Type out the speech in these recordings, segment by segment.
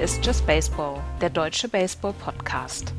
ist Just Baseball, der deutsche Baseball-Podcast.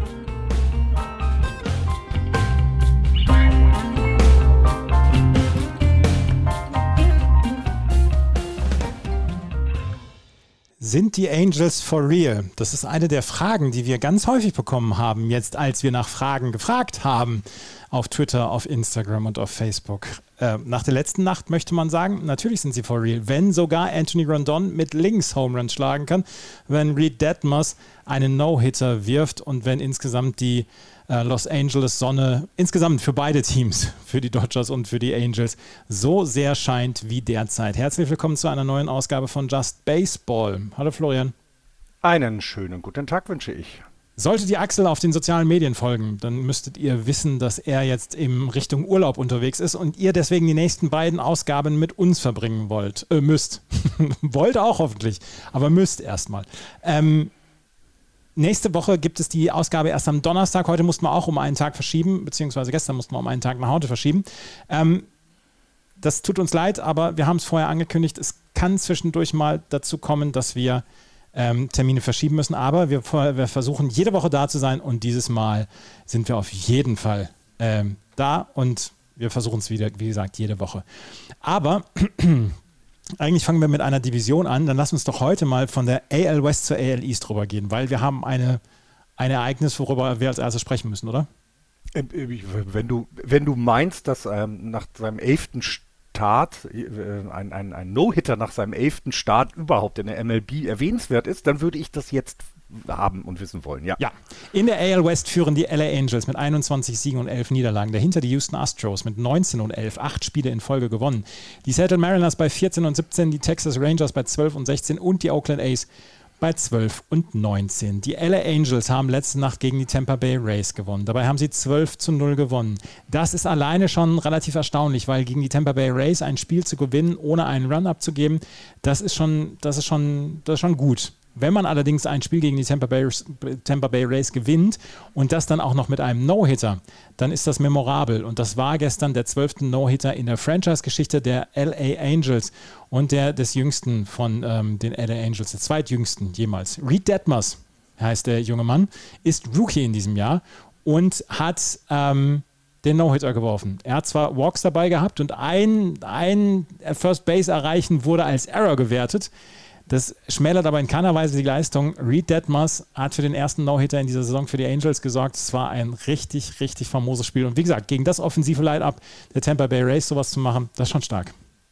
Sind die Angels for real? Das ist eine der Fragen, die wir ganz häufig bekommen haben, jetzt als wir nach Fragen gefragt haben, auf Twitter, auf Instagram und auf Facebook. Nach der letzten Nacht möchte man sagen, natürlich sind sie for real. Wenn sogar Anthony Rendon mit links Home Run schlagen kann, wenn Reed Detmers einen No-Hitter wirft und wenn insgesamt die Los Angeles Sonne insgesamt für beide Teams, für die Dodgers und für die Angels, so sehr scheint wie derzeit. Herzlich willkommen zu einer neuen Ausgabe von Just Baseball. Hallo Florian. Einen schönen guten Tag wünsche ich. Sollte die Axel auf den sozialen Medien folgen, dann müsstet ihr wissen, dass er jetzt in Richtung Urlaub unterwegs ist und ihr deswegen die nächsten beiden Ausgaben mit uns verbringen müsst. Wollt auch hoffentlich, aber müsst erstmal. Nächste Woche gibt es die Ausgabe erst am Donnerstag. Heute mussten wir auch um einen Tag verschieben, beziehungsweise gestern mussten wir um einen Tag nach heute verschieben. Das tut uns leid, aber wir haben es vorher angekündigt. Es kann zwischendurch mal dazu kommen, dass wir Termine verschieben müssen. Aber wir versuchen jede Woche da zu sein und dieses Mal sind wir auf jeden Fall da und wir versuchen es wieder, wie gesagt, jede Woche. Aber eigentlich fangen wir mit einer Division an. Dann lass uns doch heute mal von der AL West zur AL East rübergehen, weil wir haben ein Ereignis, worüber wir als erstes sprechen müssen, oder? Wenn du meinst, dass nach seinem 11. Start ein No-Hitter nach seinem 11. Start überhaupt in der MLB erwähnenswert ist, dann würde ich das jetzt haben und wissen wollen, ja. Ja, in der AL West führen die LA Angels mit 21 Siegen und 11 Niederlagen. Dahinter die Houston Astros mit 19 und 11, 8 Spiele in Folge gewonnen. Die Seattle Mariners bei 14 und 17, die Texas Rangers bei 12 und 16 und die Oakland A's bei 12 und 19. Die LA Angels haben letzte Nacht gegen die Tampa Bay Rays gewonnen. Dabei haben sie 12-0 gewonnen. Das ist alleine schon relativ erstaunlich, weil gegen die Tampa Bay Rays ein Spiel zu gewinnen, ohne einen Run abzugeben, das ist schon gut. Wenn man allerdings ein Spiel gegen die Tampa Bay Rays gewinnt und das dann auch noch mit einem No-Hitter, dann ist das memorabel. Und das war gestern der 12. No-Hitter in der Franchise-Geschichte der LA Angels und des jüngsten von den LA Angels, der zweitjüngsten jemals. Reed Detmers heißt der junge Mann, ist Rookie in diesem Jahr und hat den No-Hitter geworfen. Er hat zwar Walks dabei gehabt und ein First Base erreichen wurde als Error gewertet. Das schmälert aber in keiner Weise die Leistung. Reed Detmers hat für den ersten No-Hitter in dieser Saison für die Angels gesorgt. Es war ein richtig, richtig famoses Spiel. Und wie gesagt, gegen das offensive Line-Up der Tampa Bay Rays sowas zu machen, das ist schon stark.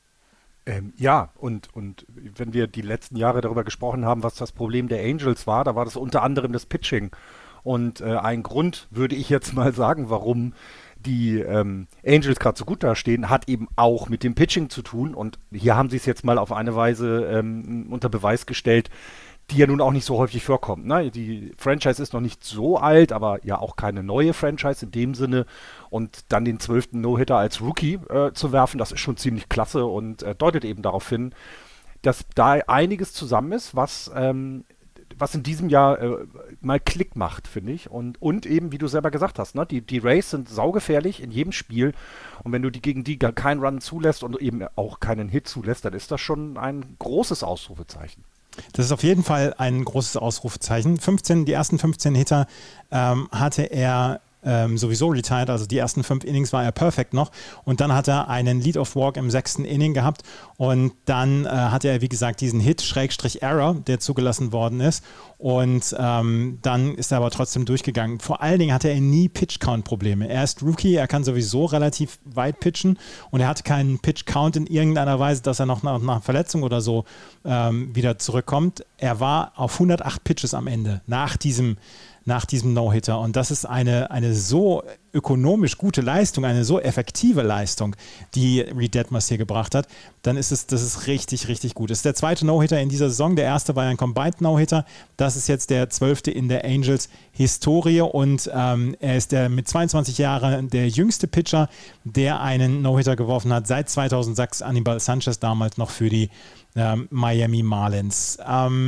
Ja, und wenn wir die letzten Jahre darüber gesprochen haben, was das Problem der Angels war, da war das unter anderem das Pitching. Und ein Grund, würde ich jetzt mal sagen, warum die Angels gerade so gut dastehen, hat eben auch mit dem Pitching zu tun. Und hier haben sie es jetzt mal auf eine Weise unter Beweis gestellt, die ja nun auch nicht so häufig vorkommt. Ne? Die Franchise ist noch nicht so alt, aber ja auch keine neue Franchise in dem Sinne. Und dann den 12. No-Hitter als Rookie zu werfen, das ist schon ziemlich klasse und deutet eben darauf hin, dass da einiges zusammen ist, was in diesem Jahr mal Klick macht, finde ich. Und eben, wie du selber gesagt hast, ne? Die Rays sind saugefährlich in jedem Spiel. Und wenn du gegen die gar keinen Run zulässt und eben auch keinen Hit zulässt, dann ist das schon ein großes Ausrufezeichen. Das ist auf jeden Fall ein großes Ausrufezeichen. Die ersten 15 Hitter hatte er sowieso retired, also die ersten 5 Innings war er perfekt noch und dann hat er einen Lead-Off-Walk im 6. Inning gehabt und dann hatte er, wie gesagt, diesen Hit, Error, der zugelassen worden ist und dann ist er aber trotzdem durchgegangen. Vor allen Dingen hatte er nie Pitch-Count-Probleme. Er ist Rookie, er kann sowieso relativ weit pitchen und er hatte keinen Pitch-Count in irgendeiner Weise, dass er noch nach Verletzung oder so wieder zurückkommt. Er war auf 108 Pitches am Ende nach diesem No-Hitter. Und das ist eine so ökonomisch gute Leistung, eine so effektive Leistung, die Reed Detmers hier gebracht hat, dann das ist richtig, richtig gut. Das ist der zweite No-Hitter in dieser Saison. Der erste war ein Combined No-Hitter. Das ist jetzt der 12. in der Angels-Historie und er ist mit 22 Jahren der jüngste Pitcher, der einen No-Hitter geworfen hat, seit 2006 Anibal Sanchez, damals noch für die Miami Marlins.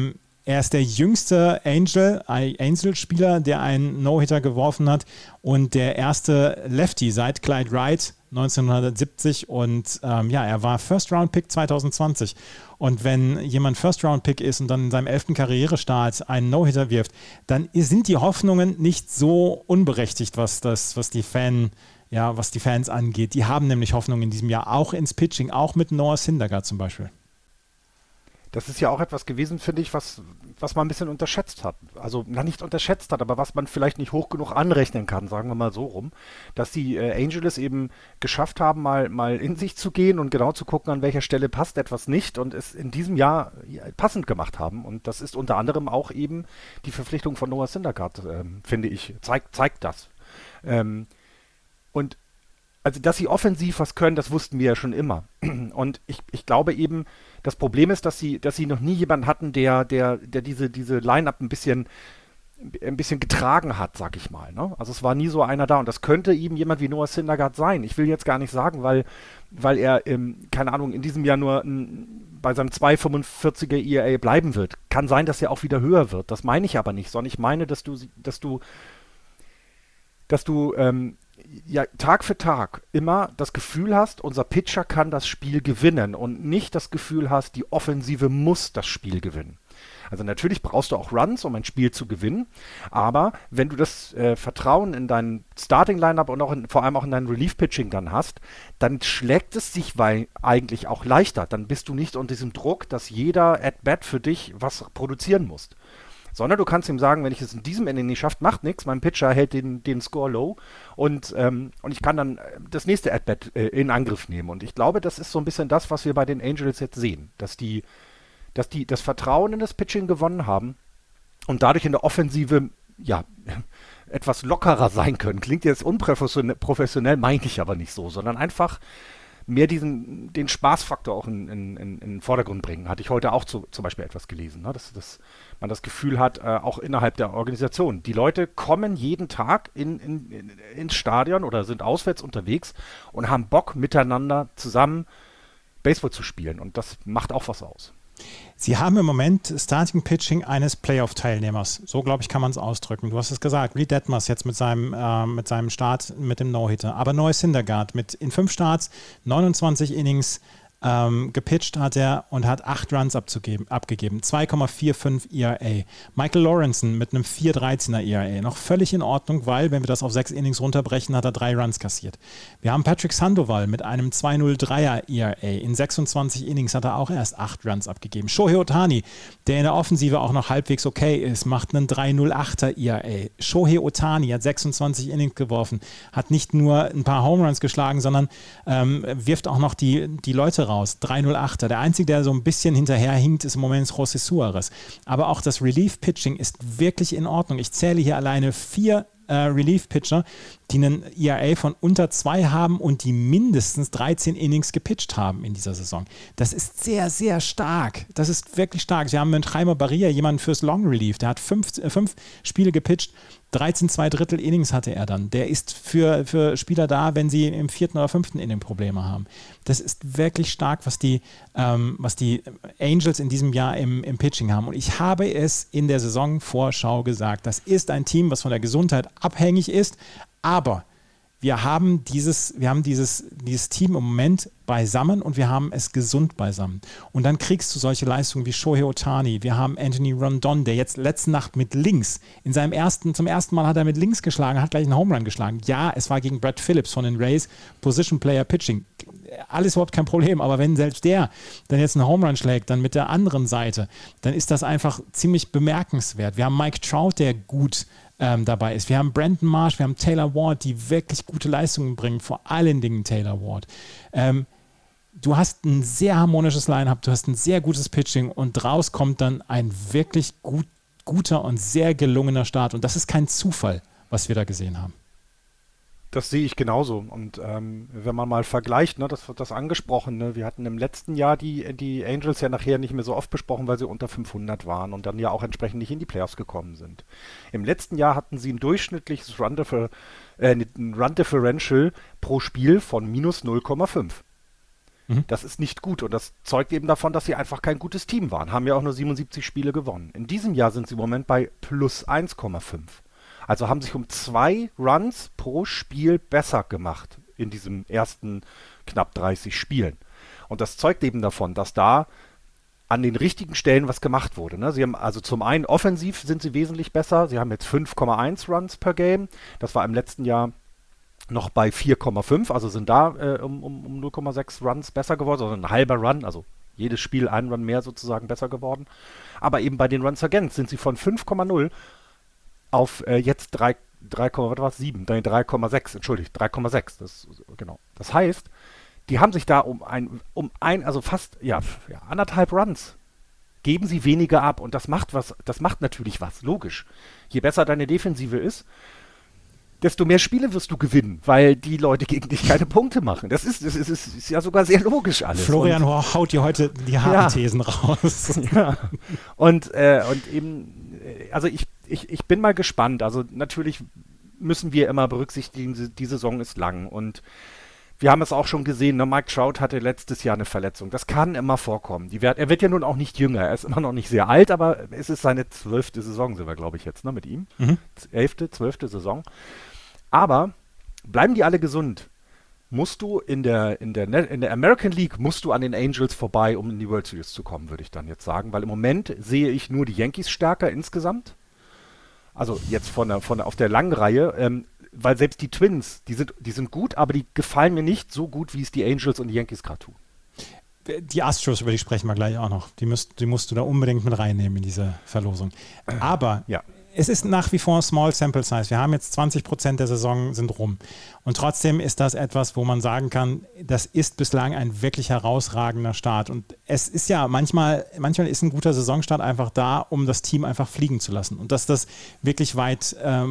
Er ist der jüngste Angel-Spieler, der einen No-Hitter geworfen hat und der erste Lefty seit Clyde Wright 1970 und er war First-Round-Pick 2020. Und wenn jemand First-Round-Pick ist und dann in seinem 11. Karrierestart einen No-Hitter wirft, dann sind die Hoffnungen nicht so unberechtigt, was die Fans angeht. Die haben nämlich Hoffnung in diesem Jahr auch ins Pitching, auch mit Noah Syndergaard zum Beispiel. Das ist ja auch etwas gewesen, finde ich, was man ein bisschen unterschätzt hat. Also nicht unterschätzt hat, aber was man vielleicht nicht hoch genug anrechnen kann, sagen wir mal so rum, dass die Angels eben geschafft haben, mal in sich zu gehen und genau zu gucken, an welcher Stelle passt etwas nicht und es in diesem Jahr passend gemacht haben. Und das ist unter anderem auch eben die Verpflichtung von Noah Syndergaard, finde ich, zeigt das. Und also, dass sie offensiv was können, das wussten wir ja schon immer. Und ich glaube eben, das Problem ist, dass sie noch nie jemanden hatten, der diese Line-Up ein bisschen getragen hat, sag ich mal. Ne? Also es war nie so einer da und das könnte eben jemand wie Noah Syndergaard sein. Ich will jetzt gar nicht sagen, weil er, keine Ahnung, in diesem Jahr nur bei seinem 2,45er ERA bleiben wird. Kann sein, dass er auch wieder höher wird. Das meine ich aber nicht, sondern ich meine, dass du Tag für Tag immer das Gefühl hast, unser Pitcher kann das Spiel gewinnen und nicht das Gefühl hast, die Offensive muss das Spiel gewinnen. Also natürlich brauchst du auch Runs, um ein Spiel zu gewinnen, aber wenn du das Vertrauen in dein Starting-Lineup und auch vor allem auch in dein Relief-Pitching dann hast, dann schlägt es sich eigentlich auch leichter. Dann bist du nicht unter diesem Druck, dass jeder At-Bat für dich was produzieren muss. Sondern du kannst ihm sagen, wenn ich es in diesem Inning nicht schaffe, macht nichts, mein Pitcher hält den Score low und ich kann dann das nächste At-Bat in Angriff nehmen. Und ich glaube, das ist so ein bisschen das, was wir bei den Angels jetzt sehen, dass die das Vertrauen in das Pitching gewonnen haben und dadurch in der Offensive etwas lockerer sein können. Klingt jetzt unprofessionell, meine ich aber nicht so, sondern einfach mehr den Spaßfaktor auch in den Vordergrund bringen. Hatte ich heute auch zum Beispiel etwas gelesen, ne? Dass man das Gefühl hat, auch innerhalb der Organisation. Die Leute kommen jeden Tag ins Stadion oder sind auswärts unterwegs und haben Bock, miteinander zusammen Baseball zu spielen. Und das macht auch was aus. Sie haben im Moment Starting Pitching eines Playoff-Teilnehmers. So, glaube ich, kann man es ausdrücken. Du hast es gesagt, Reed Detmers jetzt mit seinem Start mit dem No-Hitter. Aber Noah Syndergaard in 5 Starts, 29 Innings gepitcht hat er und hat 8 Runs abgegeben. 2,45 ERA. Michael Lawrenson mit einem 4,13er ERA. Noch völlig in Ordnung, weil, wenn wir das auf 6 Innings runterbrechen, hat er 3 Runs kassiert. Wir haben Patrick Sandoval mit einem 2,03er ERA. In 26 Innings hat er auch erst 8 Runs abgegeben. Shohei Ohtani, der in der Offensive auch noch halbwegs okay ist, macht einen 3,08er ERA. Shohei Ohtani hat 26 Innings geworfen, hat nicht nur ein paar Home Runs geschlagen, sondern wirft auch noch die Leute raus. 3,08er. Der Einzige, der so ein bisschen hinterherhinkt, ist im Moment José Suárez. Aber auch das Relief-Pitching ist wirklich in Ordnung. Ich zähle hier alleine 4 Relief-Pitcher, die einen ERA von unter 2 haben und die mindestens 13 Innings gepitcht haben in dieser Saison. Das ist sehr, sehr stark. Das ist wirklich stark. Sie haben mit Jaime Barria jemanden fürs Long Relief. Der hat 5 Spiele gepitcht. 13 2/3 Innings hatte er dann. Der ist für Spieler da, wenn sie im 4. oder 5. Inning Probleme haben. Das ist wirklich stark, was die Angels in diesem Jahr im Pitching haben. Und ich habe es in der Saisonvorschau gesagt, das ist ein Team, was von der Gesundheit abhängig ist, aber wir haben dieses Team im Moment beisammen und wir haben es gesund beisammen. Und dann kriegst du solche Leistungen wie Shohei Ohtani. Wir haben Anthony Rondon, der jetzt letzte Nacht mit links, zum ersten Mal hat er mit links geschlagen, hat gleich einen Home Run geschlagen. Ja, es war gegen Brad Phillips von den Rays, Position Player Pitching. Alles überhaupt kein Problem, aber wenn selbst der dann jetzt einen Home Run schlägt, dann mit der anderen Seite, dann ist das einfach ziemlich bemerkenswert. Wir haben Mike Trout, der gut dabei ist. Wir haben Brandon Marsh, wir haben Taylor Ward, die wirklich gute Leistungen bringen, vor allen Dingen Taylor Ward. Du hast ein sehr harmonisches Line-Up, du hast ein sehr gutes Pitching und draus kommt dann ein wirklich guter und sehr gelungener Start und das ist kein Zufall, was wir da gesehen haben. Das sehe ich genauso. Und wenn man mal vergleicht, ne, das wird das angesprochen, ne, wir hatten im letzten Jahr die Angels ja nachher nicht mehr so oft besprochen, weil sie unter 500 waren und dann ja auch entsprechend nicht in die Playoffs gekommen sind. Im letzten Jahr hatten sie ein durchschnittliches Run Differential pro Spiel von minus 0,5. Das ist nicht gut und das zeugt eben davon, dass sie einfach kein gutes Team waren. Haben ja auch nur 77 Spiele gewonnen. In diesem Jahr sind sie im Moment bei plus 1,5. Also haben sich um 2 Runs pro Spiel besser gemacht in diesen ersten knapp 30 Spielen. Und das zeugt eben davon, dass da an den richtigen Stellen was gemacht wurde. Ne? Sie haben also zum einen offensiv sind sie wesentlich besser. Sie haben jetzt 5,1 Runs per Game. Das war im letzten Jahr noch bei 4,5, also sind da um 0,6 Runs besser geworden, also ein halber Run, also jedes Spiel ein Run mehr sozusagen besser geworden. Aber eben bei den Runs against sind sie von 5,0 auf jetzt 3,6, entschuldigt, 3,6. Genau. Das heißt, die haben sich da also fast, anderthalb Runs geben sie weniger ab und das macht natürlich was, logisch. Je besser deine Defensive ist, desto mehr Spiele wirst du gewinnen, weil die Leute gegen dich keine Punkte machen. Das ist ja sogar sehr logisch alles. Florian haut dir heute die harten Thesen raus. Ja. Und eben, also ich bin mal gespannt. Also natürlich müssen wir immer berücksichtigen, die Saison ist lang und wir haben es auch schon gesehen, ne? Mike Trout hatte letztes Jahr eine Verletzung. Das kann immer vorkommen. Er wird ja nun auch nicht jünger. Er ist immer noch nicht sehr alt, aber es ist seine 12. Saison, sind wir, glaube ich, jetzt, ne, mit ihm. 11., 12. Saison. Aber bleiben die alle gesund, musst du in der American League musst du an den Angels vorbei, um in die World Series zu kommen, würde ich dann jetzt sagen. Weil im Moment sehe ich nur die Yankees stärker insgesamt. Also jetzt auf der langen Reihe, weil selbst die Twins, die sind gut, aber die gefallen mir nicht so gut, wie es die Angels und die Yankees gerade tun. Die Astros, über die sprechen wir gleich auch noch. Die musst du da unbedingt mit reinnehmen in diese Verlosung. Aber es ist nach wie vor Small Sample Size. Wir haben jetzt 20% der Saison sind rum. Und trotzdem ist das etwas, wo man sagen kann, das ist bislang ein wirklich herausragender Start. Und es ist ja manchmal ist ein guter Saisonstart einfach da, um das Team einfach fliegen zu lassen. Und dass das wirklich weit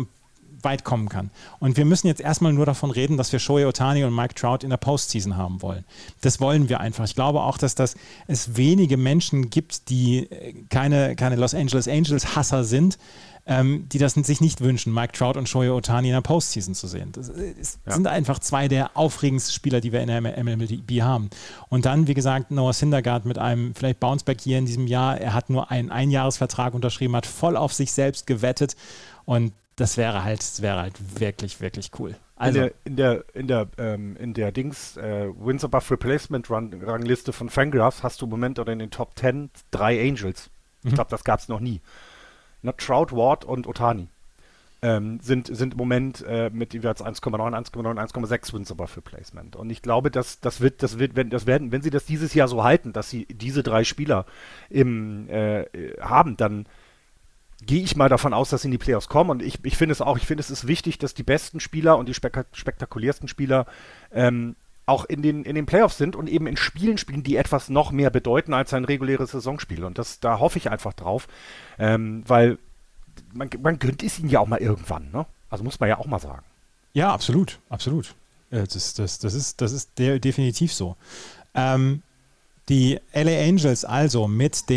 kommen kann. Und wir müssen jetzt erstmal nur davon reden, dass wir Shohei Ohtani und Mike Trout in der Postseason haben wollen. Das wollen wir einfach. Ich glaube auch, dass es wenige Menschen gibt, die keine Los Angeles Angels Hasser sind, die das sich nicht wünschen, Mike Trout und Shohei Ohtani in der Postseason zu sehen. Das sind einfach zwei der aufregendsten Spieler, die wir in der MLB haben. Und dann, wie gesagt, Noah Syndergaard mit einem vielleicht Bounceback hier in diesem Jahr. Er hat nur einen Einjahresvertrag unterschrieben, hat voll auf sich selbst gewettet und das wäre halt wirklich, wirklich cool. Also in der Wins Above Replacement Rangliste von Fangraphs hast du im Moment oder in den Top 10 3 Angels. Ich glaube, das gab es noch nie. Trout, Ward und Ohtani sind im Moment mit jeweils 1,9, 1,6 Wins Above Replacement. Und ich glaube, wenn sie das dieses Jahr so halten, dass sie diese 3 Spieler haben, dann gehe ich mal davon aus, dass sie in die Playoffs kommen und ich finde es ist wichtig, dass die besten Spieler und die spektakulärsten Spieler auch in den Playoffs sind und eben in Spielen spielen, die etwas noch mehr bedeuten als ein reguläres Saisonspiel und da hoffe ich einfach drauf, weil man gönnt es ihnen ja auch mal irgendwann, ne? Also muss man ja auch mal sagen. Ja, absolut. Das ist definitiv so. Die LA Angels also mit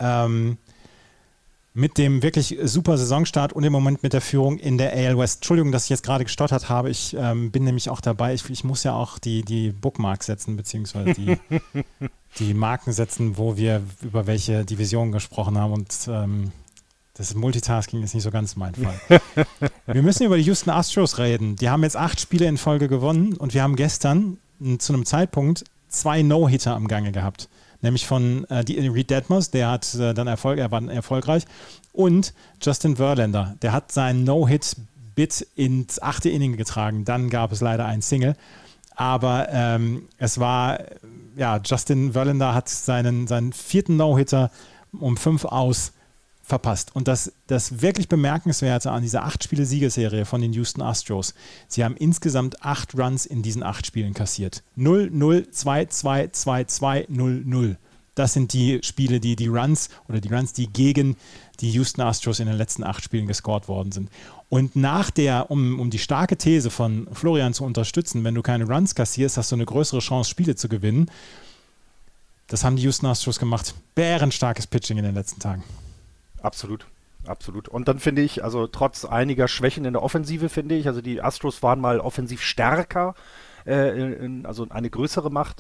dem wirklich super Saisonstart und im Moment mit der Führung in der AL West. Entschuldigung, dass ich jetzt gerade gestottert habe. Ich bin nämlich auch dabei. Ich muss ja auch die Bookmarks setzen, beziehungsweise die Marken setzen, wo wir über welche Divisionen gesprochen haben. Und das Multitasking ist nicht so ganz mein Fall. Wir müssen über die Houston Astros reden. Die haben jetzt 8 Spiele in Folge gewonnen und wir haben gestern zu einem Zeitpunkt 2 No-Hitter am Gange gehabt. Nämlich von Reed Detmers, der hat er war erfolgreich, und Justin Verlander, der hat seinen No-Hit-Bit ins 8. Inning getragen. Dann gab es leider einen Single. Aber es war, Justin Verlander hat seinen 4. No-Hitter um 5 aus verpasst. Und das wirklich Bemerkenswerte an dieser 8-Spiele-Siegesserie von den Houston Astros, sie haben insgesamt 8 Runs in diesen 8 Spielen kassiert. 0-0, 2-2, 2-2, 0-0. Das sind die Spiele, die Runs, die gegen die Houston Astros in den letzten 8 Spielen gescored worden sind. Und um die starke These von Florian zu unterstützen, wenn du keine Runs kassierst, hast du eine größere Chance, Spiele zu gewinnen. Das haben die Houston Astros gemacht. Bärenstarkes Pitching in den letzten Tagen. Absolut. Und dann finde ich, also trotz einiger Schwächen in der Offensive, finde ich, also die Astros waren mal offensiv stärker, also eine größere Macht.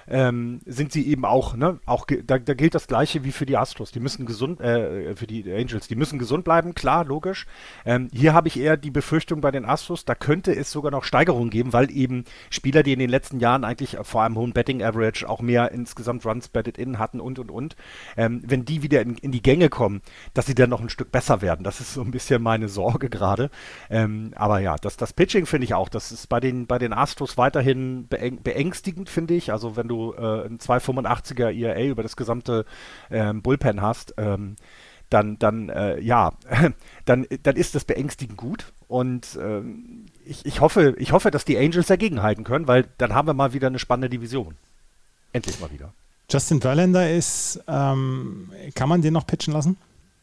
sind sie eben auch, ne, da gilt das Gleiche wie für die Astros. Die müssen gesund, für die Angels, die müssen gesund bleiben, klar, logisch. Hier habe ich eher die Befürchtung bei den Astros, da könnte es sogar noch Steigerungen geben, weil eben Spieler, die in den letzten Jahren eigentlich vor einem hohen Betting Average auch mehr insgesamt Runs batted in hatten und. Wenn die wieder in die Gänge kommen, dass sie dann noch ein Stück besser werden. Das ist so ein bisschen meine Sorge gerade. Aber ja, das Pitching finde ich auch, das ist bei den Astros weiterhin beängstigend, finde ich. Also wenn du ein 2,85er ERA über das gesamte Bullpen hast, dann ist das beängstigend gut. Und ich hoffe, dass die Angels dagegenhalten können, weil dann haben wir mal wieder eine spannende Division. Endlich mal wieder. Justin Verlander ist, kann man den noch pitchen lassen?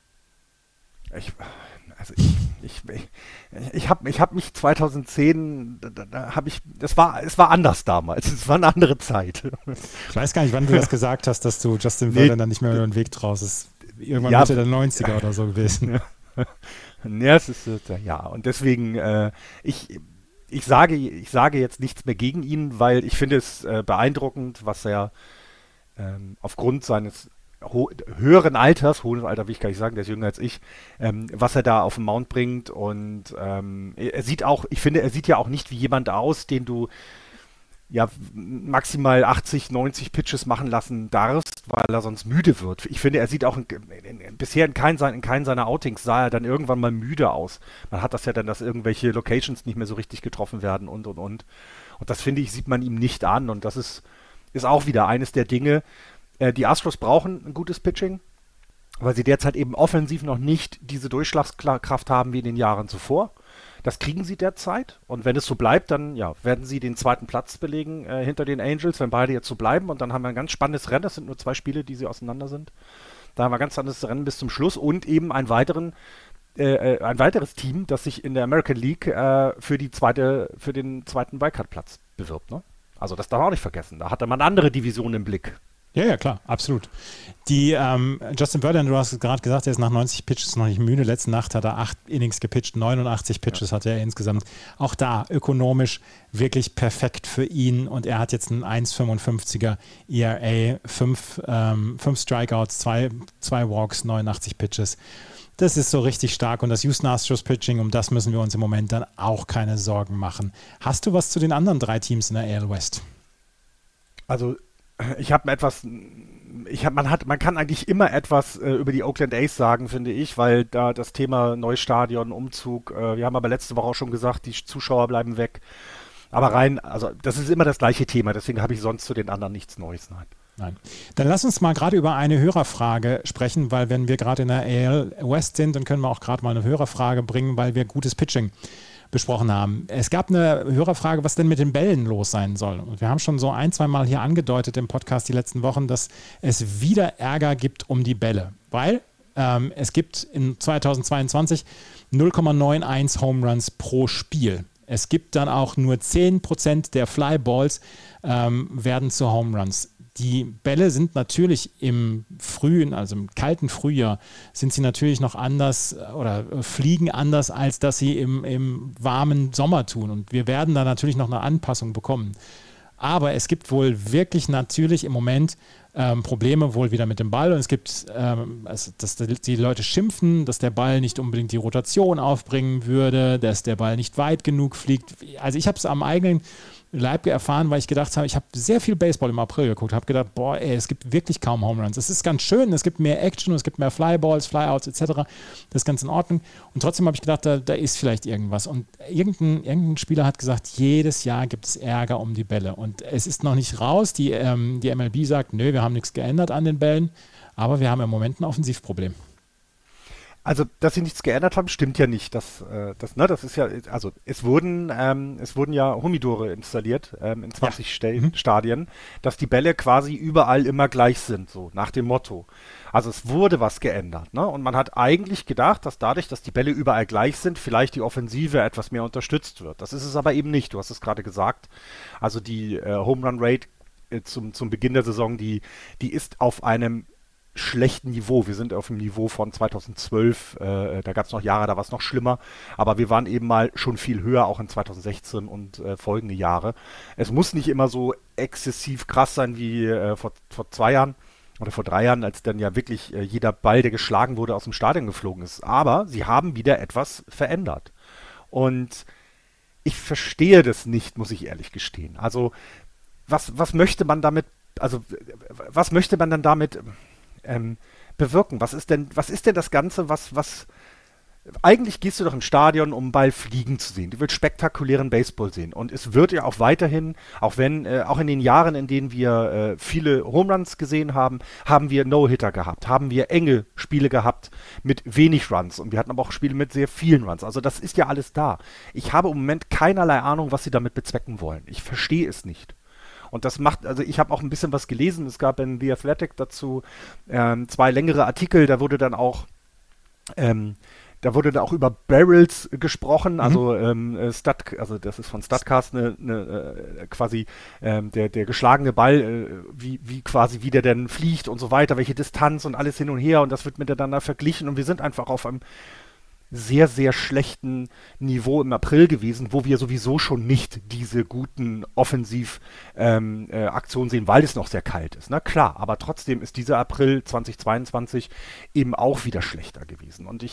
Ich habe mich 2010, es war anders damals, es war eine andere Zeit. Ich weiß gar nicht, wann du das gesagt hast, dass du Justin Verlander nicht mehr über den Weg traust. Es ist irgendwann Mitte der 90er oder so gewesen. Ja, es ist, und deswegen, ich sage jetzt nichts mehr gegen ihn, weil ich finde es beeindruckend, was er aufgrund seines höheren Alters, hohes Alter will ich gar nicht sagen, der ist jünger als ich, was er da auf den Mount bringt und er sieht ja auch nicht wie jemand aus, den du ja maximal 80, 90 Pitches machen lassen darfst, weil er sonst müde wird. Ich finde, er sieht auch bisher in keinen seiner Outings sah er dann irgendwann mal müde aus. Man hat das ja dann, dass irgendwelche Locations nicht mehr so richtig getroffen werden und. Und das, finde ich, sieht man ihm nicht an und das ist auch wieder eines der Dinge. Die Astros brauchen ein gutes Pitching, weil sie derzeit eben offensiv noch nicht diese Durchschlagskraft haben wie in den Jahren zuvor. Das kriegen sie derzeit und wenn es so bleibt, dann werden sie den zweiten Platz belegen hinter den Angels, wenn beide jetzt so bleiben und dann haben wir ein ganz spannendes Rennen. Das sind nur 2 Spiele, die sie auseinander sind. Da haben wir ein ganz spannendes Rennen bis zum Schluss und eben ein weiteres Team, das sich in der American League für den zweiten Wildcard-Platz bewirbt. Ne? Also das darf man auch nicht vergessen. Da hatte man andere Divisionen im Blick. Ja, klar, absolut. Die Justin Verlander, du hast gerade gesagt, er ist nach 90 Pitches noch nicht müde. Letzte Nacht hat er 8 Innings gepitcht, 89 Pitches hatte er insgesamt. Auch da ökonomisch wirklich perfekt für ihn und er hat jetzt einen 1,55er ERA, 5 Strikeouts, 2 Walks, 89 Pitches. Das ist so richtig stark und das Houston Astros Pitching, um das müssen wir uns im Moment dann auch keine Sorgen machen. Hast du was zu den anderen 3 Teams in der AL West? Also man kann eigentlich immer etwas über die Oakland A's sagen, finde ich, weil da das Thema Neustadion, Umzug, wir haben aber letzte Woche auch schon gesagt, die Zuschauer bleiben weg. Aber also das ist immer das gleiche Thema, deswegen habe ich sonst zu den anderen nichts Neues. Nein. Dann lass uns mal gerade über eine Hörerfrage sprechen, weil wenn wir gerade in der AL West sind, dann können wir auch gerade mal eine Hörerfrage bringen, weil wir gutes Pitching besprochen haben. Es gab eine Hörerfrage, was denn mit den Bällen los sein soll. Und wir haben schon so 1-2 Mal hier angedeutet im Podcast die letzten Wochen, dass es wieder Ärger gibt um die Bälle. Weil es gibt in 2022 0,91 Home Runs pro Spiel. Es gibt dann auch nur 10% der Flyballs werden zu Home Runs. Die Bälle sind natürlich im frühen, also im kalten Frühjahr, sind sie natürlich noch anders oder fliegen anders, als dass sie im warmen Sommer tun. Und wir werden da natürlich noch eine Anpassung bekommen. Aber es gibt wohl wirklich natürlich im Moment Probleme wohl wieder mit dem Ball. Und es gibt, dass die Leute schimpfen, dass der Ball nicht unbedingt die Rotation aufbringen würde, dass der Ball nicht weit genug fliegt. Also ich habe es am eigenen Leib erfahren, weil ich gedacht habe, ich habe sehr viel Baseball im April geguckt, habe gedacht, es gibt wirklich kaum Home Runs. Es ist ganz schön, es gibt mehr Action, es gibt mehr Flyballs, Flyouts etc. Das ist ganz in Ordnung. Und trotzdem habe ich gedacht, da ist vielleicht irgendwas. Und irgendein Spieler hat gesagt, jedes Jahr gibt es Ärger um die Bälle. Und es ist noch nicht raus. Die MLB sagt, nö, wir haben nichts geändert an den Bällen, aber wir haben im Moment ein Offensivproblem. Also, dass sie nichts geändert haben, stimmt ja nicht. Das ist ja, also es wurden ja Humidore installiert in 20 Stadien, dass die Bälle quasi überall immer gleich sind, so nach dem Motto. Also es wurde was geändert, ne? Und man hat eigentlich gedacht, dass dadurch, dass die Bälle überall gleich sind, vielleicht die Offensive etwas mehr unterstützt wird. Das ist es aber eben nicht. Du hast es gerade gesagt. Also die Home Run Rate zum Beginn der Saison, die ist auf einem schlechten Niveau. Wir sind auf dem Niveau von 2012, da gab es noch Jahre, da war es noch schlimmer, aber wir waren eben mal schon viel höher, auch in 2016 und folgende Jahre. Es muss nicht immer so exzessiv krass sein wie vor 2 Jahren oder vor 3 Jahren, als dann ja wirklich jeder Ball, der geschlagen wurde, aus dem Stadion geflogen ist. Aber sie haben wieder etwas verändert. Und ich verstehe das nicht, muss ich ehrlich gestehen. Also was möchte man damit, also was möchte man dann damit bewirken? Was ist denn das Ganze, was eigentlich gehst du doch ins Stadion, um einen Ball fliegen zu sehen. Du willst spektakulären Baseball sehen. Und es wird ja auch weiterhin, auch in den Jahren, in denen wir viele Home Runs gesehen haben, haben wir No-Hitter gehabt, haben wir enge Spiele gehabt mit wenig Runs. Und wir hatten aber auch Spiele mit sehr vielen Runs. Also das ist ja alles da. Ich habe im Moment keinerlei Ahnung, was sie damit bezwecken wollen. Ich verstehe es nicht. Und das macht, also ich habe auch ein bisschen was gelesen. Es gab in The Athletic dazu 2 längere Artikel. Da wurde dann auch über Barrels gesprochen, also also das ist von Statcast quasi der geschlagene Ball, wie quasi wie der denn fliegt und so weiter, welche Distanz und alles hin und her, und das wird miteinander verglichen, und wir sind einfach auf einem sehr, sehr schlechten Niveau im April gewesen, wo wir sowieso schon nicht diese guten Offensiv-Aktionen sehen, weil es noch sehr kalt ist. Na klar, aber trotzdem ist dieser April 2022 eben auch wieder schlechter gewesen. Und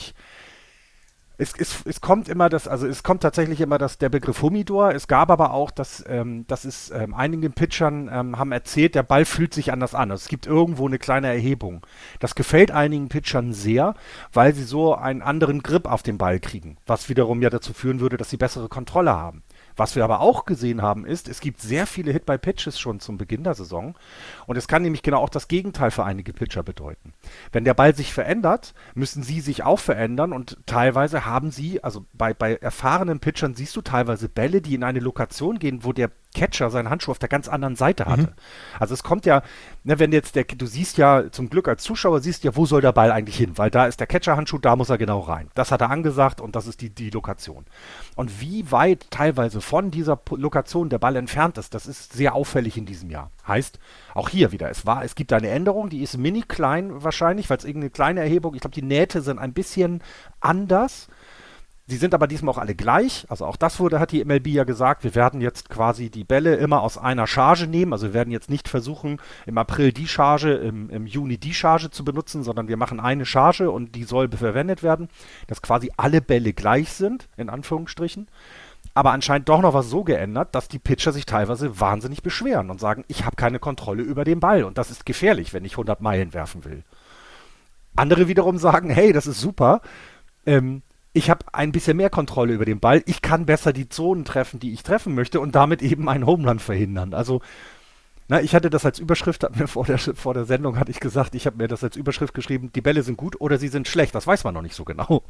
es kommt tatsächlich immer der Begriff Humidor. Es gab aber auch, einigen Pitchern haben erzählt, der Ball fühlt sich anders an. Also es gibt irgendwo eine kleine Erhebung. Das gefällt einigen Pitchern sehr, weil sie so einen anderen Grip auf den Ball kriegen, was wiederum ja dazu führen würde, dass sie bessere Kontrolle haben. Was wir aber auch gesehen haben, ist, es gibt sehr viele Hit-by-Pitches schon zum Beginn der Saison, und es kann nämlich genau auch das Gegenteil für einige Pitcher bedeuten. Wenn der Ball sich verändert, müssen sie sich auch verändern, und teilweise haben sie, also bei erfahrenen Pitchern siehst du teilweise Bälle, die in eine Lokation gehen, wo der Catcher seinen Handschuh auf der ganz anderen Seite hatte. Also es kommt ja, wenn jetzt du siehst ja zum Glück als Zuschauer, wo soll der Ball eigentlich hin? Weil da ist der Catcher-Handschuh, da muss er genau rein. Das hat er angesagt, und das ist die Lokation. Und wie weit teilweise von dieser Lokation der Ball entfernt ist, das ist sehr auffällig in diesem Jahr. Heißt, auch hier wieder, es gibt eine Änderung, die ist mini klein wahrscheinlich, weil es irgendeine kleine Erhebung, ich glaube, die Nähte sind ein bisschen anders. Sie sind aber diesmal auch alle gleich, also auch das hat die MLB ja gesagt, wir werden jetzt quasi die Bälle immer aus einer Charge nehmen, also wir werden jetzt nicht versuchen, im April die Charge, im Juni die Charge zu benutzen, sondern wir machen eine Charge und die soll verwendet werden, dass quasi alle Bälle gleich sind, in Anführungsstrichen, aber anscheinend doch noch was so geändert, dass die Pitcher sich teilweise wahnsinnig beschweren und sagen, ich habe keine Kontrolle über den Ball, und das ist gefährlich, wenn ich 100 Meilen werfen will. Andere wiederum sagen, hey, das ist super, ich habe ein bisschen mehr Kontrolle über den Ball. Ich kann besser die Zonen treffen, die ich treffen möchte, und damit eben einen Home Run verhindern. Also, ich hatte das als Überschrift, vor der Sendung hatte ich gesagt, ich habe mir das als Überschrift geschrieben, die Bälle sind gut oder sie sind schlecht. Das weiß man noch nicht so genau.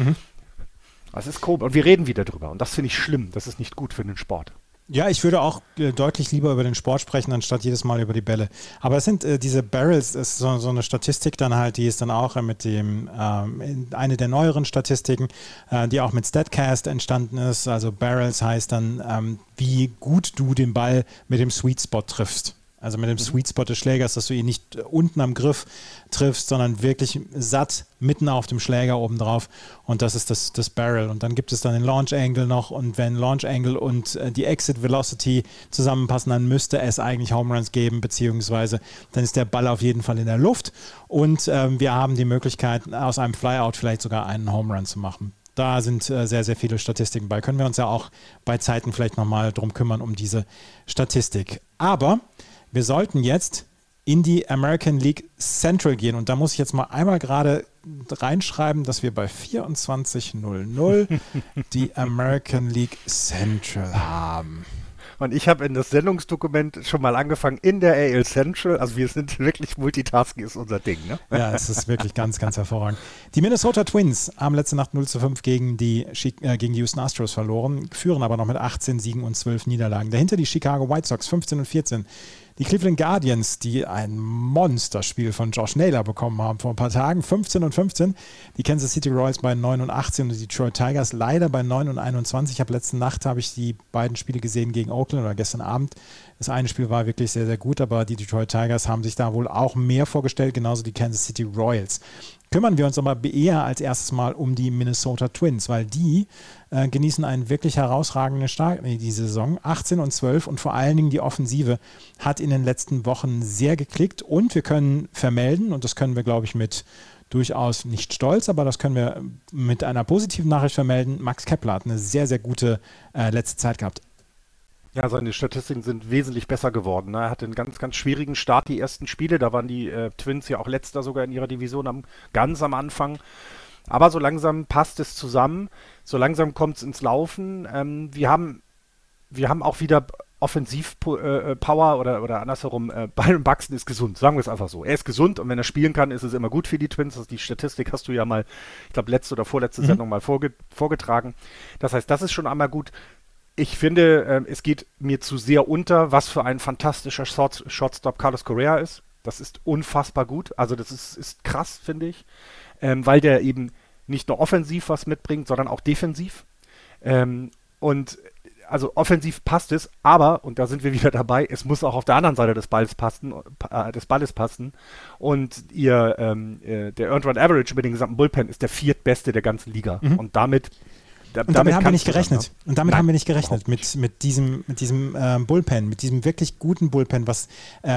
Das ist komisch. Und wir reden wieder drüber. Und das finde ich schlimm. Das ist nicht gut für den Sport. Ja, ich würde auch deutlich lieber über den Sport sprechen, anstatt jedes Mal über die Bälle. Aber es sind diese Barrels, das ist so eine Statistik dann halt, die ist dann auch mit eine der neueren Statistiken, die auch mit Statcast entstanden ist. Also Barrels heißt dann, wie gut du den Ball mit dem Sweet Spot triffst. Also mit dem Sweet Spot des Schlägers, dass du ihn nicht unten am Griff triffst, sondern wirklich satt mitten auf dem Schläger obendrauf. Und das ist das Barrel. Und dann gibt es dann den Launch Angle noch. Und wenn Launch Angle und die Exit Velocity zusammenpassen, dann müsste es eigentlich Home Runs geben, beziehungsweise dann ist der Ball auf jeden Fall in der Luft. Und wir haben die Möglichkeit, aus einem Flyout vielleicht sogar einen Home Run zu machen. Da sind sehr, sehr viele Statistiken bei. Können wir uns ja auch bei Zeiten vielleicht nochmal drum kümmern, um diese Statistik. Aber wir sollten jetzt in die American League Central gehen. Und da muss ich jetzt mal einmal gerade reinschreiben, dass wir bei 24:00 die American League Central haben. Und ich habe in das Sendungsdokument schon mal angefangen in der AL Central. Also wir sind wirklich, Multitasking ist unser Ding, ne? Ja, es ist wirklich ganz, ganz hervorragend. Die Minnesota Twins haben letzte Nacht 0:5 gegen die Houston Astros verloren, führen aber noch mit 18 Siegen und 12 Niederlagen. Dahinter die Chicago White Sox 15:14. Die Cleveland Guardians, die ein Monsterspiel von Josh Naylor bekommen haben vor ein paar Tagen, 15-15. Die Kansas City Royals bei 9-18 und die Detroit Tigers leider bei 9-21. Letzte Nacht habe ich die beiden Spiele gesehen gegen Oakland oder gestern Abend. Das eine Spiel war wirklich sehr, sehr gut, aber die Detroit Tigers haben sich da wohl auch mehr vorgestellt, genauso die Kansas City Royals. Kümmern wir uns aber eher als erstes mal um die Minnesota Twins, weil die genießen einen wirklich herausragenden Start in die Saison. 18-12 und vor allen Dingen die Offensive hat in den letzten Wochen sehr geklickt und wir können vermelden, und das können wir, glaube ich, mit durchaus nicht stolz, aber das können wir mit einer positiven Nachricht vermelden. Max Kepler hat eine sehr, sehr gute letzte Zeit gehabt. Ja, seine Statistiken sind wesentlich besser geworden. Er hatte einen ganz, ganz schwierigen Start, die ersten Spiele. Da waren die Twins ja auch letzter sogar in ihrer Division ganz am Anfang. Aber so langsam passt es zusammen. So langsam kommt es ins Laufen. Wir haben auch wieder Offensiv-Power oder andersherum. Byron Buxton ist gesund, sagen wir es einfach so. Er ist gesund und wenn er spielen kann, ist es immer gut für die Twins. Also die Statistik hast du ja mal, ich glaube, letzte oder vorletzte Sendung mal vorgetragen. Das heißt, das ist schon einmal gut. Ich finde, es geht mir zu sehr unter, was für ein fantastischer Shortstop Carlos Correa ist. Das ist unfassbar gut. Also das ist krass, finde ich. Weil der eben nicht nur offensiv was mitbringt, sondern auch defensiv. Und also offensiv passt es, aber, und da sind wir wieder dabei, es muss auch auf der anderen Seite des Balles passen. Und der Earned Run Average mit dem gesamten Bullpen ist der viertbeste der ganzen Liga. Und damit haben wir nicht gerechnet. Und damit haben wir nicht gerechnet mit diesem Bullpen, mit diesem wirklich guten Bullpen, was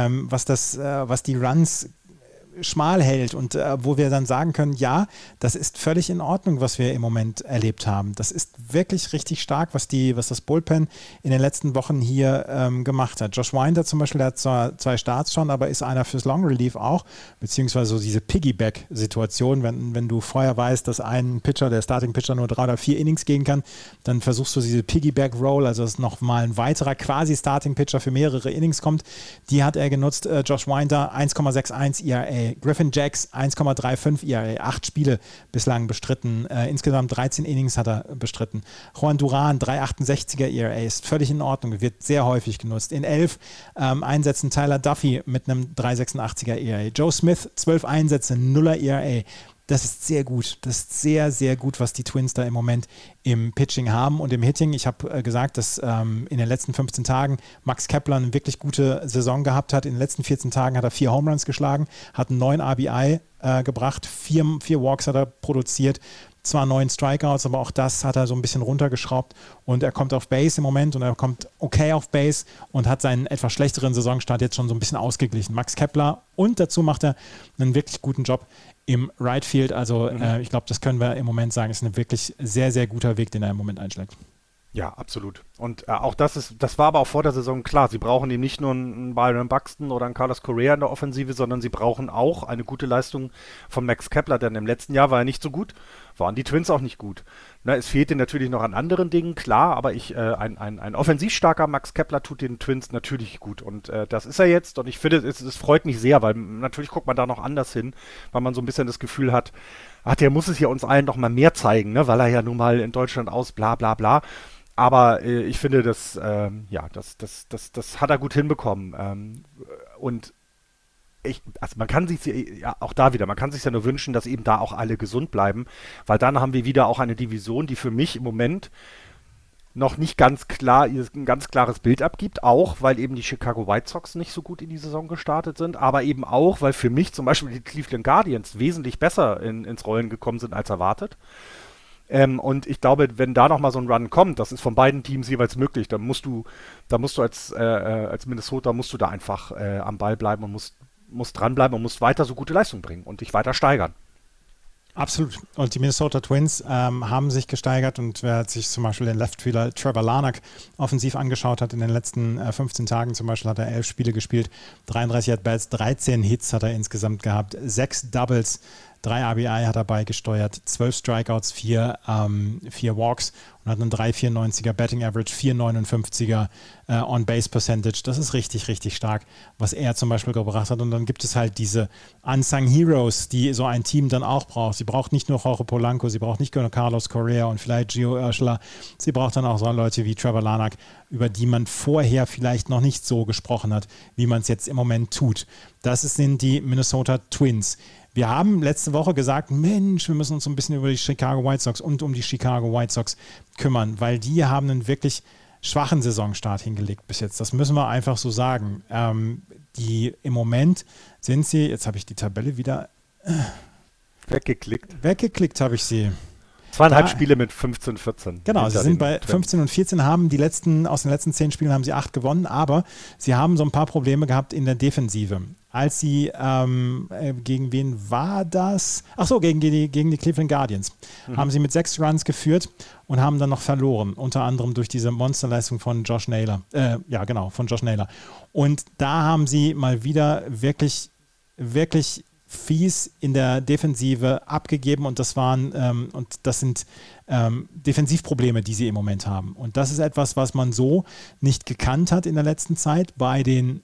die Runs schmal hält und wo wir dann sagen können, ja, das ist völlig in Ordnung, was wir im Moment erlebt haben. Das ist wirklich richtig stark, was das Bullpen in den letzten Wochen hier gemacht hat. Josh Winder zum Beispiel, der hat zwar 2 Starts schon, aber ist einer fürs Long Relief auch, beziehungsweise so diese Piggyback-Situation, wenn du vorher weißt, dass ein Pitcher, der Starting-Pitcher nur 3 oder 4 Innings gehen kann, dann versuchst du diese Piggyback-Roll, also dass nochmal ein weiterer quasi Starting-Pitcher für mehrere Innings kommt, die hat er genutzt. Josh Winder 1,61 ERA, Griffin Jacks 1,35 ERA, 8 Spiele bislang bestritten, insgesamt 13 Innings hat er bestritten. Juan Duran 3,68er ERA, ist völlig in Ordnung, wird sehr häufig genutzt. In 11 Einsätzen Tyler Duffy mit einem 3,86er ERA. Joe Smith 12 Einsätze, 0er ERA. Das ist sehr gut. Das ist sehr, sehr gut, was die Twins da im Moment im Pitching haben und im Hitting. Ich habe gesagt, dass in den letzten 15 Tagen Max Kepler eine wirklich gute Saison gehabt hat. In den letzten 14 Tagen hat er 4 Home Runs geschlagen, hat 9 RBI gebracht, 4 Walks hat er produziert, zwar 9 Strikeouts, aber auch das hat er so ein bisschen runtergeschraubt und er kommt auf Base im Moment und er kommt okay auf Base und hat seinen etwas schlechteren Saisonstart jetzt schon so ein bisschen ausgeglichen. Max Kepler und dazu macht er einen wirklich guten Job im Right Field, also ich glaube, das können wir im Moment sagen, ist ein wirklich sehr, sehr guter Weg, den er im Moment einschlägt. Ja, absolut. Und auch das war aber auch vor der Saison klar. Sie brauchen eben nicht nur einen Byron Buxton oder einen Carlos Correa in der Offensive, sondern sie brauchen auch eine gute Leistung von Max Kepler, denn im letzten Jahr war er nicht so gut, waren die Twins auch nicht gut. Na, es fehlte natürlich noch an anderen Dingen, klar, aber ein offensiv starker Max Kepler tut den Twins natürlich gut und das ist er jetzt und ich finde, es freut mich sehr, weil natürlich guckt man da noch anders hin, weil man so ein bisschen das Gefühl hat, der muss es ja uns allen noch mal mehr zeigen, ne, weil er ja nun mal in Deutschland aus bla bla bla. Aber ich finde, das hat er gut hinbekommen. Und man kann sich ja auch da wieder, man kann sich ja nur wünschen, dass eben da auch alle gesund bleiben, weil dann haben wir wieder auch eine Division, die für mich im Moment noch nicht ganz klar, ein ganz klares Bild abgibt, auch weil eben die Chicago White Sox nicht so gut in die Saison gestartet sind, aber eben auch, weil für mich zum Beispiel die Cleveland Guardians wesentlich besser ins Rollen gekommen sind als erwartet. Und ich glaube, wenn da nochmal so ein Run kommt, das ist von beiden Teams jeweils möglich, dann musst du als Minnesota musst du da einfach am Ball bleiben und musst dranbleiben und musst weiter so gute Leistung bringen und dich weiter steigern. Absolut. Und die Minnesota Twins haben sich gesteigert und wer sich zum Beispiel den Leftfielder Trevor Larnach offensiv angeschaut hat, in den letzten 15 Tagen zum Beispiel hat er 11 Spiele gespielt, 33 At-Bats, 13 Hits hat er insgesamt gehabt, 6 Doubles, 3 RBI hat er beigesteuert, 12 Strikeouts, 4 Walks und hat einen 3,94er Batting Average, 4,59er On-Base-Percentage. Das ist richtig, richtig stark, was er zum Beispiel gebracht hat. Und dann gibt es halt diese Unsung Heroes, die so ein Team dann auch braucht. Sie braucht nicht nur Jorge Polanco, sie braucht nicht nur Carlos Correa und vielleicht Gio Urshela. Sie braucht dann auch so Leute wie Trevor Larnach, über die man vorher vielleicht noch nicht so gesprochen hat, wie man es jetzt im Moment tut. Das sind die Minnesota Twins. Wir haben letzte Woche gesagt, Mensch, wir müssen uns so ein bisschen über die Chicago White Sox und um die Chicago White Sox kümmern, weil die haben einen wirklich schwachen Saisonstart hingelegt bis jetzt. Das müssen wir einfach so sagen. Die im Moment sind sie, jetzt habe ich die Tabelle wieder weggeklickt habe ich sie. 2,5 Spiele mit 15, 14. Genau, sie sind bei 15 und 14, haben aus den letzten 10 Spielen haben sie 8 gewonnen, aber sie haben so ein paar Probleme gehabt in der Defensive. Als sie, gegen wen war das? Ach so, gegen die Cleveland Guardians. Haben sie mit 6 Runs geführt und haben dann noch verloren, unter anderem durch diese Monsterleistung von Josh Naylor. Von Josh Naylor. Und da haben sie mal wieder wirklich, wirklich fies in der Defensive abgegeben und das sind Defensivprobleme, die sie im Moment haben. Und das ist etwas, was man so nicht gekannt hat in der letzten Zeit bei den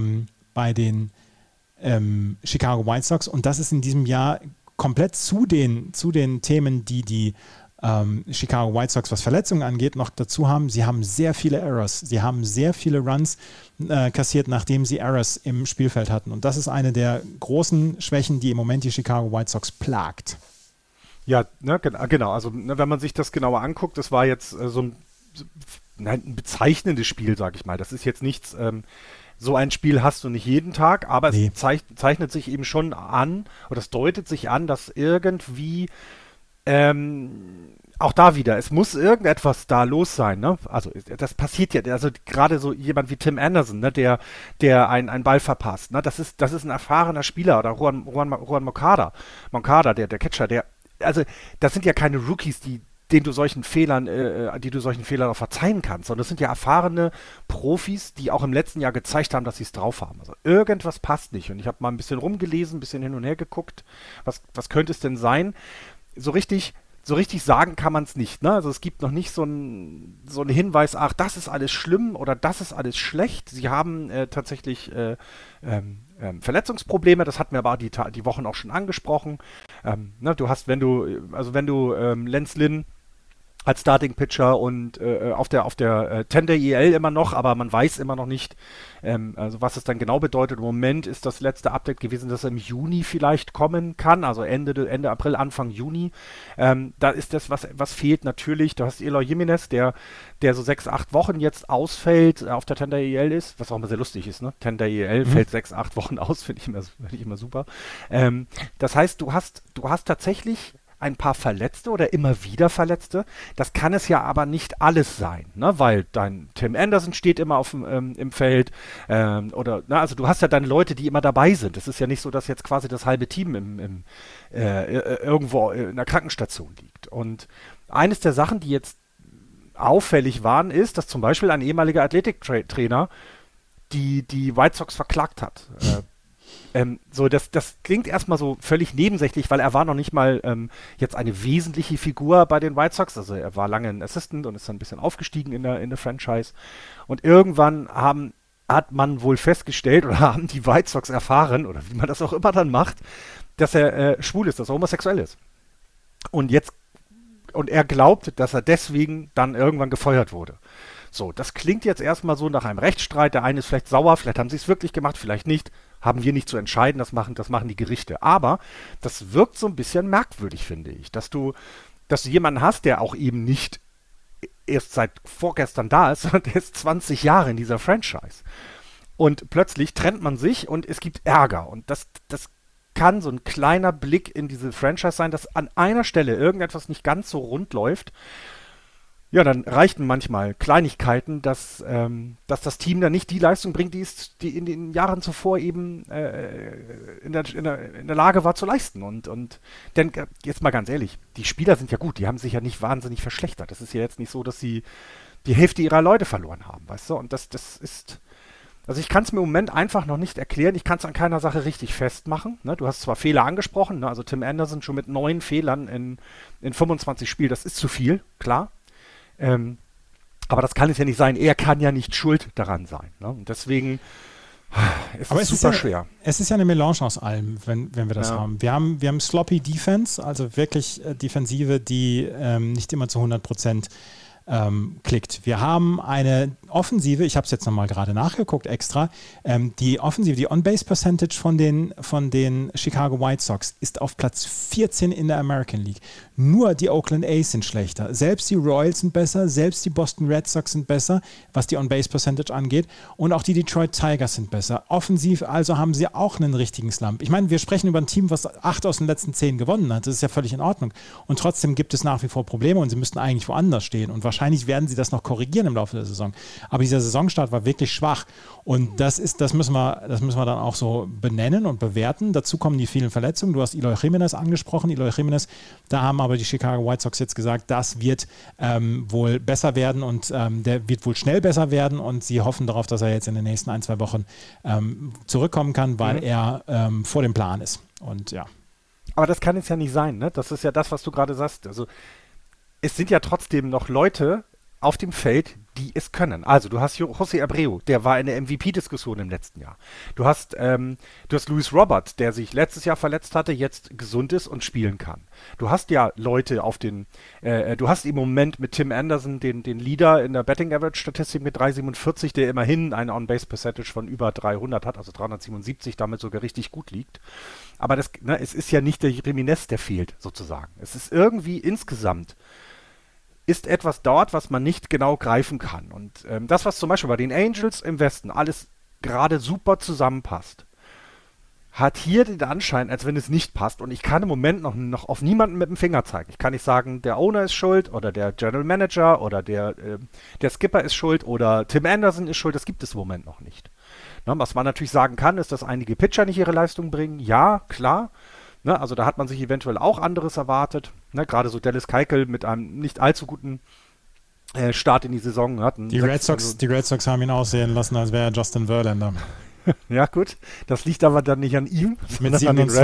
Chicago White Sox, und das ist in diesem Jahr komplett zu den Themen, die Chicago White Sox, was Verletzungen angeht, noch dazu haben. Sie haben sehr viele Errors. Sie haben sehr viele Runs kassiert, nachdem sie Errors im Spielfeld hatten. Und das ist eine der großen Schwächen, die im Moment die Chicago White Sox plagt. Ja, ne, genau. Also wenn man sich das genauer anguckt, das war jetzt ein bezeichnendes Spiel, sag ich mal. Das ist jetzt nichts, so ein Spiel hast du nicht jeden Tag, aber es zeichnet sich eben schon an, oder es deutet sich an, dass irgendwie auch da wieder, es muss irgendetwas da los sein, ne? Also das passiert ja, also gerade so jemand wie Tim Anderson, ne, der einen Ball verpasst, ne? Das ist ein erfahrener Spieler, oder Juan Moncada, der Catcher, also das sind ja keine Rookies, die du solchen Fehlern auch verzeihen kannst, sondern das sind ja erfahrene Profis, die auch im letzten Jahr gezeigt haben, dass sie es drauf haben. Also irgendwas passt nicht, und ich habe mal ein bisschen rumgelesen, ein bisschen hin und her geguckt, was könnte es denn sein? So richtig sagen kann man es nicht, ne? Also es gibt noch nicht so einen Hinweis, ach, das ist alles schlimm oder das ist alles schlecht. Sie haben tatsächlich Verletzungsprobleme, das hatten wir aber die Wochen auch schon angesprochen. Ne, du hast, wenn du Lance Lynn als Starting-Pitcher und auf der 10-Day-EL immer noch, aber man weiß immer noch nicht, also was es dann genau bedeutet. Im Moment ist das letzte Update gewesen, dass er im Juni vielleicht kommen kann, also Ende April, Anfang Juni. Da ist das, was fehlt natürlich. Du hast Eloy Jimenez, der so 6-8 Wochen jetzt ausfällt, auf der 10-Day-EL ist, was auch immer sehr lustig ist, ne? 10-Day-EL fällt 6-8 Wochen aus, finde ich immer super. Das heißt, du hast tatsächlich ein paar Verletzte oder immer wieder Verletzte. Das kann es ja aber nicht alles sein, ne? Weil dein Tim Anderson steht immer im Feld, also du hast ja deine Leute, die immer dabei sind. Es ist ja nicht so, dass jetzt quasi das halbe Team irgendwo in der Krankenstation liegt. Und eines der Sachen, die jetzt auffällig waren, ist, dass zum Beispiel ein ehemaliger Athletiktrainer die White Sox verklagt hat. Das klingt erstmal so völlig nebensächlich, weil er war noch nicht mal jetzt eine wesentliche Figur bei den White Sox. Also er war lange ein Assistant und ist dann ein bisschen aufgestiegen in der Franchise. Und irgendwann hat man wohl festgestellt oder haben die White Sox erfahren, oder wie man das auch immer dann macht, dass er schwul ist, dass er homosexuell ist. Und er glaubt, dass er deswegen dann irgendwann gefeuert wurde. So, das klingt jetzt erstmal so nach einem Rechtsstreit. Der eine ist vielleicht sauer, vielleicht haben sie es wirklich gemacht, vielleicht nicht. Haben wir nicht zu entscheiden, das machen die Gerichte. Aber das wirkt so ein bisschen merkwürdig, finde ich, dass du jemanden hast, der auch eben nicht erst seit vorgestern da ist, sondern der ist 20 Jahre in dieser Franchise. Und plötzlich trennt man sich und es gibt Ärger. Und das kann so ein kleiner Blick in diese Franchise sein, dass an einer Stelle irgendetwas nicht ganz so rund läuft. Ja, dann reichten manchmal Kleinigkeiten, dass das Team dann nicht die Leistung bringt, die in den Jahren zuvor eben in der Lage war zu leisten. Und denn jetzt mal ganz ehrlich, die Spieler sind ja gut, die haben sich ja nicht wahnsinnig verschlechtert. Das ist ja jetzt nicht so, dass sie die Hälfte ihrer Leute verloren haben, weißt du? Und das ist Also ich kann es mir im Moment einfach noch nicht erklären. Ich kann es an keiner Sache richtig festmachen. Ne? Du hast zwar Fehler angesprochen, ne? Also Tim Anderson schon mit 9 Fehlern in 25 Spielen, das ist zu viel, klar. Aber das kann es ja nicht sein. Er kann ja nicht schuld daran sein. Ne? Und deswegen ist es super schwer. Es ist ja eine Melange aus allem, wenn wir das haben. Wir haben sloppy Defense, also wirklich Defensive, die nicht immer zu 100% klickt. Wir haben eine Offensive, ich habe es jetzt nochmal gerade nachgeguckt extra, die Offensive, die On-Base-Percentage von den Chicago White Sox ist auf Platz 14 in der American League. Nur die Oakland A's sind schlechter. Selbst die Royals sind besser, selbst die Boston Red Sox sind besser, was die On-Base-Percentage angeht, und auch die Detroit Tigers sind besser. Offensiv also haben sie auch einen richtigen Slump. Ich meine, wir sprechen über ein Team, was 8 aus den letzten 10 gewonnen hat. Das ist ja völlig in Ordnung. Und trotzdem gibt es nach wie vor Probleme und sie müssten eigentlich woanders stehen. Und wahrscheinlich werden sie das noch korrigieren im Laufe der Saison. Aber dieser Saisonstart war wirklich schwach. Und das müssen wir dann auch so benennen und bewerten. Dazu kommen die vielen Verletzungen. Du hast Eloy Jimenez angesprochen. Eloy Jimenez, da haben aber die Chicago White Sox jetzt gesagt, das wird wohl besser werden und der wird wohl schnell besser werden. Und sie hoffen darauf, dass er jetzt in den nächsten 1-2 Wochen zurückkommen kann, weil er vor dem Plan ist. Und ja. Aber das kann es ja nicht sein, ne? Das ist ja das, was du gerade sagst. Also es sind ja trotzdem noch Leute auf dem Feld, die es können. Also du hast José Abreu, der war in der MVP-Diskussion im letzten Jahr. Du hast Luis Robert, der sich letztes Jahr verletzt hatte, jetzt gesund ist und spielen kann. Du hast ja Leute du hast im Moment mit Tim Anderson den Leader in der Betting-Average-Statistik mit 3,47, der immerhin eine On-Base-Percentage von über 300 hat, also 377, damit sogar richtig gut liegt. Aber es ist ja nicht der Jimenez, der fehlt, sozusagen. Es ist irgendwie insgesamt ist etwas dort, was man nicht genau greifen kann. Und das, was zum Beispiel bei den Angels im Westen alles gerade super zusammenpasst, hat hier den Anschein, als wenn es nicht passt. Und ich kann im Moment noch auf niemanden mit dem Finger zeigen. Ich kann nicht sagen, der Owner ist schuld oder der General Manager oder der Skipper ist schuld oder Tim Anderson ist schuld. Das gibt es im Moment noch nicht. Na, was man natürlich sagen kann, ist, dass einige Pitcher nicht ihre Leistung bringen. Ja, klar. Ne, also da hat man sich eventuell auch anderes erwartet. Ne, gerade so Dallas Keuchel mit einem nicht allzu guten Start in die Saison. Die Red Sox haben ihn aussehen lassen, als wäre er Justin Verlander. Ja gut, das liegt aber dann nicht an ihm, mit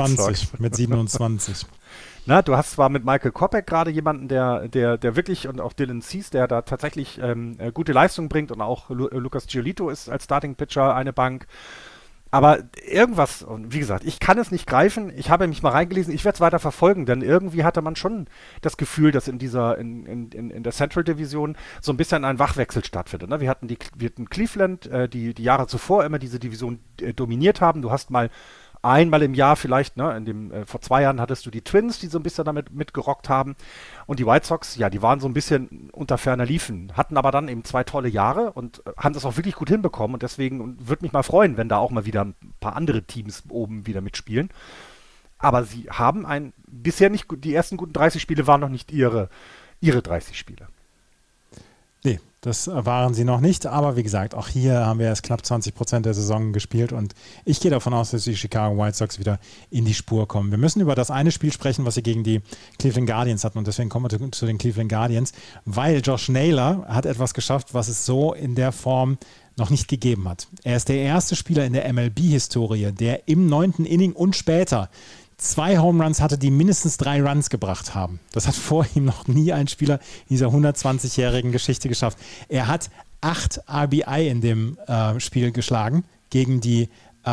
27. Na, du hast zwar mit Michael Kopech gerade jemanden, der wirklich, und auch Dylan Cease, der da tatsächlich gute Leistung bringt, und auch Lucas Giolito ist als Starting-Pitcher eine Bank. Aber irgendwas, und wie gesagt, ich kann es nicht greifen, ich habe mich mal reingelesen, ich werde es weiter verfolgen, denn irgendwie hatte man schon das Gefühl, dass in der Central Division so ein bisschen ein Wachwechsel stattfindet. Ne? Wir hatten Cleveland, die Jahre zuvor immer diese Division dominiert haben. Du hast mal einmal im Jahr vielleicht, ne, vor 2 Jahren hattest du die Twins, die so ein bisschen damit mitgerockt haben. Und die White Sox, ja, die waren so ein bisschen unter ferner Liefen, hatten aber dann eben 2 tolle Jahre und haben das auch wirklich gut hinbekommen. Und deswegen würde mich mal freuen, wenn da auch mal wieder ein paar andere Teams oben wieder mitspielen. Aber sie haben bisher nicht, die ersten guten 30 Spiele waren noch nicht ihre 30 Spiele. Nee, das waren sie noch nicht, aber wie gesagt, auch hier haben wir erst knapp 20% der Saison gespielt und ich gehe davon aus, dass die Chicago White Sox wieder in die Spur kommen. Wir müssen über das eine Spiel sprechen, was sie gegen die Cleveland Guardians hatten, und deswegen kommen wir zu den Cleveland Guardians, weil Josh Naylor hat etwas geschafft, was es so in der Form noch nicht gegeben hat. Er ist der erste Spieler in der MLB-Historie, der im 9. Inning und später 2 Home Runs hatte, die mindestens 3 Runs gebracht haben. Das hat vor ihm noch nie ein Spieler in dieser 120-jährigen Geschichte geschafft. Er hat 8 RBI in dem Spiel geschlagen gegen die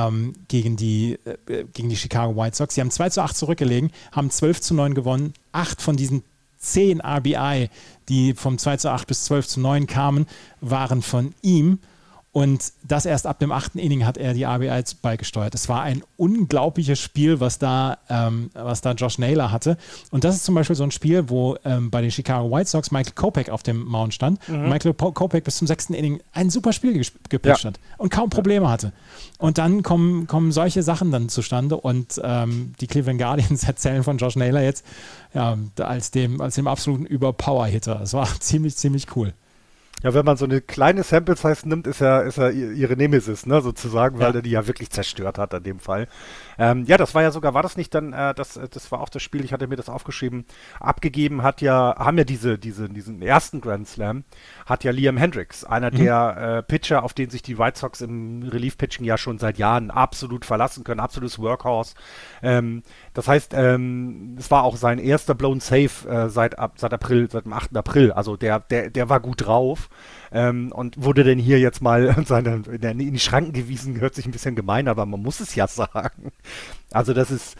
Chicago White Sox. Sie haben 2-8 zurückgelegen, haben 12-9 gewonnen. 8 von diesen 10 RBI, die vom 2-8 bis 12-9 kamen, waren von ihm. Und das erst ab dem 8. Inning hat er die RBIs beigesteuert. Es war ein unglaubliches Spiel, was da Josh Naylor hatte. Und das ist zum Beispiel so ein Spiel, wo bei den Chicago White Sox Michael Kopech auf dem Mound stand. Und Michael Kopech bis zum 6. Inning ein super Spiel gepitcht hat und kaum Probleme hatte. Und dann kommen solche Sachen dann zustande. Und die Cleveland Guardians erzählen von Josh Naylor jetzt als dem absoluten Überpower-Hitter. Das war ziemlich, ziemlich cool. Ja, wenn man so eine kleine Sample-Size nimmt, ist er ihre Nemesis, ne, sozusagen, weil er die ja wirklich zerstört hat in dem Fall. Ja, das war ja sogar, war das nicht dann, das war auch das Spiel, ich hatte mir das aufgeschrieben, abgegeben haben ja diesen ersten Grand Slam, hat ja Liam Hendricks, einer der Pitcher, auf den sich die White Sox im Relief-Pitching ja schon seit Jahren absolut verlassen können, absolutes Workhorse. Das heißt, es war auch sein erster Blown Save seit dem 8. April, also der war gut drauf. Und wurde denn hier jetzt mal in die Schranken gewiesen, hört sich ein bisschen gemein, aber man muss es ja sagen. Also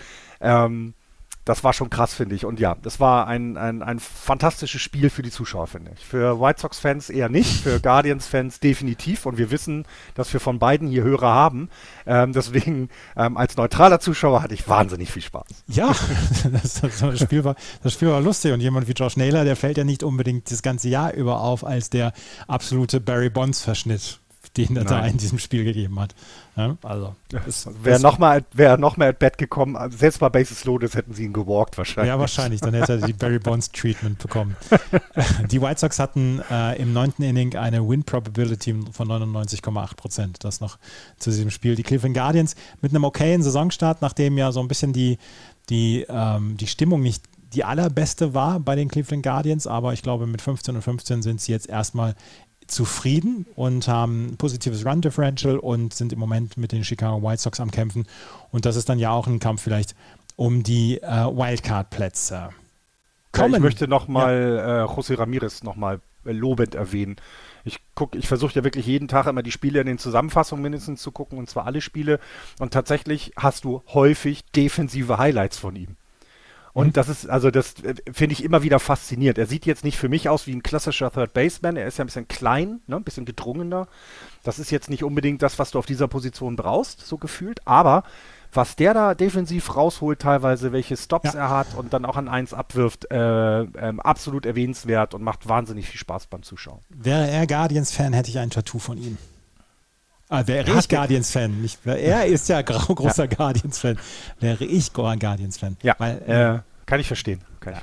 das war schon krass, finde ich. Und ja, das war ein fantastisches Spiel für die Zuschauer, finde ich. Für White Sox-Fans eher nicht, für Guardians-Fans definitiv. Und wir wissen, dass wir von beiden hier Hörer haben. Deswegen, als neutraler Zuschauer hatte ich wahnsinnig viel Spaß. Ja, das Spiel war lustig. Und jemand wie Josh Naylor, der fällt ja nicht unbedingt das ganze Jahr über auf als der absolute Barry Bonds-Verschnitt, den er da in diesem Spiel gegeben hat. Ja, also wäre nochmal at bat gekommen, selbst bei Bases Loaded hätten sie ihn gewalkt wahrscheinlich. Ja, wahrscheinlich, dann hätte er die Barry Bonds Treatment bekommen. Die White Sox hatten im 9. Inning eine Win Probability von 99,8%. Das noch zu diesem Spiel. Die Cleveland Guardians mit einem okayen Saisonstart, nachdem ja so ein bisschen die Stimmung nicht die allerbeste war bei den Cleveland Guardians, aber ich glaube mit 15-15 sind sie jetzt erstmal zufrieden und haben ein positives Run-Differential und sind im Moment mit den Chicago White Sox am Kämpfen. Und das ist dann ja auch ein Kampf vielleicht um die Wildcard-Plätze. Ja, ich möchte nochmal José Ramirez nochmal lobend erwähnen. Ich versuche ja wirklich jeden Tag immer die Spiele in den Zusammenfassungen mindestens zu gucken, und zwar alle Spiele. Und tatsächlich hast du häufig defensive Highlights von ihm. Und das finde ich immer wieder faszinierend. Er sieht jetzt nicht für mich aus wie ein klassischer Third Baseman. Er ist ja ein bisschen klein, ne, ein bisschen gedrungener. Das ist jetzt nicht unbedingt das, was du auf dieser Position brauchst, so gefühlt. Aber was der da defensiv rausholt teilweise, welche Stops er hat und dann auch an 1 abwirft, absolut erwähnenswert und macht wahnsinnig viel Spaß beim Zuschauen. Wäre er Guardians-Fan, hätte ich ein Tattoo von ihm. Wäre ich Guardians-Fan, nicht? Er ist ja großer Guardians-Fan. Wäre ich Guardians-Fan. Ja, kann ich verstehen.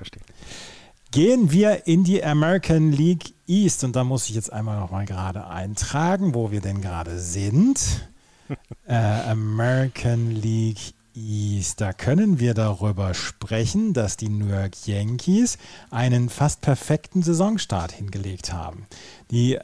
Gehen wir in die American League East und da muss ich jetzt einmal noch mal gerade eintragen, wo wir denn gerade sind. American League East, da können wir darüber sprechen, dass die New York Yankees einen fast perfekten Saisonstart hingelegt haben. Die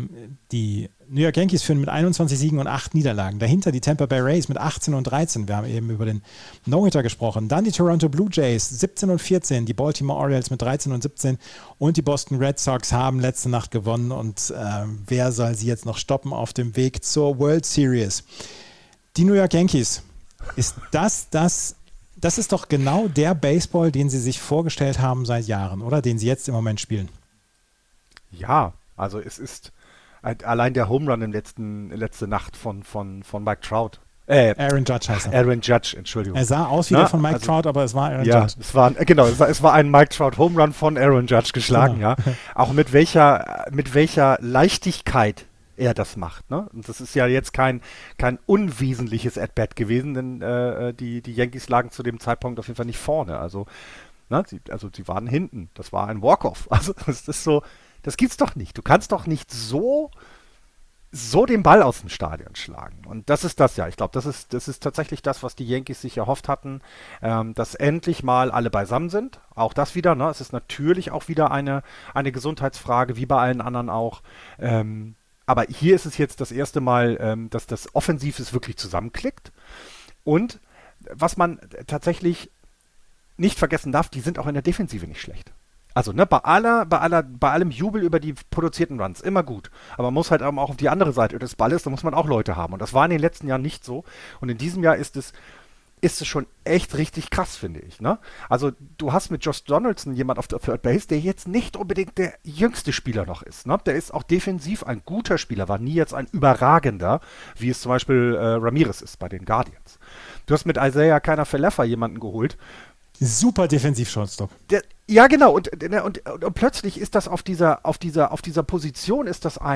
New York Yankees führen mit 21 Siegen und 8 Niederlagen. Dahinter die Tampa Bay Rays mit 18 und 13. Wir haben eben über den No-Hitter gesprochen. Dann die Toronto Blue Jays 17 und 14. Die Baltimore Orioles mit 13 und 17. Und die Boston Red Sox haben letzte Nacht gewonnen. Und wer soll sie jetzt noch stoppen auf dem Weg zur World Series? Die New York Yankees. Ist das ist doch genau der Baseball, den sie sich vorgestellt haben seit Jahren, oder? Den sie jetzt im Moment spielen. Ja, also es ist allein der Home Run letzte Nacht von Mike Trout. Aaron Judge heißt er. Aaron Judge, Entschuldigung. Er sah aus wie der von Mike Trout, aber es war Aaron Judge. Es war ein Mike Trout Home Run von Aaron Judge geschlagen, genau. Ja. Auch mit welcher Leichtigkeit er das macht, ne? Und das ist ja jetzt kein unwesentliches At-Bat gewesen, denn die Yankees lagen zu dem Zeitpunkt auf jeden Fall nicht vorne. Also, ne, sie waren hinten. Das war ein Walk-Off. Also das ist so, das gibt's doch nicht. Du kannst doch nicht so den Ball aus dem Stadion schlagen. Und das ist das ja. Ich glaube, das ist tatsächlich das, was die Yankees sich erhofft hatten, dass endlich mal alle beisammen sind. Auch das wieder, ne? Es ist natürlich auch wieder eine Gesundheitsfrage, wie bei allen anderen auch. Aber hier ist es jetzt das erste Mal, dass das Offensiv wirklich zusammenklickt. Und was man tatsächlich nicht vergessen darf, die sind auch in der Defensive nicht schlecht. Also, ne, bei allem Jubel über die produzierten Runs, immer gut. Aber man muss halt auch auf die andere Seite des Balles, da muss man auch Leute haben. Und das war in den letzten Jahren nicht so. Und in diesem Jahr ist es schon echt richtig krass, finde ich. Ne? Also du hast mit Josh Donaldson jemand auf der Third Base, der jetzt nicht unbedingt der jüngste Spieler noch ist. Ne? Der ist auch defensiv ein guter Spieler, war nie jetzt ein überragender, wie es zum Beispiel Ramirez ist bei den Guardians. Du hast mit Isaiah Kiner-Falefa jemanden geholt. Super Defensiv-Shortstop. Ja, genau. Und plötzlich ist das auf dieser Position ist das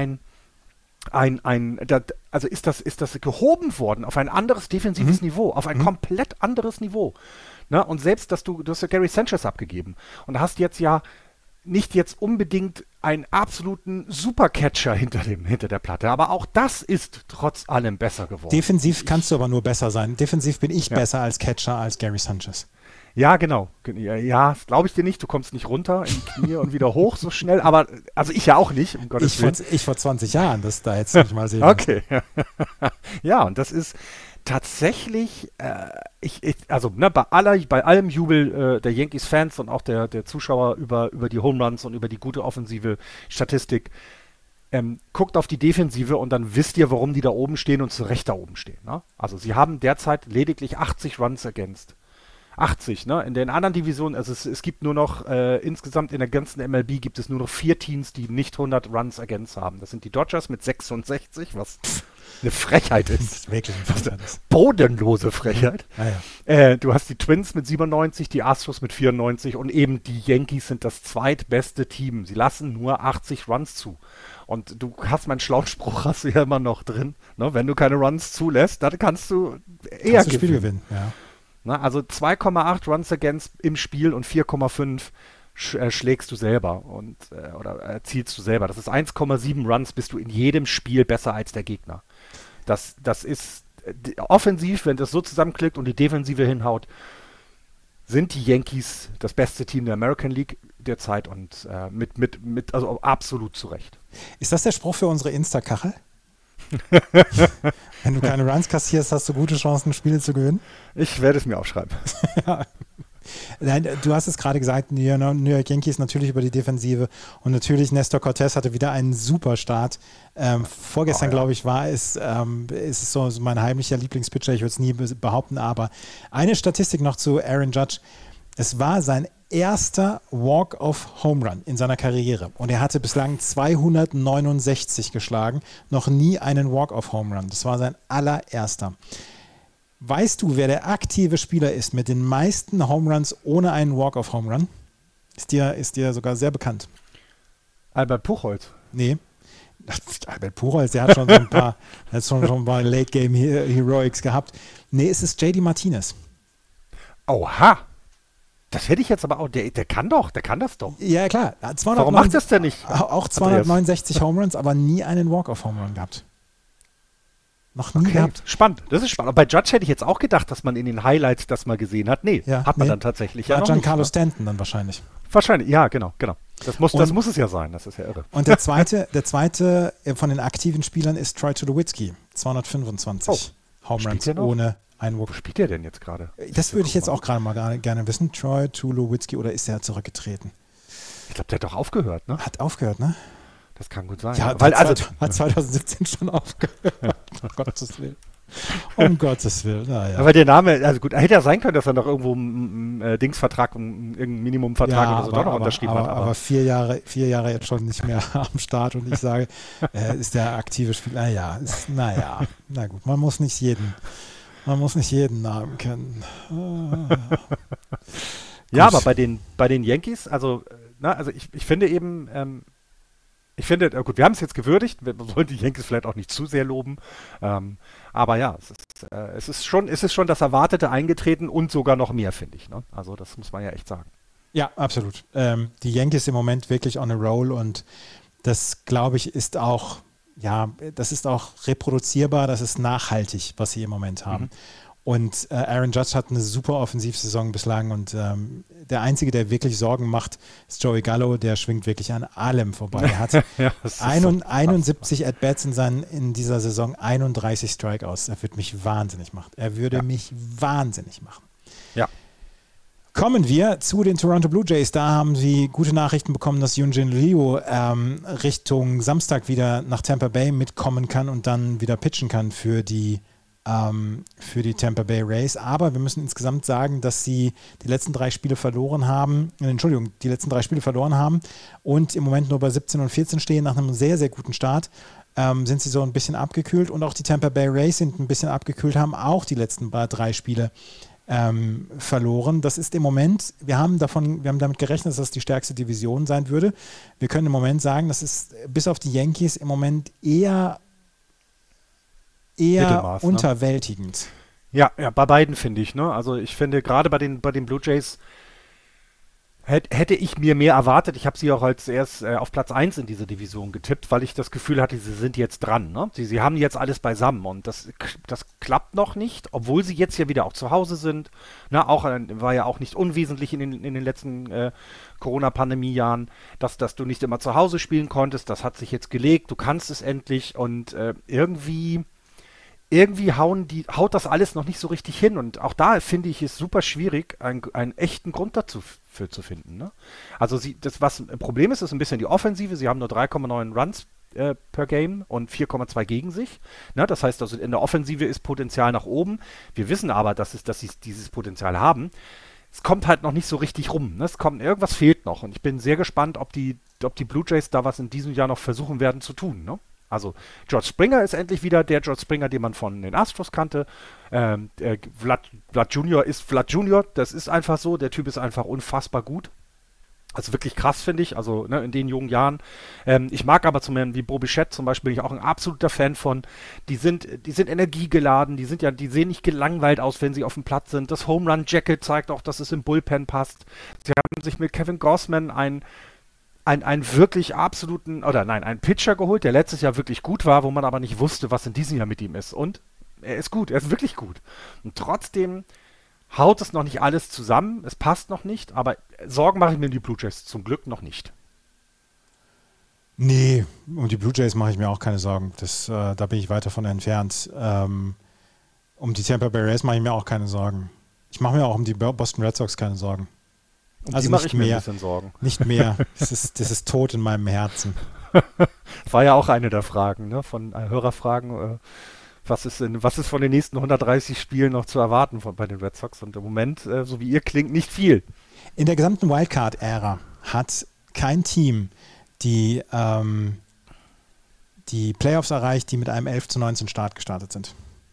ist das gehoben worden auf ein anderes defensives Niveau, auf ein komplett anderes Niveau. Ne? Und selbst, du hast ja Gary Sanchez abgegeben und hast jetzt ja nicht jetzt unbedingt einen absoluten Supercatcher hinter der Platte, aber auch das ist trotz allem besser geworden. Defensiv kannst du aber nur besser sein. Defensiv bin ich besser als Catcher als Gary Sanchez. Ja, genau. Ja, das glaube ich dir nicht. Du kommst nicht runter in die Knie und wieder hoch so schnell. Aber, also ich ja auch nicht, um Gottes Willen. Ich vor 20 Jahren, das da jetzt nicht mal sehen. Okay. Ja, und das ist tatsächlich, bei allem Jubel der Yankees-Fans und auch der Zuschauer über die Home Runs und über die gute offensive Statistik, guckt auf die Defensive und dann wisst ihr, warum die da oben stehen und zu Recht da oben stehen. Ne? Also sie haben derzeit lediglich 80 Runs against. 80, ne? In den anderen Divisionen, also es gibt nur noch, insgesamt in der ganzen MLB gibt es nur noch 4 Teams, die nicht 100 Runs against haben. Das sind die Dodgers mit 66, was eine Frechheit ist. Das ist wirklich eine Frechheit. Bodenlose Frechheit. Ja. Du hast die Twins mit 97, die Astros mit 94 und eben die Yankees sind das zweitbeste Team. Sie lassen nur 80 Runs zu. Und du hast meinen schlauen Spruch, hast du ja immer noch drin. Ne? Wenn du keine Runs zulässt, dann kannst du eher Spiel gewinnen. Ja. Na, also 2,8 Runs against im Spiel und 4,5 schlägst du selber oder erzielst du selber. Das ist 1,7 Runs, bist du in jedem Spiel besser als der Gegner. Das ist offensiv, wenn das so zusammenklickt und die Defensive hinhaut, sind die Yankees das beste Team der American League derzeit und also absolut zu Recht. Ist das der Spruch für unsere Insta-Kachel? Wenn du keine Runs kassierst, hast du gute Chancen, Spiele zu gewinnen? Ich werde es mir aufschreiben. Ja. Nein, du hast es gerade gesagt, New York Yankees natürlich über die Defensive und natürlich Nestor Cortez hatte wieder einen super Start. Vorgestern, glaube ich, ist es so mein heimlicher Lieblingspitcher, ich würde es nie behaupten, aber eine Statistik noch zu Aaron Judge. Es war sein erster Walk-off-Home-Run in seiner Karriere und er hatte bislang 269 geschlagen, noch nie einen Walk-off-Home-Run. Das war sein allererster. Weißt du, wer der aktive Spieler ist mit den meisten Home-Runs ohne einen Walk-off-Home-Run? Ist dir sogar sehr bekannt. Albert Pujols? Nee. Albert Pujols, der hat schon so ein paar, Late-Game-Heroics gehabt. Nee, es ist JD Martinez. Oha! Das hätte ich jetzt aber auch, der kann das doch. Ja, klar. Warum macht das denn nicht? Auch 269 Home Runs, aber nie einen Walk-off-Home Run gehabt. Noch nie gehabt. Spannend, das ist spannend. Aber bei Judge hätte ich jetzt auch gedacht, dass man in den Highlights das mal gesehen hat. Nee, hat man dann tatsächlich ja noch Giancarlo nicht. Stanton dann wahrscheinlich. Wahrscheinlich, ja, genau. Das muss es ja sein, das ist ja irre. Und der zweite von den aktiven Spielern ist Troy Tulowitzki. 225 Home Runs ohne einen Walk. Wo spielt der denn jetzt gerade? Das würde ich jetzt auch gerade mal gerne wissen. Troy Tulowitzki, oder ist er zurückgetreten? Ich glaube, der hat doch aufgehört, ne? Hat aufgehört, ne? Das kann gut sein. Ja, hat 2017 schon aufgehört. Um Gottes Willen. Um Gottes Willen, naja. Aber der Name, also gut, hätte ja sein können, dass er noch irgendwo einen Dingsvertrag, irgendeinen Minimumvertrag oder so doch noch unterschrieben hat. Aber 4 Jahre jetzt schon nicht mehr am Start und ich sage, ist der aktive Spieler, na gut, man muss nicht jeden Namen kennen. Ja, aber bei den Yankees, also ich finde eben, gut, wir haben es jetzt gewürdigt, wir wollen die Yankees vielleicht auch nicht zu sehr loben, aber ja, es ist schon das Erwartete eingetreten und sogar noch mehr, finde ich. Ne? Also das muss man ja echt sagen. Ja, absolut. Die Yankees im Moment wirklich on a roll und das, glaube ich, ist auch reproduzierbar, das ist nachhaltig, was sie im Moment haben. Mhm. Und Aaron Judge hat eine super Offensivsaison bislang und der Einzige, der wirklich Sorgen macht, ist Joey Gallo, der schwingt wirklich an allem vorbei. Er hat 71 At-Bats in dieser Saison, 31 Strikeouts. Er würde mich wahnsinnig machen. Ja. Kommen wir zu den Toronto Blue Jays. Da haben sie gute Nachrichten bekommen, dass Hyunjin Ryu Richtung Samstag wieder nach Tampa Bay mitkommen kann und dann wieder pitchen kann für die Tampa Bay Rays. Aber wir müssen insgesamt sagen, dass sie die letzten 3 Spiele verloren haben und im Moment nur bei 17 und 14 stehen. Nach einem sehr, sehr guten Start sind sie so ein bisschen abgekühlt und auch die Tampa Bay Rays sind ein bisschen abgekühlt, haben auch die letzten 3 Spiele verloren. Das ist im Moment, wir haben damit gerechnet, dass das die stärkste Division sein würde. Wir können im Moment sagen, das ist bis auf die Yankees im Moment eher unterwältigend. Ja, bei beiden finde ich. Ne? Also ich finde gerade bei den Blue Jays, Hätte ich mir mehr erwartet. Ich habe sie auch als erst auf Platz 1 in dieser Division getippt, weil ich das Gefühl hatte, sie sind jetzt dran. Ne? Sie haben jetzt alles beisammen und das klappt noch nicht, obwohl sie jetzt ja wieder auch zu Hause sind. Na, war ja auch nicht unwesentlich in den letzten Corona-Pandemie-Jahren, dass du nicht immer zu Hause spielen konntest. Das hat sich jetzt gelegt. Du kannst es endlich und irgendwie haut das alles noch nicht so richtig hin. Und auch da finde ich es super schwierig, einen echten Grund dazu zu finden. Ne? Also was ein Problem ist ein bisschen die Offensive. Sie haben nur 3,9 Runs per Game und 4,2 gegen sich. Ne? Das heißt, also in der Offensive ist Potenzial nach oben. Wir wissen aber, dass sie dieses Potenzial haben. Es kommt halt noch nicht so richtig rum. Ne? Irgendwas fehlt noch. Und ich bin sehr gespannt, ob die Blue Jays da was in diesem Jahr noch versuchen werden zu tun. Ne? Also George Springer ist endlich wieder der George Springer, den man von den Astros kannte. Vlad Jr. ist Vlad Jr., das ist einfach so. Der Typ ist einfach unfassbar gut. Also wirklich krass, finde ich, also ne, in den jungen Jahren. Ich mag aber zum Beispiel wie Bo Bichette zum Beispiel, bin ich auch ein absoluter Fan von. Die sind energiegeladen, die sehen nicht gelangweilt aus, wenn sie auf dem Platz sind. Das Home Run Jacket zeigt auch, dass es im Bullpen passt. Sie haben sich mit Kevin Gausman einen wirklich einen Pitcher geholt, der letztes Jahr wirklich gut war, wo man aber nicht wusste, was in diesem Jahr mit ihm ist. Und er ist gut, er ist wirklich gut. Und trotzdem haut es noch nicht alles zusammen, es passt noch nicht, aber Sorgen mache ich mir um die Blue Jays zum Glück noch nicht. Nee, um die Blue Jays mache ich mir auch keine Sorgen. Da bin ich weit davon entfernt. Um die Tampa Bay Rays mache ich mir auch keine Sorgen. Ich mache mir auch um die Boston Red Sox keine Sorgen. Also mache ich mir ein bisschen Sorgen. Nicht mehr. Das ist tot in meinem Herzen. Das war ja auch eine der Fragen, ne? Von Hörerfragen. Was ist von den nächsten 130 Spielen noch zu erwarten bei den Red Sox? Und im Moment, so wie ihr klingt, nicht viel. In der gesamten Wildcard-Ära hat kein Team die Playoffs erreicht, die mit einem 11-19 Start gestartet sind.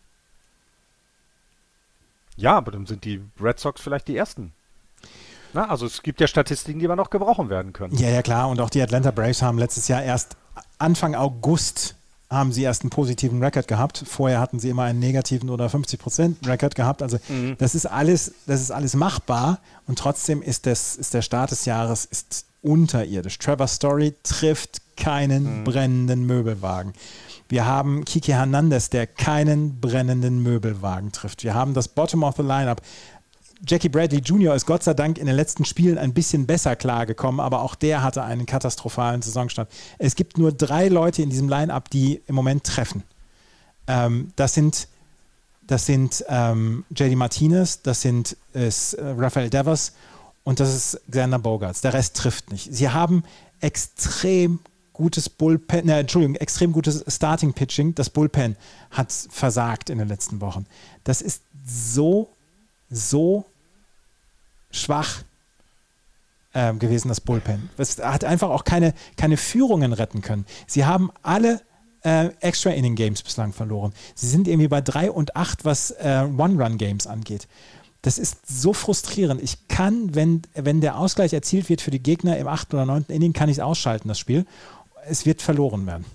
Ja, aber dann sind die Red Sox vielleicht die Ersten. Na, also es gibt ja Statistiken, die aber noch gebrauchen werden können. Ja, klar. Und auch die Atlanta Braves haben letztes Jahr erst Anfang August haben sie erst einen positiven Rekord gehabt. Vorher hatten sie immer einen negativen oder 50% Rekord gehabt. Also das ist alles machbar und trotzdem ist der Start des Jahres ist unterirdisch. Trevor Story trifft keinen brennenden Möbelwagen. Wir haben Kike Hernandez, der keinen brennenden Möbelwagen trifft. Wir haben das Bottom of the Lineup. Jackie Bradley Jr. ist Gott sei Dank in den letzten Spielen ein bisschen besser klargekommen, aber auch der hatte einen katastrophalen Saisonstart. Es gibt nur 3 Leute in diesem Line-Up, die im Moment treffen. Das sind JD Martinez, das sind Rafael Devers und das ist Xander Bogaerts. Der Rest trifft nicht. Sie haben extrem gutes extrem gutes Starting-Pitching. Das Bullpen hat versagt in den letzten Wochen. Das ist so schwach gewesen, das Bullpen. Es hat einfach auch keine Führungen retten können. Sie haben alle Extra-Inning-Games bislang verloren. Sie sind irgendwie bei 3-8, was One-Run-Games angeht. Das ist so frustrierend. Ich kann, wenn der Ausgleich erzielt wird für die Gegner im 8. oder 9. Inning, kann ich es ausschalten, das Spiel. Es wird verloren werden.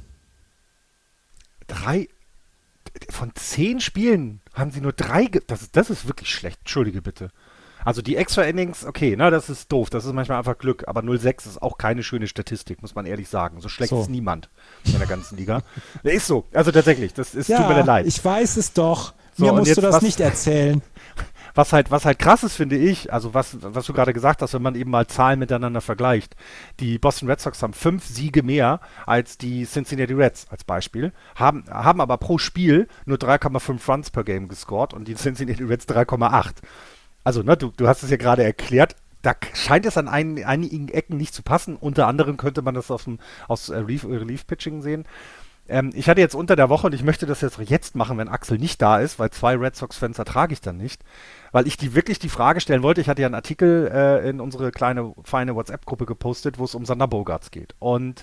3 von 10 Spielen haben sie nur 3. Das ist wirklich schlecht. Entschuldige bitte. Also die Extra-Innings, okay, das ist doof. Das ist manchmal einfach Glück. Aber 0,6 ist auch keine schöne Statistik, muss man ehrlich sagen. So schlecht ist niemand in der ganzen Liga. Ist so. Also tatsächlich. Tut mir leid. Ich weiß es doch. Mir musst du das nicht erzählen. Was halt krass ist, finde ich, also was du gerade gesagt hast, wenn man eben mal Zahlen miteinander vergleicht. Die Boston Red Sox haben 5 Siege mehr als die Cincinnati Reds als Beispiel, haben aber pro Spiel nur 3,5 Runs per Game gescored und die Cincinnati Reds 3,8. Also, du hast es ja gerade erklärt, da scheint es an einigen Ecken nicht zu passen. Unter anderem könnte man das aus Relief-Pitching sehen. Ich hatte jetzt unter der Woche, und ich möchte das jetzt machen, wenn Axel nicht da ist, weil 2 Red Sox-Fans ertrage ich dann nicht, weil ich wirklich die Frage stellen wollte. Ich hatte ja einen Artikel in unsere kleine, feine WhatsApp-Gruppe gepostet, wo es um Xander Bogaerts geht. Und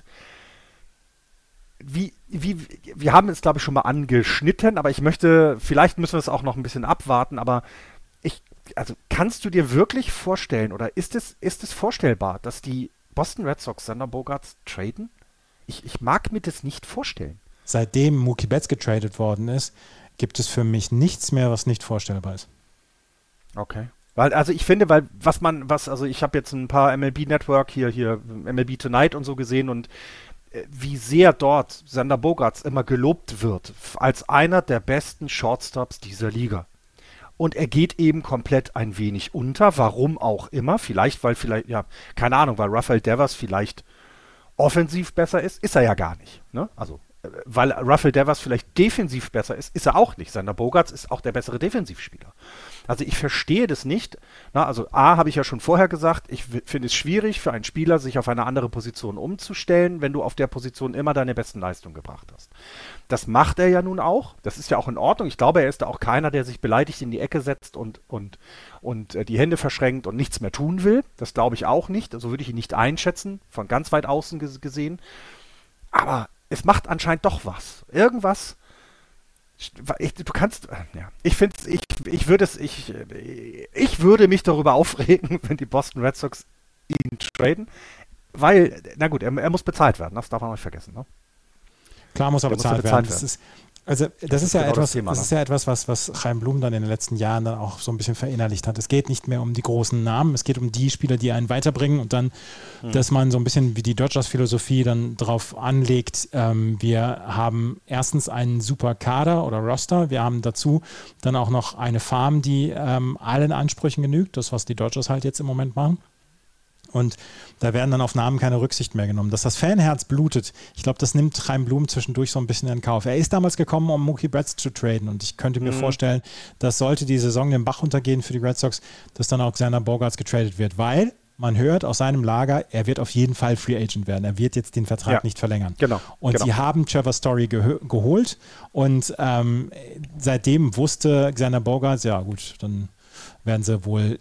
wir haben es, glaube ich, schon mal angeschnitten, aber vielleicht müssen wir es auch noch ein bisschen abwarten, aber kannst du dir wirklich vorstellen, oder ist es vorstellbar, dass die Boston Red Sox Xander Bogaerts traden? Ich mag mir das nicht vorstellen. Seitdem Mookie Betts getradet worden ist, gibt es für mich nichts mehr, was nicht vorstellbar ist. Okay. Weil, also ich finde, also ich habe jetzt ein paar MLB Network hier MLB Tonight und so gesehen und wie sehr dort Xander Bogaerts immer gelobt wird als einer der besten Shortstops dieser Liga. Und er geht eben komplett ein wenig unter, warum auch immer. Keine Ahnung, weil Rafael Devers vielleicht offensiv besser ist er ja gar nicht. Ne? Also, weil Rafael Devers vielleicht defensiv besser ist er auch nicht. Xander Bogaerts ist auch der bessere Defensivspieler. Also ich verstehe das nicht. Also habe ich ja schon vorher gesagt, ich finde es schwierig für einen Spieler, sich auf eine andere Position umzustellen, wenn du auf der Position immer deine besten Leistungen gebracht hast. Das macht er ja nun auch. Das ist ja auch in Ordnung. Ich glaube, er ist da auch keiner, der sich beleidigt in die Ecke setzt und die Hände verschränkt und nichts mehr tun will. Das glaube ich auch nicht. So würde ich ihn nicht einschätzen, von ganz weit außen gesehen. Aber es macht anscheinend doch was. Irgendwas. Ich würde mich darüber aufregen, wenn die Boston Red Sox ihn traden, weil, na gut, er muss bezahlt werden, das darf man nicht vergessen. Ne? Klar muss er bezahlt werden. Das ist ja etwas, was Chaim Bloom dann in den letzten Jahren dann auch so ein bisschen verinnerlicht hat. Es geht nicht mehr um die großen Namen, es geht um die Spieler, die einen weiterbringen und dann, dass man so ein bisschen wie die Dodgers-Philosophie dann drauf anlegt, wir haben erstens einen super Kader oder Roster, wir haben dazu dann auch noch eine Farm, die allen Ansprüchen genügt, das, was die Dodgers halt jetzt im Moment machen. Und da werden dann auf Namen keine Rücksicht mehr genommen. Dass das Fanherz blutet, ich glaube, das nimmt Chaim Bloom zwischendurch so ein bisschen in Kauf. Er ist damals gekommen, um Mookie Betts zu traden und ich könnte mir vorstellen, dass sollte die Saison den Bach runtergehen für die Red Sox, dass dann auch Xander Bogaerts getradet wird, weil man hört aus seinem Lager, er wird auf jeden Fall Free Agent werden. Er wird jetzt den Vertrag nicht verlängern. Genau. Und sie haben Trevor Story geholt und seitdem wusste Xander Bogaerts, ja gut, dann werden sie wohl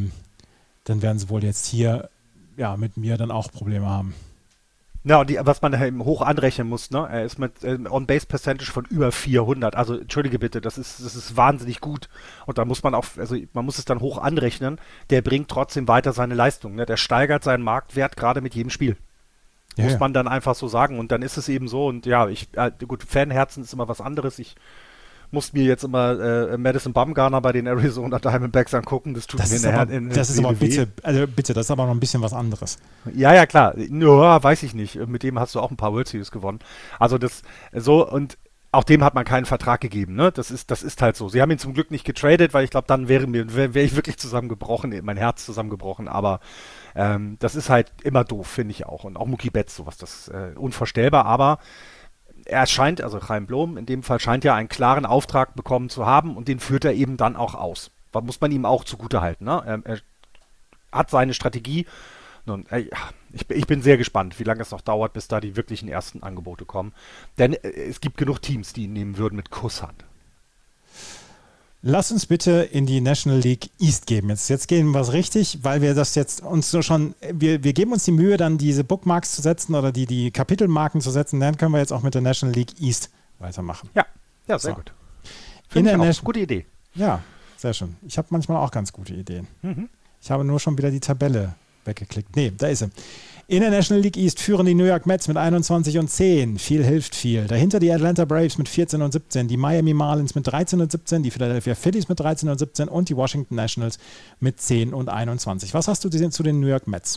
jetzt hier mit mir dann auch Probleme haben. Ja, und was man eben hoch anrechnen muss, ne? Er ist mit On-Base-Percentage von über 400. Also, entschuldige bitte, das ist wahnsinnig gut. Und da muss man man muss es dann hoch anrechnen. Der bringt trotzdem weiter seine Leistung. Ne? Der steigert seinen Marktwert gerade mit jedem Spiel. Muss man dann einfach so sagen. Und dann ist es eben so. Und ja, gut, Fanherzen ist immer was anderes. Ich muss mir jetzt immer Madison Bumgarner bei den Arizona Diamondbacks angucken. Das tut mir in der Herzen. Das ist aber bitte, das ist aber noch ein bisschen was anderes. Ja, klar. Ja, weiß ich nicht. Mit dem hast du auch ein paar World Series gewonnen. Also und auch dem hat man keinen Vertrag gegeben, ne? Das ist halt so. Sie haben ihn zum Glück nicht getradet, weil ich glaube, dann wäre ich wirklich zusammengebrochen, mein Herz zusammengebrochen, aber das ist halt immer doof, finde ich auch. Und auch Mookie Betts, sowas, das ist unvorstellbar, aber also Chaim Bloom in dem Fall scheint ja einen klaren Auftrag bekommen zu haben und den führt er eben dann auch aus. Das muss man ihm auch zugutehalten. Ne? Er hat seine Strategie. Nun, ich bin sehr gespannt, wie lange es noch dauert, bis da die wirklichen ersten Angebote kommen. Denn es gibt genug Teams, die ihn nehmen würden mit Kusshand. Lass uns bitte in die National League East geben. Jetzt gehen wir es richtig, weil wir das jetzt uns so schon, wir geben uns die Mühe, dann diese Bookmarks zu setzen oder die Kapitelmarken zu setzen. Dann können wir jetzt auch mit der National League East weitermachen. Ja, sehr gut. Gute Idee. Ja, sehr schön. Ich habe manchmal auch ganz gute Ideen. Ich habe nur schon wieder die Tabelle weggeklickt. Nee, da ist sie. In der National League East führen die New York Mets mit 21 und 10. Viel hilft viel. Dahinter die Atlanta Braves mit 14 und 17, die Miami Marlins mit 13 und 17, die Philadelphia Phillies mit 13 und 17 und die Washington Nationals mit 10 und 21. Was hast du zu den New York Mets?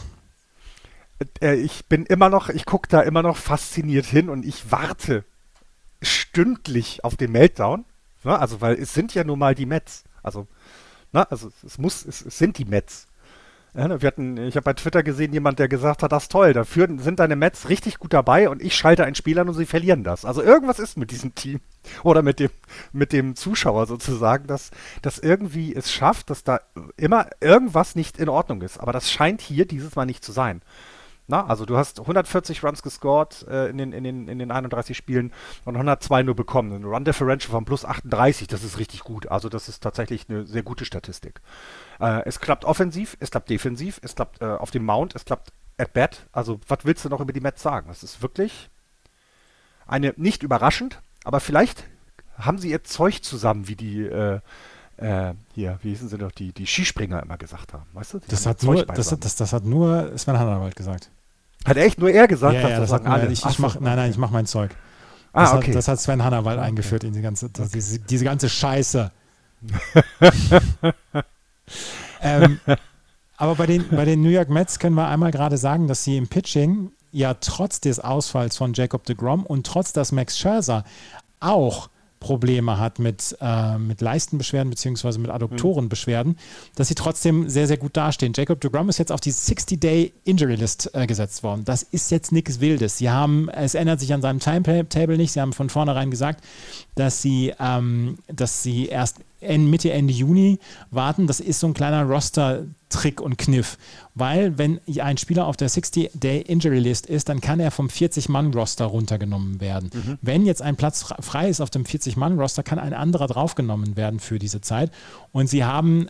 Ich gucke da immer noch fasziniert hin und ich warte stündlich auf den Meltdown. Ne? Also, weil es sind ja nun mal die Mets. Also, es sind die Mets. Ja, ich habe bei Twitter gesehen, jemand, der gesagt hat, das ist toll, sind deine Mets richtig gut dabei und ich schalte ein Spiel an und sie verlieren das. Also irgendwas ist mit diesem Team oder mit dem Zuschauer sozusagen, dass irgendwie es schafft, dass da immer irgendwas nicht in Ordnung ist. Aber das scheint hier dieses Mal nicht zu sein. Also du hast 140 Runs gescored in den 31 Spielen und 102 nur bekommen. Ein Run Differential von plus 38, das ist richtig gut. Also das ist tatsächlich eine sehr gute Statistik. Es klappt offensiv, es klappt defensiv, es klappt auf dem Mount, es klappt at bat. Also was willst du noch über die Mets sagen? Das ist wirklich nicht überraschend, aber vielleicht haben sie ihr Zeug zusammen, wie die wie hießen sie doch, die Skispringer immer gesagt haben, weißt du? Das hat nur Sven Hannawald gesagt. Hat echt nur er gesagt? Ja, das sagt alle. Ich mach mein Zeug. Okay. Das hat Sven Hannawald eingeführt in diese ganze Scheiße. Aber bei den New York Mets können wir einmal gerade sagen, dass sie im Pitching ja trotz des Ausfalls von Jacob deGrom und trotz, dass Max Scherzer auch Probleme hat mit Leistenbeschwerden bzw. mit Adduktorenbeschwerden, dass sie trotzdem sehr, sehr gut dastehen. Jacob deGrom ist jetzt auf die 60-Day Injury List gesetzt worden. Das ist jetzt nichts Wildes. Es ändert sich an seinem Timetable nicht. Sie haben von vornherein gesagt, dass sie erst Mitte, Ende Juni warten. Das ist so ein kleiner Roster-Trick und Kniff, weil wenn ein Spieler auf der 60-Day Injury List ist, dann kann er vom 40-Mann-Roster runtergenommen werden. Wenn jetzt ein Platz frei ist auf dem 40-Mann-Roster, kann ein anderer draufgenommen werden für diese Zeit. Und sie haben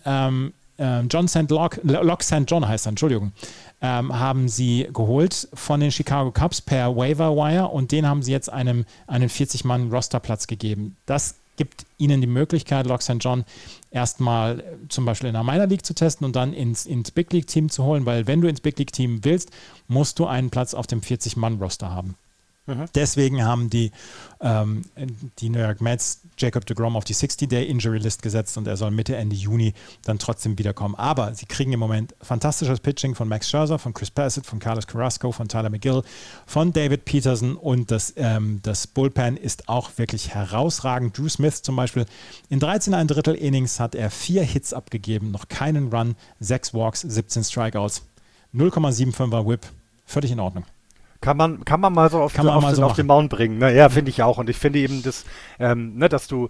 Locke St. John heißt er, Entschuldigung, haben sie geholt von den Chicago Cubs per Waiver Wire und den haben sie jetzt einen 40-Mann-Rosterplatz gegeben. Das gibt ihnen die Möglichkeit, Locke St. John erstmal zum Beispiel in der Minor League zu testen und dann ins Big League Team zu holen, weil wenn du ins Big League Team willst, musst du einen Platz auf dem 40-Mann-Roster haben. Deswegen haben die New York Mets Jacob deGrom auf die 60-Day Injury List gesetzt und er soll Mitte, Ende Juni dann trotzdem wiederkommen. Aber sie kriegen im Moment fantastisches Pitching von Max Scherzer, von Chris Bassitt, von Carlos Carrasco, von Tyler McGill, von David Peterson und das Bullpen ist auch wirklich herausragend. Drew Smith zum Beispiel, in 13,1 Innings hat er 4 Hits abgegeben, noch keinen Run, 6 Walks, 17 Strikeouts, 0,75er Whip, völlig in Ordnung. Kann man mal so auf den Mount bringen. Ne? Ja, finde ich auch. Und ich finde eben, dass du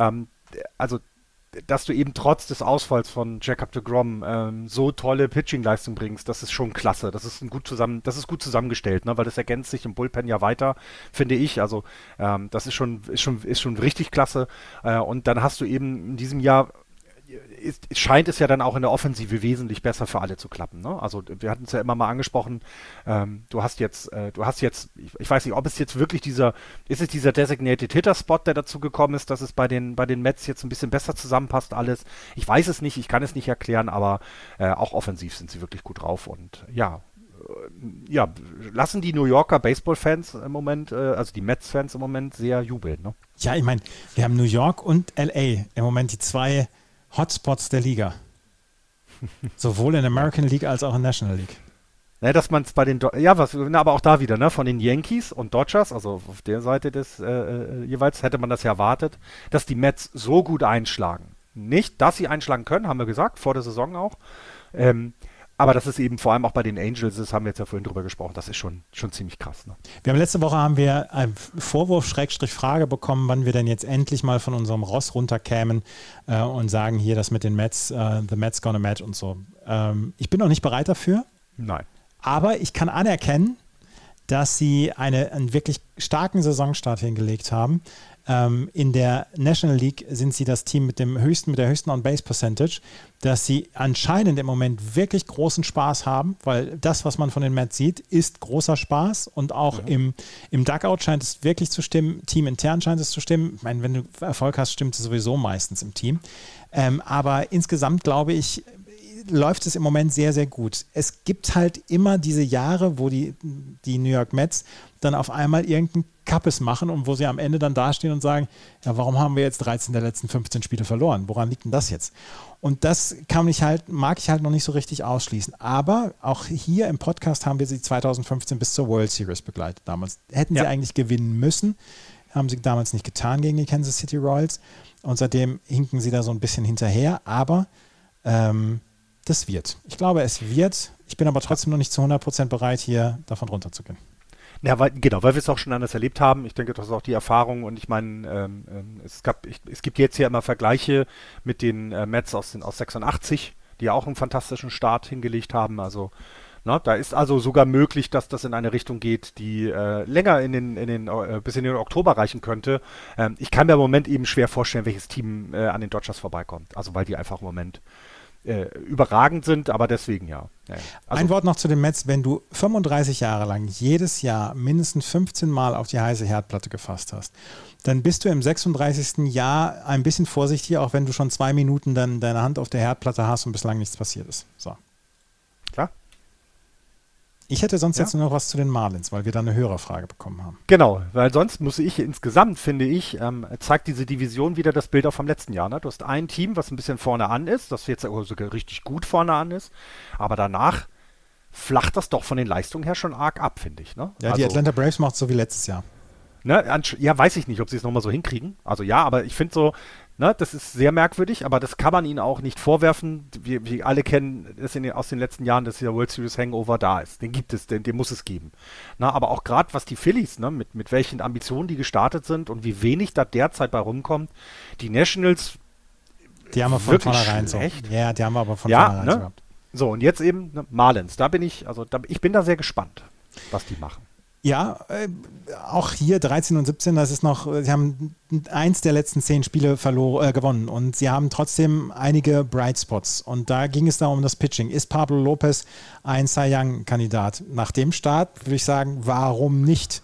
eben trotz des Ausfalls von Jacob deGrom so tolle Pitching-Leistung bringst, das ist schon klasse. Das ist gut zusammengestellt, ne? Weil das ergänzt sich im Bullpen ja weiter, finde ich. Also das ist schon richtig klasse. Und dann hast du eben in diesem Jahr scheint es ja dann auch in der Offensive wesentlich besser für alle zu klappen. Ne? Also wir hatten es ja immer mal angesprochen, du hast jetzt, ich weiß nicht, ob es jetzt wirklich dieser Designated Hitter Spot, der dazu gekommen ist, dass es bei den Mets jetzt ein bisschen besser zusammenpasst alles. Ich weiß es nicht, ich kann es nicht erklären, aber auch offensiv sind sie wirklich gut drauf und lassen die New Yorker Baseball-Fans im Moment, also die Mets-Fans im Moment sehr jubeln. Ne? Ja, ich meine, wir haben New York und LA im Moment die 2 Hotspots der Liga. Sowohl in der American League als auch in der National League. Ne, dass man es bei den, aber auch da wieder, ne, von den Yankees und Dodgers, also auf der Seite des jeweils hätte man das ja erwartet, dass die Mets so gut einschlagen. Nicht, dass sie einschlagen können, haben wir gesagt, vor der Saison auch. Aber das ist eben vor allem auch bei den Angels, das haben wir jetzt ja vorhin drüber gesprochen, das ist schon ziemlich krass. Ne? Letzte Woche haben wir einen Vorwurf-Frage bekommen, wann wir denn jetzt endlich mal von unserem Ross runterkämen und sagen hier das mit den Mets, the Mets gonna match und so. Ich bin noch nicht bereit dafür. Nein. Aber ich kann anerkennen, dass sie einen wirklich starken Saisonstart hingelegt haben. In der National League sind sie das Team mit der höchsten On-Base-Percentage, dass sie anscheinend im Moment wirklich großen Spaß haben, weil das, was man von den Mets sieht, ist großer Spaß und auch im Dugout scheint es wirklich zu stimmen, teamintern scheint es zu stimmen. Ich meine, wenn du Erfolg hast, stimmt es sowieso meistens im Team. Aber insgesamt glaube ich, läuft es im Moment sehr, sehr gut. Es gibt halt immer diese Jahre, wo die New York Mets dann auf einmal irgendeinen Kappes machen und wo sie am Ende dann dastehen und sagen, ja, warum haben wir jetzt 13 der letzten 15 Spiele verloren? Woran liegt denn das jetzt? Und das mag ich halt noch nicht so richtig ausschließen. Aber auch hier im Podcast haben wir sie 2015 bis zur World Series begleitet damals. Hätten sie eigentlich gewinnen müssen, haben sie damals nicht getan gegen die Kansas City Royals und seitdem hinken sie da so ein bisschen hinterher, aber das wird. Ich glaube, es wird. Ich bin aber trotzdem noch nicht zu 100% bereit, hier davon runterzugehen. Ja, weil wir es auch schon anders erlebt haben. Ich denke, das ist auch die Erfahrung und ich meine, es gibt jetzt ja immer Vergleiche mit den Mets aus 86, die ja auch einen fantastischen Start hingelegt haben. Also, da ist also sogar möglich, dass das in eine Richtung geht, die länger bis in den Oktober reichen könnte. Ich kann mir im Moment eben schwer vorstellen, welches Team an den Dodgers vorbeikommt. Also, weil die einfach im Moment überragend sind, aber deswegen ja. Also, ein Wort noch zu den Mets. Wenn du 35 Jahre lang jedes Jahr mindestens 15 Mal auf die heiße Herdplatte gefasst hast, dann bist du im 36. Jahr ein bisschen vorsichtig, auch wenn du schon 2 Minuten dann deine Hand auf der Herdplatte hast und bislang nichts passiert ist. So. Klar. Ich hätte sonst jetzt nur noch was zu den Marlins, weil wir da eine Hörerfrage bekommen haben. Genau, weil sonst muss ich insgesamt, finde ich, zeigt diese Division wieder das Bild auch vom letzten Jahr. Ne? Du hast ein Team, was ein bisschen vorne an ist, das jetzt sogar richtig gut vorne an ist, aber danach flacht das doch von den Leistungen her schon arg ab, finde ich. Ne? Ja, die Atlanta Braves macht so wie letztes Jahr. Ne, ja, weiß ich nicht, ob sie es nochmal so hinkriegen. Also ja, aber ich finde so, ne, das ist sehr merkwürdig, aber das kann man ihnen auch nicht vorwerfen. Wir alle kennen es aus den letzten Jahren, dass dieser World Series Hangover da ist. Den gibt es, den muss es geben. Na, aber auch gerade was die Phillies, ne, mit welchen Ambitionen die gestartet sind und wie wenig da derzeit bei rumkommt. Die Nationals, die haben wir von vornherein so. Ja, die haben wir aber von vornherein so gehabt. So, und jetzt eben Marlins. Ich bin da sehr gespannt, was die machen. Ja, auch hier 13 und 17, das ist noch, sie haben eins der letzten 10 Spiele gewonnen und sie haben trotzdem einige Bright Spots und da ging es da um das Pitching. Ist Pablo Lopez ein Cy Young-Kandidat? Nach dem Start würde ich sagen, warum nicht?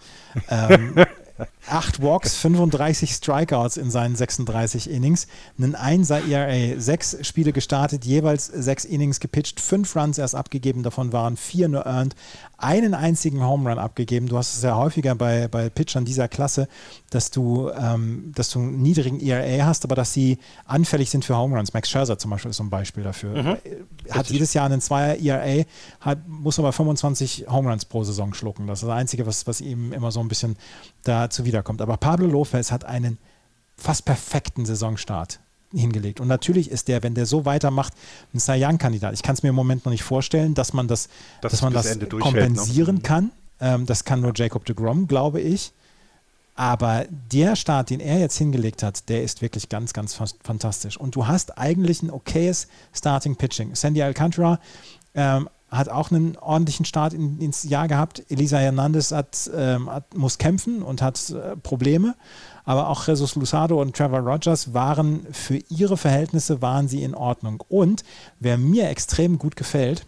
8 Walks, 35 Strikeouts in seinen 36 Innings, einen 1er ERA, 6 Spiele gestartet, jeweils 6 Innings gepitcht, 5 Runs erst abgegeben, davon waren 4 nur earned, einen einzigen Home Run abgegeben. Du hast es ja häufiger bei Pitchern dieser Klasse, dass du einen niedrigen ERA hast, aber dass sie anfällig sind für Home Runs. Max Scherzer zum Beispiel ist so ein Beispiel dafür. Hat jedes Jahr einen 2er ERA, muss aber 25 Home Runs pro Saison schlucken. Das ist das Einzige, was ihm immer so ein bisschen dazu wiederkommt. Aber Pablo Lopez hat einen fast perfekten Saisonstart hingelegt. Und natürlich ist der, wenn der so weitermacht, ein Cy Young-Kandidat. Ich kann es mir im Moment noch nicht vorstellen, dass man das kompensieren kann. Das kann nur Jacob deGrom, glaube ich. Aber der Start, den er jetzt hingelegt hat, der ist wirklich ganz, ganz fantastisch. Und du hast eigentlich ein okayes Starting-Pitching. Sandy Alcantara hat auch einen ordentlichen Start ins Jahr gehabt. Elisa Hernandez muss kämpfen und hat Probleme. Aber auch Jesus Luzardo und Trevor Rogers waren für ihre Verhältnisse in Ordnung. Und wer mir extrem gut gefällt,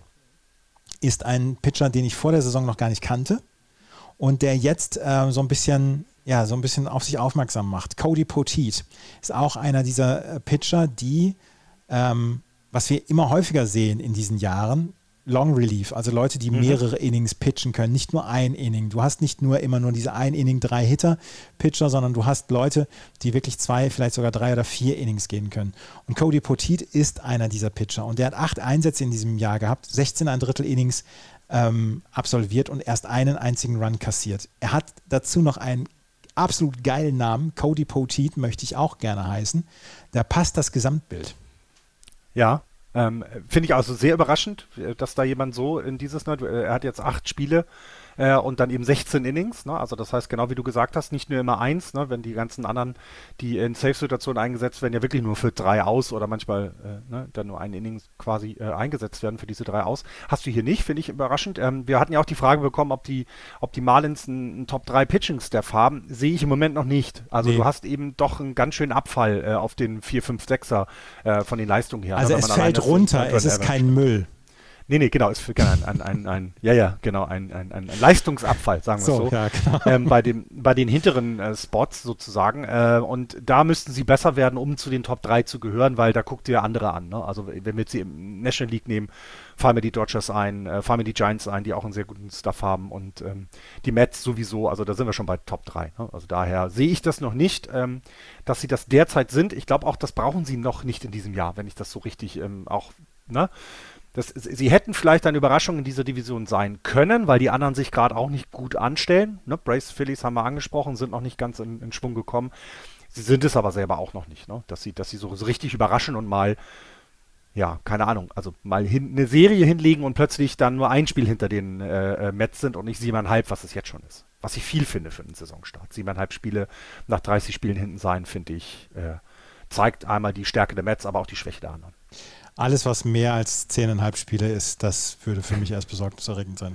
ist ein Pitcher, den ich vor der Saison noch gar nicht kannte und der jetzt so ein bisschen auf sich aufmerksam macht. Cody Poteet ist auch einer dieser Pitcher, die, was wir immer häufiger sehen in diesen Jahren, Long Relief, also Leute, die mehrere Innings pitchen können, nicht nur ein Inning. Du hast nicht immer nur diese 1 Inning, 3 Hitter-Pitcher, sondern du hast Leute, die wirklich 2, vielleicht sogar 3 oder 4 Innings gehen können. Und Cody Poteet ist einer dieser Pitcher und der hat 8 Einsätze in diesem Jahr gehabt, 16 1/3 Innings absolviert und erst einen einzigen Run kassiert. Er hat dazu noch einen absolut geilen Namen, Cody Poteet möchte ich auch gerne heißen. Da passt das Gesamtbild. Ja. Finde ich also sehr überraschend, dass da jemand so in dieses, er hat jetzt 8 Spiele und dann eben 16 Innings, ne? Also das heißt, genau wie du gesagt hast, nicht nur immer 1, ne? Wenn die ganzen anderen, die in Safe-Situationen eingesetzt werden, ja wirklich nur für 3 aus oder manchmal dann nur ein Inning quasi eingesetzt werden für diese 3 aus. Hast du hier nicht, finde ich überraschend. Wir hatten ja auch die Frage bekommen, ob die Marlins einen Top-3 Pitching-Staff haben. Sehe ich im Moment noch nicht. Also du hast eben doch einen ganz schönen Abfall auf den 4, 5, 6er von den Leistungen her. Also es fällt runter, es ist kein Müll. Nee, genau, ist ein Leistungsabfall, sagen wir so. Ja, genau. Bei den hinteren Spots sozusagen. Und da müssten sie besser werden, um zu den Top 3 zu gehören, weil da guckt ihr andere an. Ne? Also wenn wir jetzt sie im National League nehmen, fallen mir die Dodgers ein, fallen mir die Giants ein, die auch einen sehr guten Stuff haben und die Mets sowieso, also da sind wir schon bei Top 3. Ne? Also daher sehe ich das noch nicht, dass sie das derzeit sind. Ich glaube auch, das brauchen sie noch nicht in diesem Jahr, wenn ich das so richtig sie hätten vielleicht eine Überraschung in dieser Division sein können, weil die anderen sich gerade auch nicht gut anstellen. Ne? Braves, Phillies haben wir angesprochen, sind noch nicht ganz in Schwung gekommen. Sie sind es aber selber auch noch nicht, ne? Dass sie so richtig überraschen und mal, ja, keine Ahnung, also mal eine Serie hinlegen und plötzlich dann nur ein Spiel hinter den Mets sind und nicht 7,5, was es jetzt schon ist. Was ich viel finde für einen Saisonstart. 7,5 Spiele nach 30 Spielen hinten sein, finde ich, zeigt einmal die Stärke der Mets, aber auch die Schwäche der anderen. Alles, was mehr als 10,5 Spiele ist, das würde für mich erst besorgniserregend sein.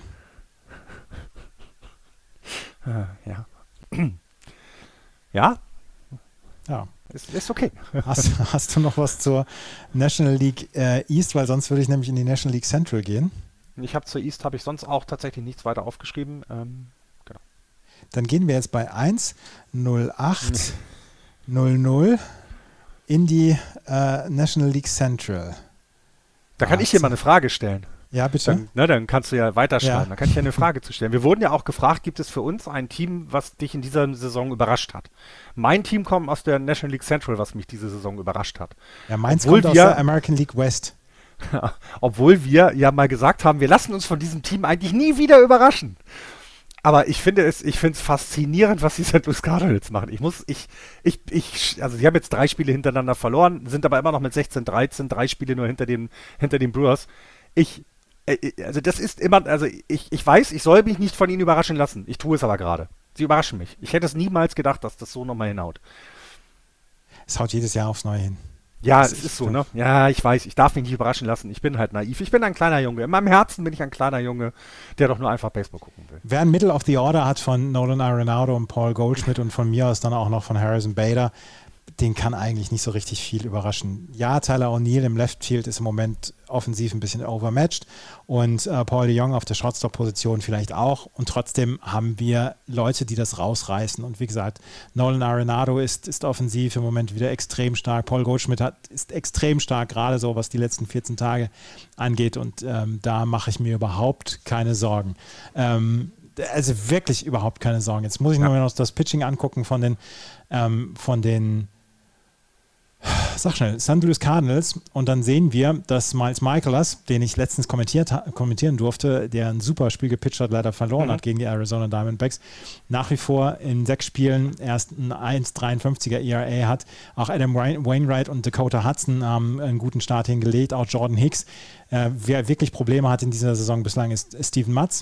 Ja. Ja? Ja. Ist okay. Hast du noch was zur National League East? Weil sonst würde ich nämlich in die National League Central gehen. Zur East habe ich sonst auch tatsächlich nichts weiter aufgeschrieben. Genau. Dann gehen wir jetzt bei 1-0-8-0-0 in die National League Central. Da kann ich hier mal eine Frage stellen. Ja, bitte. Dann kannst du ja weiterschreiben. Ja. Dann kann ich ja eine Frage zu stellen. Wir wurden ja auch gefragt, gibt es für uns ein Team, was dich in dieser Saison überrascht hat? Mein Team kommt aus der National League Central, was mich diese Saison überrascht hat. Ja, meins kommt aus der American League West. Obwohl wir ja mal gesagt haben, wir lassen uns von diesem Team eigentlich nie wieder überraschen. Aber ich finde es faszinierend, was die St. Louis Cardinals machen. Also sie haben jetzt 3 Spiele hintereinander verloren, sind aber immer noch mit 16-13, 3 Spiele nur hinter den Brewers. Also das ist immer, also ich weiß, ich soll mich nicht von ihnen überraschen lassen. Ich tue es aber gerade. Sie überraschen mich. Ich hätte es niemals gedacht, dass das so nochmal hinhaut. Es haut jedes Jahr aufs Neue hin. Ja, es ist so, ne? Ja, ich weiß, ich darf mich nicht überraschen lassen. Ich bin halt naiv. Ich bin ein kleiner Junge. In meinem Herzen bin ich ein kleiner Junge, der doch nur einfach Baseball gucken will. Wer ein Middle of the Order hat von Nolan Arenado und Paul Goldschmidt und von mir aus dann auch noch von Harrison Bader, den kann eigentlich nicht so richtig viel überraschen. Ja, Tyler O'Neill im Left Field ist im Moment offensiv ein bisschen overmatched und Paul DeJong auf der Shortstop-Position vielleicht auch. Und trotzdem haben wir Leute, die das rausreißen. Und wie gesagt, Nolan Arenado ist offensiv im Moment wieder extrem stark. Paul Goldschmidt ist extrem stark, gerade so, was die letzten 14 Tage angeht. Und da mache ich mir überhaupt keine Sorgen. Also wirklich überhaupt keine Sorgen. Jetzt muss ich nur noch das Pitching angucken von den sag schnell, St. Louis Cardinals, und dann sehen wir, dass Miles Mikolas, den ich letztens kommentieren durfte, der ein super Spiel gepitcht hat, leider verloren hat gegen die Arizona Diamondbacks, nach wie vor in 6 Spielen erst ein 1,53er ERA hat. Auch Adam Wainwright und Dakota Hudson haben einen guten Start hingelegt, auch Jordan Hicks. Wer wirklich Probleme hat in dieser Saison bislang ist Steven Matz.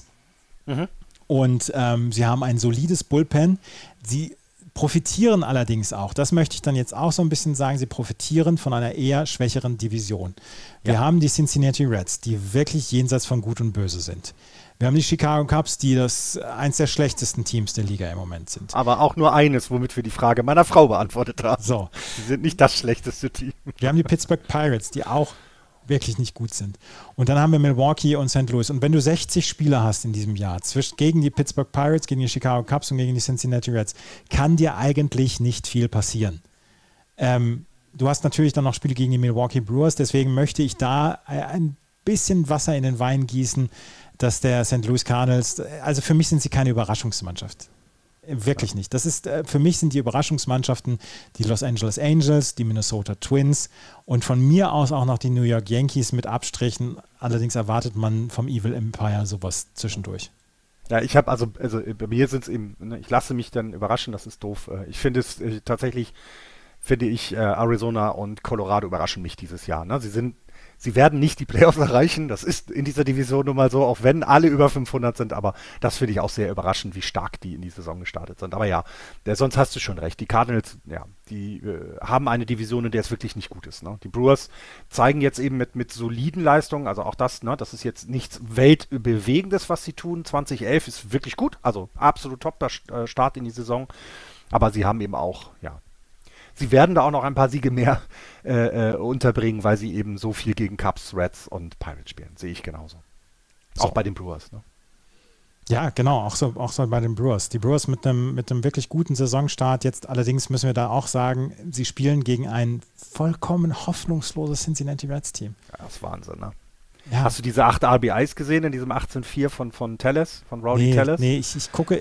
Und sie haben ein solides Bullpen. Sie profitieren allerdings auch, das möchte ich dann jetzt auch so ein bisschen sagen, sie profitieren von einer eher schwächeren Division. Wir haben die Cincinnati Reds, die wirklich jenseits von Gut und Böse sind. Wir haben die Chicago Cubs, die eins der schlechtesten Teams der Liga im Moment sind. Aber auch nur eines, womit wir die Frage meiner Frau beantwortet haben. So. Sie sind nicht das schlechteste Team. Wir haben die Pittsburgh Pirates, die auch wirklich nicht gut sind. Und dann haben wir Milwaukee und St. Louis. Und wenn du 60 Spieler hast in diesem Jahr, gegen die Pittsburgh Pirates, gegen die Chicago Cubs und gegen die Cincinnati Reds, kann dir eigentlich nicht viel passieren. Du hast natürlich dann noch Spiele gegen die Milwaukee Brewers, deswegen möchte ich da ein bisschen Wasser in den Wein gießen, dass der St. Louis Cardinals, also für mich sind sie keine Überraschungsmannschaft. Wirklich nicht. Das ist, für mich sind die Überraschungsmannschaften die Los Angeles Angels, die Minnesota Twins und von mir aus auch noch die New York Yankees mit Abstrichen. Allerdings erwartet man vom Evil Empire sowas zwischendurch. Ja, ich habe also bei mir sind es eben, ne, ich lasse mich dann überraschen, das ist doof. Ich finde es tatsächlich, Arizona und Colorado überraschen mich dieses Jahr. Ne? Sie werden nicht die Playoffs erreichen, das ist in dieser Division nun mal so, auch wenn alle über 500 sind, aber das finde ich auch sehr überraschend, wie stark die in die Saison gestartet sind. Aber ja, sonst hast du schon recht, die Cardinals, ja, die haben eine Division, in der es wirklich nicht gut ist. Ne? Die Brewers zeigen jetzt eben mit soliden Leistungen, also auch das, ne, das ist jetzt nichts Weltbewegendes, was sie tun. 2011 ist wirklich gut, also absolut top, der Start in die Saison, aber sie haben eben auch, ja, sie werden da auch noch ein paar Siege mehr unterbringen, weil sie eben so viel gegen Cubs, Reds und Pirates spielen. Sehe ich genauso. So. Auch bei den Brewers. Ne? Ja, genau, auch so bei den Brewers. Die Brewers mit einem wirklich guten Saisonstart. Jetzt allerdings müssen wir da auch sagen, sie spielen gegen ein vollkommen hoffnungsloses Cincinnati Reds Team. Ja, das ist Wahnsinn, ne? Ja. Hast du diese 8 RBIs gesehen in diesem 18-4 von Tellez, von Rowdy Tellez? Nee, ich gucke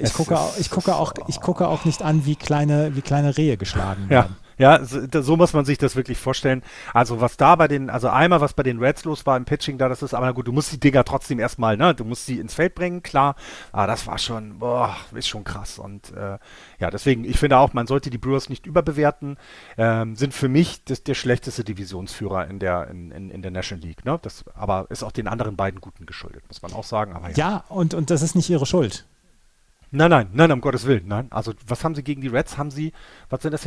auch nicht an, wie kleine Rehe geschlagen werden. Ja, so muss man sich das wirklich vorstellen. Also was da was bei den Reds los war im Pitching da, das ist aber gut, du musst die Dinger trotzdem erstmal, ne, du musst sie ins Feld bringen, klar, aber das war schon, ist schon krass und ja, deswegen, ich finde auch, man sollte die Brewers nicht überbewerten, sind für mich der schlechteste Divisionsführer in der National League, ne, das aber ist auch den anderen beiden Guten geschuldet, muss man auch sagen, aber ja. Ja, und das ist nicht ihre Schuld. Nein, um Gottes Willen, nein. Also was haben sie gegen die Reds? Was sind das hier?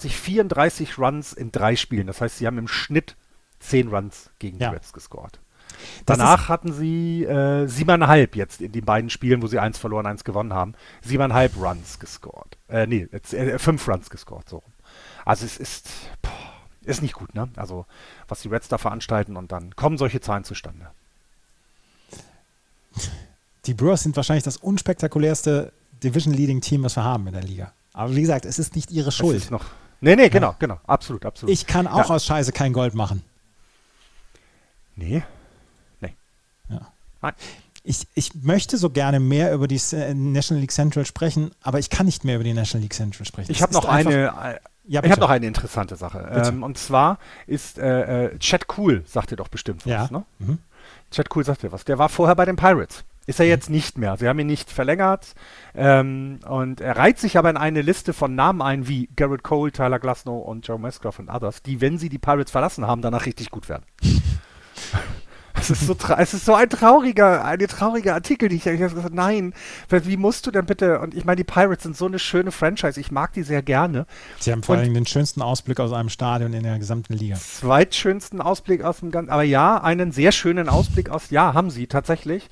34 Runs in 3 Spielen. Das heißt, sie haben im Schnitt 10 Runs gegen die Reds gescored. Danach hatten sie 7,5 jetzt in den beiden Spielen, wo sie 1 verloren, 1 gewonnen haben. 7,5 Runs gescored. 5 Runs gescored, so rum. Also es ist nicht gut, ne? Also was die Reds da veranstalten und dann kommen solche Zahlen zustande. Die Brewers sind wahrscheinlich das unspektakulärste Division-Leading-Team, was wir haben in der Liga. Aber wie gesagt, es ist nicht ihre Schuld. Genau, absolut. Ich kann auch aus Scheiße kein Gold machen. Nee. Ja. Nein. Ich möchte so gerne mehr über die National League Central sprechen, aber ich kann nicht mehr über die National League Central sprechen. Ich habe noch eine interessante Sache. Und zwar ist Chad Kuhl, sagt ihr doch bestimmt was, ja. Ne? Mhm. Chad Kuhl sagt ihr was. Der war vorher bei den Pirates. Ist er jetzt nicht mehr. Sie haben ihn nicht verlängert. Und er reiht sich aber in eine Liste von Namen ein, wie Garrett Cole, Tyler Glasnow und Joe Musgrove und others, die, wenn sie die Pirates verlassen haben, danach richtig gut werden. Es ist so eine traurige Artikel, die ich habe gesagt, nein, wie musst du denn bitte, und ich meine, die Pirates sind so eine schöne Franchise, ich mag die sehr gerne. Sie haben vor allem den schönsten Ausblick aus einem Stadion in der gesamten Liga. Zweitschönsten Ausblick aus dem ganzen, aber ja, einen sehr schönen Ausblick haben sie tatsächlich.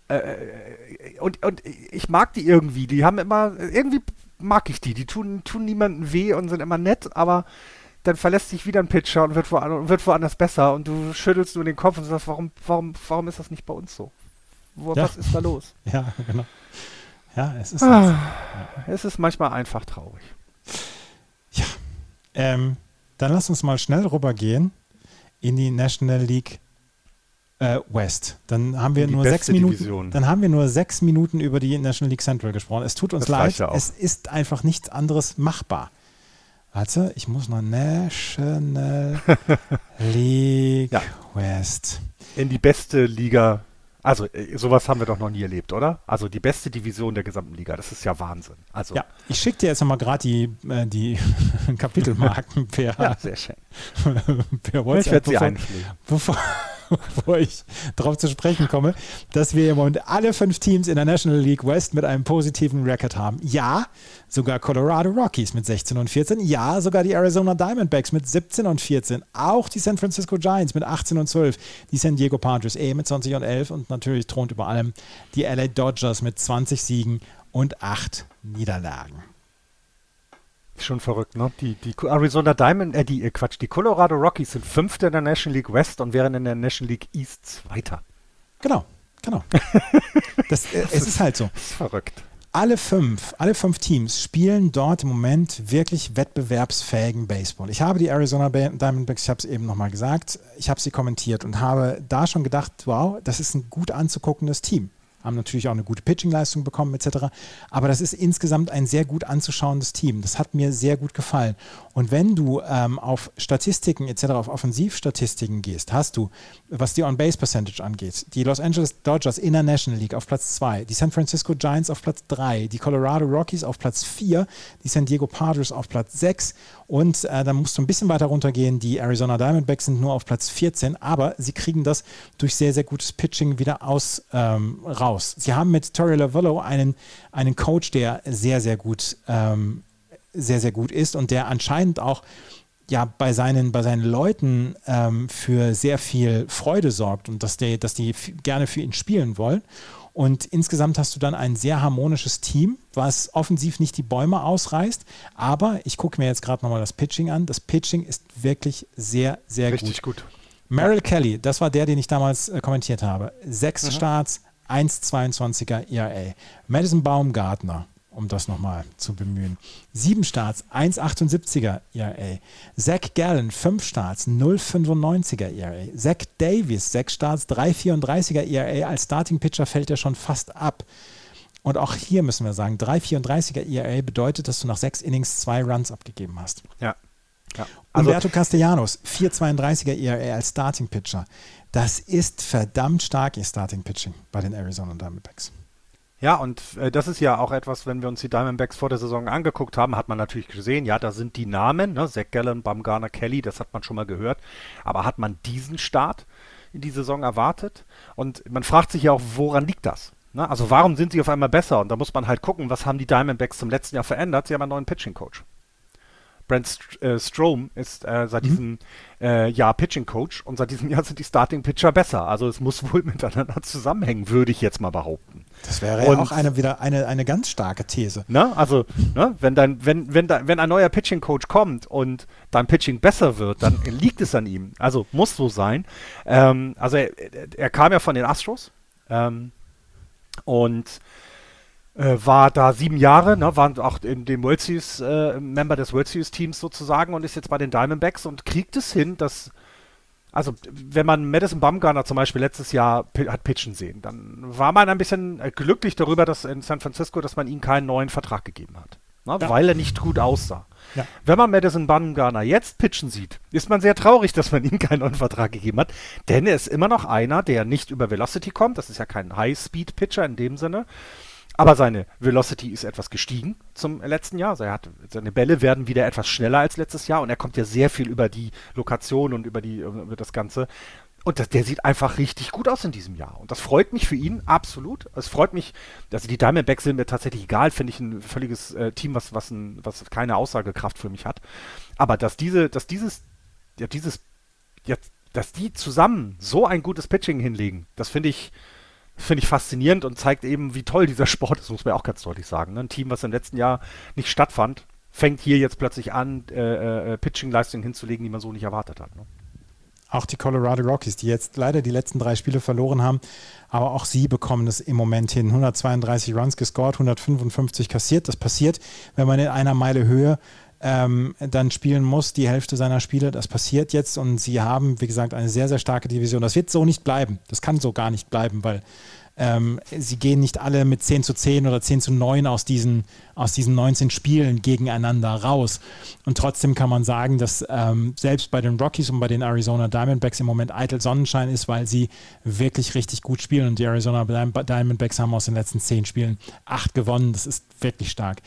Und ich mag die irgendwie, irgendwie mag ich die tun niemandem weh und sind immer nett, aber dann verlässt sich wieder ein Pitcher und wird woanders besser und du schüttelst nur den Kopf und sagst, warum ist das nicht bei uns so? Was ist da los? Ja, genau. Ja, es ist es ist manchmal einfach traurig. Ja, dann lass uns mal schnell rübergehen in die National League West. Dann haben wir nur 6 Minuten. Division. Dann haben wir nur 6 Minuten über die National League Central gesprochen. Es tut uns leid, ja, es ist einfach nichts anderes machbar. Warte, ich muss noch National League West. In die beste Liga, also sowas haben wir doch noch nie erlebt, oder? Also die beste Division der gesamten Liga, das ist ja Wahnsinn. Also ja, ich schicke dir jetzt nochmal gerade die Kapitelmarken per sehr schön. per WhatsApp. Ich werde sie einpflegen. Bevor ich darauf zu sprechen komme, dass wir im Moment alle 5 Teams in der National League West mit einem positiven Record haben. Ja, sogar Colorado Rockies mit 16 und 14. Ja, sogar die Arizona Diamondbacks mit 17 und 14. Auch die San Francisco Giants mit 18 und 12. Die San Diego Padres mit 20 und 11. Und natürlich thront über allem die LA Dodgers mit 20 Siegen und 8 Niederlagen. Schon verrückt, ne? Die Arizona die Colorado Rockies sind 5. in der National League West und wären in der National League East 2. Genau. Es ist halt so. Das ist verrückt. Alle fünf Teams spielen dort im Moment wirklich wettbewerbsfähigen Baseball. Ich habe die Arizona Diamondbacks, ich habe es eben nochmal gesagt, ich habe sie kommentiert und habe da schon gedacht, wow, das ist ein gut anzuguckendes Team. Haben natürlich auch eine gute Pitching-Leistung bekommen etc. Aber das ist insgesamt ein sehr gut anzuschauendes Team. Das hat mir sehr gut gefallen. Und wenn du auf Statistiken etc., auf Offensivstatistiken gehst, hast du, was die On-Base-Percentage angeht, die Los Angeles Dodgers in der National League auf Platz 2, die San Francisco Giants auf Platz 3, die Colorado Rockies auf Platz 4, die San Diego Padres auf Platz 6 und dann musst du ein bisschen weiter runtergehen, die Arizona Diamondbacks sind nur auf Platz 14, aber sie kriegen das durch sehr, sehr gutes Pitching wieder raus. Sie haben mit Torey Lovullo einen Coach, der sehr, sehr gut ist und der anscheinend auch bei seinen Leuten für sehr viel Freude sorgt und dass die gerne für ihn spielen wollen. Und insgesamt hast du dann ein sehr harmonisches Team, was offensiv nicht die Bäume ausreißt. Aber ich gucke mir jetzt gerade nochmal das Pitching an. Das Pitching ist wirklich sehr, sehr gut. Richtig gut. Merrill Kelly, das war der, den ich damals kommentiert habe. 6 Starts, 1,22er ERA. Madison Baumgartner, um das nochmal zu bemühen. 7 Starts, 1,78er ERA. Zach Gallen, 5 Starts, 0,95er ERA. Zach Davies, 6 Starts, 3,34er ERA. Als Starting-Pitcher fällt er schon fast ab. Und auch hier müssen wir sagen, 3,34er ERA bedeutet, dass du nach 6 Innings 2 Runs abgegeben hast. Ja. Umberto Castellanos, 4,32er ERA als Starting-Pitcher. Das ist verdammt stark, ihr Starting-Pitching bei den Arizona Diamondbacks. Ja, und das ist ja auch etwas, wenn wir uns die Diamondbacks vor der Saison angeguckt haben, hat man natürlich gesehen, ja, da sind die Namen, ne, Zach Gallen, Baumgartner, Kelly, das hat man schon mal gehört. Aber hat man diesen Start in die Saison erwartet? Und man fragt sich ja auch, woran liegt das? Ne? Also warum sind sie auf einmal besser? Und da muss man halt gucken, was haben die Diamondbacks zum letzten Jahr verändert? Sie haben einen neuen Pitching-Coach. Brent Strom ist seit diesem Jahr Pitching-Coach und seit diesem Jahr sind die Starting-Pitcher besser. Also es muss wohl miteinander zusammenhängen, würde ich jetzt mal behaupten. Das wäre ja auch eine ganz starke These. Ne? Also, ne? Wenn ein neuer Pitching-Coach kommt und dein Pitching besser wird, dann liegt es an ihm. Also muss so sein. Also er kam ja von den Astros und war da 7 Jahre, ne, war auch in dem World Series, Member des World Series Teams sozusagen und ist jetzt bei den Diamondbacks und kriegt es hin, das Also, wenn man Madison Bumgarner zum Beispiel letztes Jahr hat pitchen sehen, dann war man ein bisschen glücklich darüber, dass in San Francisco, dass man ihm keinen neuen Vertrag gegeben hat. Na, ja. Weil er nicht gut aussah. Ja. Wenn man Madison Bumgarner jetzt pitchen sieht, ist man sehr traurig, dass man ihm keinen neuen Vertrag gegeben hat, denn er ist immer noch einer, der nicht über Velocity kommt. Das ist ja kein High-Speed-Pitcher in dem Sinne. Aber seine Velocity ist etwas gestiegen zum letzten Jahr. Also seine Bälle werden wieder etwas schneller als letztes Jahr und er kommt ja sehr viel über die Lokation und über das Ganze. Und der sieht einfach richtig gut aus in diesem Jahr. Und das freut mich für ihn absolut. Es freut mich, also die Diamondbacks sind mir tatsächlich egal, finde ich ein völliges Team, was keine Aussagekraft für mich hat. Aber dass die zusammen so ein gutes Pitching hinlegen, das finde ich faszinierend und zeigt eben, wie toll dieser Sport ist, muss man auch ganz deutlich sagen. Ein Team, was im letzten Jahr nicht stattfand, fängt hier jetzt plötzlich an, Pitching-Leistungen hinzulegen, die man so nicht erwartet hat. Ne? Auch die Colorado Rockies, die jetzt leider die letzten 3 Spiele verloren haben, aber auch sie bekommen es im Moment hin. 132 Runs gescored, 155 kassiert. Das passiert, wenn man in einer Meile Höhe dann spielen muss, die Hälfte seiner Spiele. Das passiert jetzt und sie haben, wie gesagt, eine sehr, sehr starke Division. Das wird so nicht bleiben. Das kann so gar nicht bleiben, weil sie gehen nicht alle mit 10:10 oder 10:9 aus diesen 19 Spielen gegeneinander raus. Und trotzdem kann man sagen, dass selbst bei den Rockies und bei den Arizona Diamondbacks im Moment eitel Sonnenschein ist, weil sie wirklich richtig gut spielen. Und die Arizona Diamondbacks haben aus den letzten 10 Spielen 8 gewonnen. Das ist wirklich stark.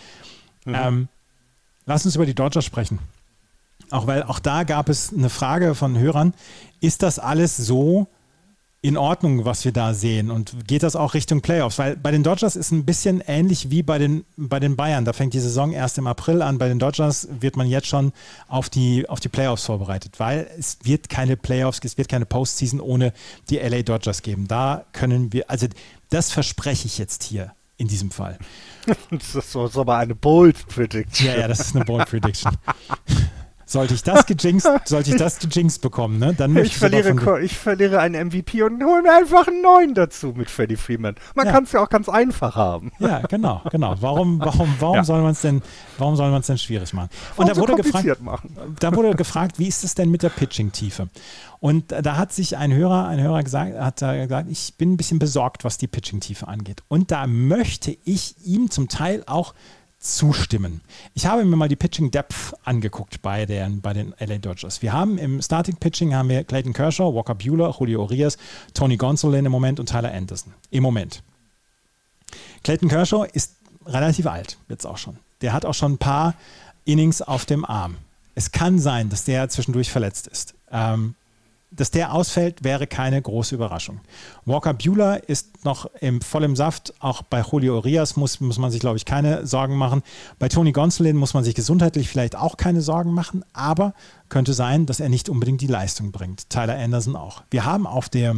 Lass uns über die Dodgers sprechen. Auch da gab es eine Frage von Hörern. Ist das alles so in Ordnung, was wir da sehen? Und geht das auch Richtung Playoffs? Weil bei den Dodgers ist ein bisschen ähnlich wie bei den Bayern. Da fängt die Saison erst im April an. Bei den Dodgers wird man jetzt schon auf die Playoffs vorbereitet, weil es wird keine Playoffs, es wird keine Postseason ohne die LA Dodgers geben. Da können wir, also das verspreche ich jetzt hier in diesem Fall. Das ist aber eine Bold Prediction. Ja, das ist eine Bold Prediction. Sollte ich das gejinxt bekommen, ne? Dann ich verliere einen MVP und hole mir einfach einen neuen dazu mit Freddie Freeman. Man kann es ja auch ganz einfach haben. Ja, genau. Warum soll man es denn schwierig machen? Und da wurde gefragt, wie ist es denn mit der Pitching-Tiefe? Und da hat sich ein Hörer gesagt, ich bin ein bisschen besorgt, was die Pitching-Tiefe angeht. Und da möchte ich ihm zum Teil auch zustimmen. Ich habe mir mal die Pitching Depth angeguckt bei den LA Dodgers. Wir haben im Starting Pitching Clayton Kershaw, Walker Buehler, Julio Urias, Tony Gonsolin im Moment und Tyler Anderson. Im Moment. Clayton Kershaw ist relativ alt, jetzt auch schon. Der hat auch schon ein paar Innings auf dem Arm. Es kann sein, dass der zwischendurch verletzt ist. Dass der ausfällt, wäre keine große Überraschung. Walker Buehler ist noch voll im Saft. Auch bei Julio Urias muss man sich, glaube ich, keine Sorgen machen. Bei Tony Gonsolin muss man sich gesundheitlich vielleicht auch keine Sorgen machen, aber könnte sein, dass er nicht unbedingt die Leistung bringt. Tyler Anderson auch. Wir haben auf der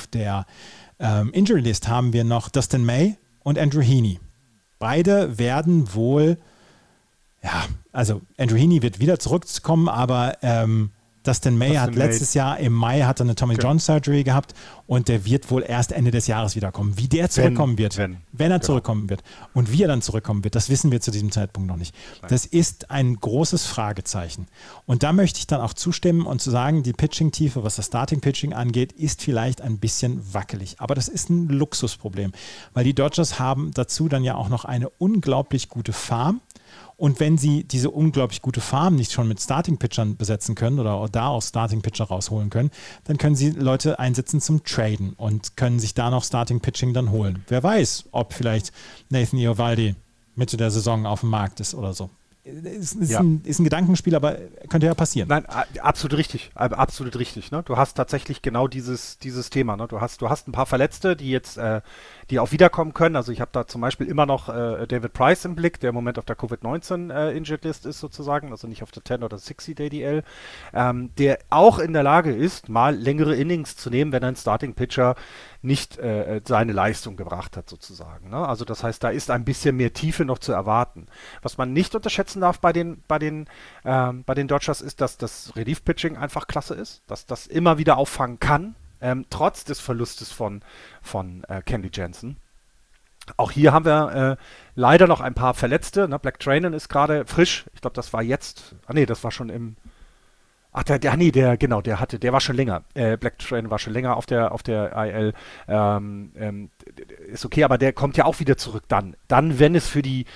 Injury List haben wir noch Dustin May und Andrew Heaney. Beide werden wohl, also Andrew Heaney wird wieder zurückkommen, aber Dustin May hat letztes Jahr im Mai eine Tommy John Surgery gehabt und der wird wohl erst Ende des Jahres wiederkommen. Wie der zurückkommen wird, wenn er zurückkommen wird und wie er dann zurückkommen wird, das wissen wir zu diesem Zeitpunkt noch nicht. Das ist ein großes Fragezeichen. Und da möchte ich dann auch zustimmen und zu sagen, die Pitching-Tiefe, was das Starting-Pitching angeht, ist vielleicht ein bisschen wackelig. Aber das ist ein Luxusproblem, weil die Dodgers haben dazu dann ja auch noch eine unglaublich gute Farm. Und wenn sie diese unglaublich gute Farm nicht schon mit Starting-Pitchern besetzen können oder da auch Starting-Pitcher rausholen können, dann können sie Leute einsetzen zum Traden und können sich da noch Starting-Pitching dann holen. Wer weiß, ob vielleicht Nathan Eovaldi Mitte der Saison auf dem Markt ist oder so. Ist ein Gedankenspiel, aber könnte ja passieren. Nein, absolut richtig. Absolut richtig. Ne? Du hast tatsächlich genau dieses Thema. Ne? Du hast ein paar Verletzte, die jetzt die auch wiederkommen können. Also ich habe da zum Beispiel immer noch David Price im Blick, der im Moment auf der Covid-19 Injured List ist sozusagen, also nicht auf der 10 oder 60-Day DL, der auch in der Lage ist, mal längere Innings zu nehmen, wenn ein Starting-Pitcher nicht seine Leistung gebracht hat sozusagen. Ne? Also das heißt, da ist ein bisschen mehr Tiefe noch zu erwarten. Was man nicht unterschätzen darf bei den Dodgers ist, dass das Relief-Pitching einfach klasse ist, dass das immer wieder auffangen kann, trotz des Verlustes von Kenley Jansen. Auch hier haben wir leider noch ein paar Verletzte. Ne? Black Trainen ist gerade frisch. Ich glaube, das war jetzt. Das war schon im Ach, der war schon länger. Black Train war schon länger auf der IL. Ist okay, aber der kommt ja auch wieder zurück dann. Dann, wenn es für die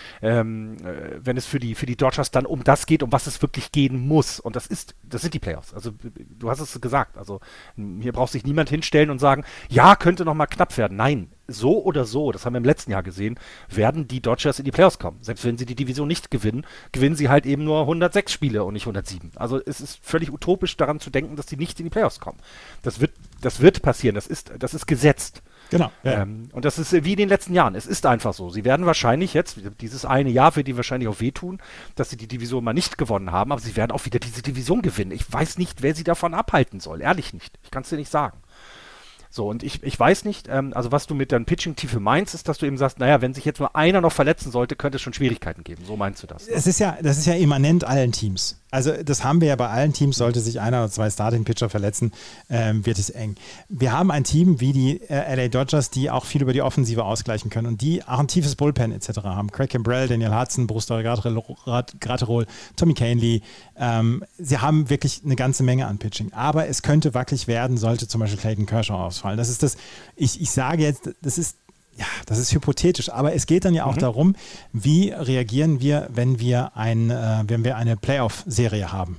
Dodgers dann um das geht, um was es wirklich gehen muss. Und das sind die Playoffs. Also, du hast es gesagt. Also, hier braucht sich niemand hinstellen und sagen, ja, könnte noch mal knapp werden. Nein, so oder so, das haben wir im letzten Jahr gesehen, werden die Dodgers in die Playoffs kommen. Selbst wenn sie die Division nicht gewinnen, gewinnen sie halt eben nur 106 Spiele und nicht 107. Also es ist völlig utopisch daran zu denken, dass die nicht in die Playoffs kommen. Das wird passieren, das ist gesetzt. Genau. Ja. Und das ist wie in den letzten Jahren. Es ist einfach so. Sie werden wahrscheinlich jetzt, dieses eine Jahr wird die wahrscheinlich auch wehtun, dass sie die Division mal nicht gewonnen haben, aber sie werden auch wieder diese Division gewinnen. Ich weiß nicht, wer sie davon abhalten soll. Ehrlich nicht. Ich kann es dir nicht sagen. So, und ich weiß nicht, also was du mit deinem Pitching-Tiefe meinst, ist, dass du eben sagst, naja, wenn sich jetzt nur einer noch verletzen sollte, könnte es schon Schwierigkeiten geben. So meinst du das? Ne? Das ist ja immanent allen Teams. Also das haben wir ja bei allen Teams, sollte sich einer oder zwei Starting-Pitcher verletzen, wird es eng. Wir haben ein Team wie die LA Dodgers, die auch viel über die Offensive ausgleichen können und die auch ein tiefes Bullpen etc. haben. Craig Kimbrell, Daniel Hudson, Brusdar Graterol, Tommy Kahnle. Sie haben wirklich eine ganze Menge an Pitching. Aber es könnte wackelig werden, sollte zum Beispiel Clayton Kershaw ausfallen. Das ist das, ich sage jetzt, das ist hypothetisch, aber es geht dann ja auch darum, wie reagieren wir, wenn wir eine Playoff-Serie haben.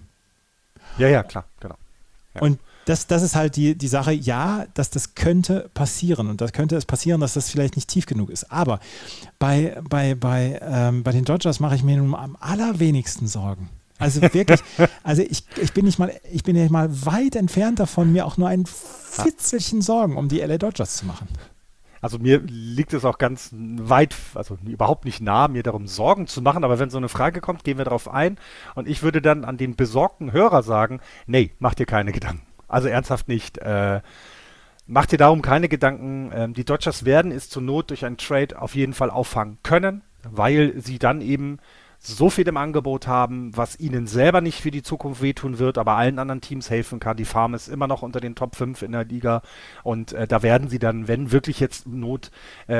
Ja, klar, genau. Ja. Und das ist halt die Sache, ja, dass das könnte passieren und das könnte es passieren, dass das vielleicht nicht tief genug ist. Aber bei den Dodgers mache ich mir nun am allerwenigsten Sorgen. Also wirklich, ich bin nicht mal weit entfernt davon, mir auch nur ein Fitzelchen Sorgen um die LA Dodgers zu machen. Also mir liegt es auch ganz weit, also überhaupt nicht nah, mir darum Sorgen zu machen, aber wenn so eine Frage kommt, gehen wir darauf ein und ich würde dann an den besorgten Hörer sagen, nee, mach dir keine Gedanken. Also ernsthaft nicht. Mach dir darum keine Gedanken. Die Dodgers werden es zur Not durch einen Trade auf jeden Fall auffangen können, weil sie dann eben so viel im Angebot haben, was ihnen selber nicht für die Zukunft wehtun wird, aber allen anderen Teams helfen kann. Die Farm ist immer noch unter den Top 5 in der Liga und da werden sie dann, wenn wirklich jetzt Not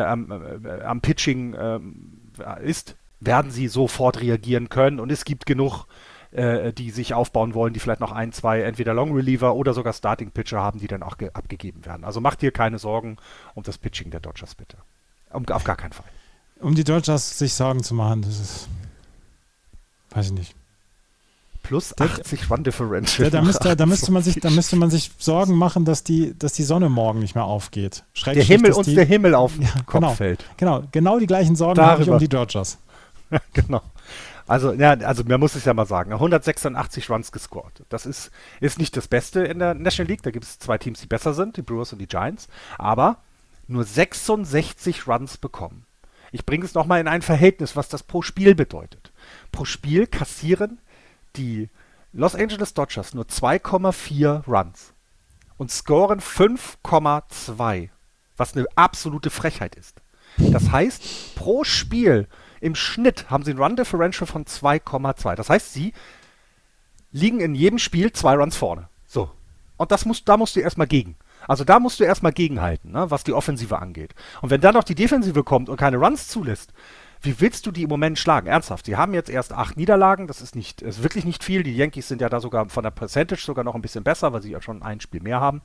am Pitching ist, werden sie sofort reagieren können und es gibt genug, die sich aufbauen wollen, die vielleicht noch ein, zwei, entweder Long Reliever oder sogar Starting Pitcher haben, die dann auch abgegeben werden. Also mach dir keine Sorgen um das Pitching der Dodgers, bitte. Auf gar keinen Fall. Um die Dodgers sich Sorgen zu machen, das ist... Weiß ich nicht. Plus 80 Run Differential. Da müsste man sich Sorgen machen, dass die Sonne morgen nicht mehr aufgeht. Der Himmel auf den Kopf fällt. Genau die gleichen Sorgen habe ich um die Dodgers. Genau. Also man muss es ja mal sagen, 186 Runs gescored. Das ist nicht das Beste in der National League. Da gibt es zwei Teams, die besser sind, die Brewers und die Giants. Aber nur 66 Runs bekommen. Ich bringe es nochmal in ein Verhältnis, was das pro Spiel bedeutet. Pro Spiel kassieren die Los Angeles Dodgers nur 2,4 Runs und scoren 5,2, was eine absolute Frechheit ist. Das heißt, pro Spiel im Schnitt haben sie ein Run-Differential von 2,2. Das heißt, sie liegen in jedem Spiel 2 Runs vorne. So. Und da musst du erstmal gegen. Also da musst du erstmal gegenhalten, ne, was die Offensive angeht. Und wenn dann noch die Defensive kommt und keine Runs zulässt, wie willst du die im Moment schlagen? Ernsthaft, sie haben jetzt erst 8 Niederlagen, das ist wirklich nicht viel. Die Yankees sind ja da sogar von der Percentage sogar noch ein bisschen besser, weil sie ja schon ein Spiel mehr haben.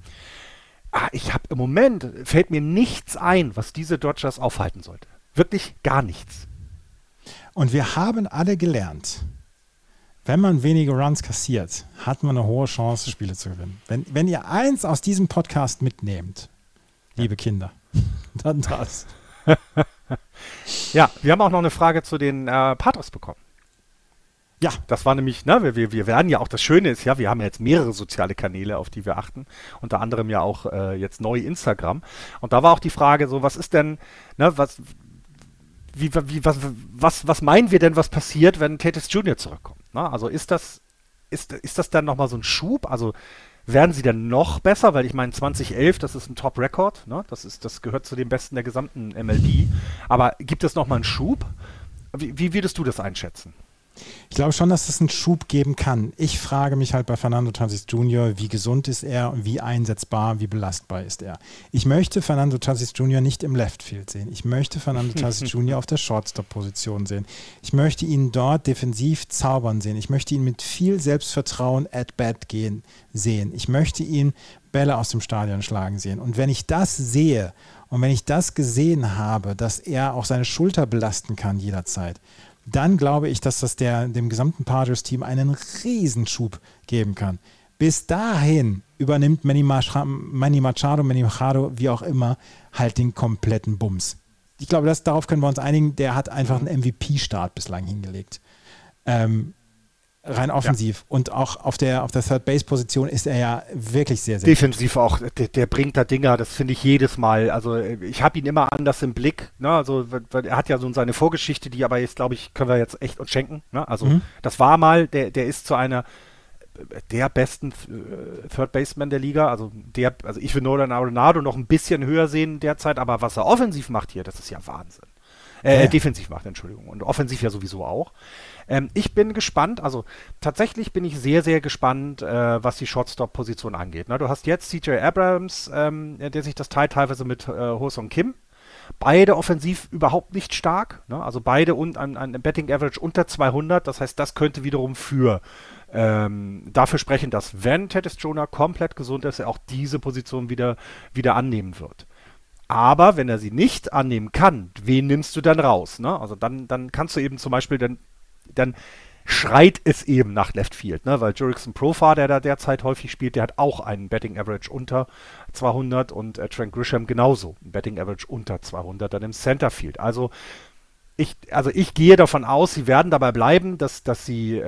Im Moment fällt mir nichts ein, was diese Dodgers aufhalten sollte. Wirklich gar nichts. Und wir haben alle gelernt, wenn man wenige Runs kassiert, hat man eine hohe Chance, Spiele zu gewinnen. Wenn ihr eins aus diesem Podcast mitnehmt, liebe Kinder, dann das. Ja, wir haben auch noch eine Frage zu den Padres bekommen. Ja, das war nämlich, wir werden ja auch, das Schöne ist ja, wir haben ja jetzt mehrere soziale Kanäle, auf die wir achten, unter anderem ja auch jetzt neu Instagram. Und da war auch die Frage so, was ist denn, was meinen wir denn, was passiert, wenn Tatis Jr. zurückkommt? Na, also ist das dann nochmal so ein Schub? Also werden sie dann noch besser? Weil ich meine, 2011, das ist ein Top-Record, ne? Das gehört zu den Besten der gesamten MLB. Aber gibt es nochmal einen Schub? Wie würdest du das einschätzen? Ich glaube schon, dass es einen Schub geben kann. Ich frage mich halt bei Fernando Tatis Jr., wie gesund ist er, wie einsetzbar, wie belastbar ist er. Ich möchte Fernando Tatis Jr. nicht im Left Field sehen. Ich möchte Fernando Tatis Jr. auf der Shortstop-Position sehen. Ich möchte ihn dort defensiv zaubern sehen. Ich möchte ihn mit viel Selbstvertrauen at bat sehen. Ich möchte ihn Bälle aus dem Stadion schlagen sehen. Und wenn ich das sehe und wenn ich das gesehen habe, dass er auch seine Schulter belasten kann jederzeit, dann glaube ich, dass das dem gesamten Padres-Team einen Riesenschub geben kann. Bis dahin übernimmt Manny Machado, wie auch immer, halt den kompletten Bums. Ich glaube, darauf können wir uns einigen. Der hat einfach einen MVP-Start bislang hingelegt. Rein offensiv. Ja. Und auch auf der Third-Base-Position ist er ja wirklich sehr, sehr defensiv gut. Auch. Der bringt da Dinger, das finde ich jedes Mal. Also ich habe ihn immer anders im Blick. Ne? Also weil er hat ja so seine Vorgeschichte, die aber jetzt, glaube ich, können wir jetzt echt uns schenken. Ne? Also das war mal, der ist zu einer der besten Third Baseman der Liga. Also ich will Nolan Arenado noch ein bisschen höher sehen derzeit, aber was er offensiv macht hier, das ist ja Wahnsinn. Defensiv macht, Entschuldigung. Und offensiv ja sowieso auch. Ich bin gespannt, also tatsächlich bin ich sehr, sehr gespannt, was die Shortstop-Position angeht. Ne? Du hast jetzt CJ Abrams, der sich das teilt, teilweise mit Ho-Sung Kim. Beide offensiv überhaupt nicht stark. Ne? Also beide ein Betting Average unter 200. Das heißt, das könnte wiederum dafür sprechen, dass wenn Tatis Jr. komplett gesund ist, er auch diese Position wieder annehmen wird. Aber wenn er sie nicht annehmen kann, wen nimmst du dann raus? Ne? Also dann kannst du eben zum Beispiel, dann schreit es eben nach Left Field, ne? Weil Jurickson Profar, der da derzeit häufig spielt, der hat auch einen Betting Average unter 200 und Trent Grisham genauso, ein Betting Average unter 200 dann im Center Field. Also ich gehe davon aus, sie werden dabei bleiben, dass sie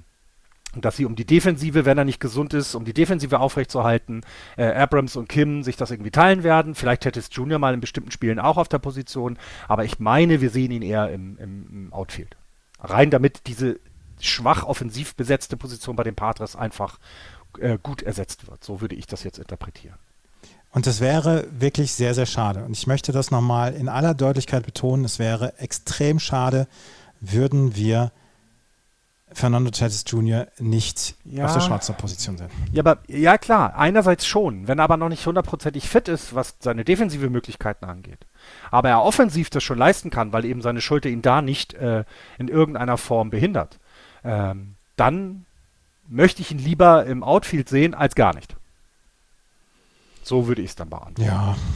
um die Defensive, wenn er nicht gesund ist, um die Defensive aufrechtzuerhalten, Abrams und Kim sich das irgendwie teilen werden. Vielleicht Tatis Jr. mal in bestimmten Spielen auch auf der Position. Aber ich meine, wir sehen ihn eher im Outfield. Rein damit diese schwach offensiv besetzte Position bei den Padres einfach gut ersetzt wird. So würde ich das jetzt interpretieren. Und das wäre wirklich sehr, sehr schade. Und ich möchte das nochmal in aller Deutlichkeit betonen. Es wäre extrem schade, würden wir Fernando Tatis Jr. nicht auf der Shortstop-Position sehen. Ja, klar, einerseits schon, wenn er aber noch nicht hundertprozentig fit ist, was seine defensive Möglichkeiten angeht. Aber er offensiv das schon leisten kann, weil eben seine Schulter ihn da nicht in irgendeiner Form behindert. Dann möchte ich ihn lieber im Outfield sehen, als gar nicht. So würde ich es dann beantworten.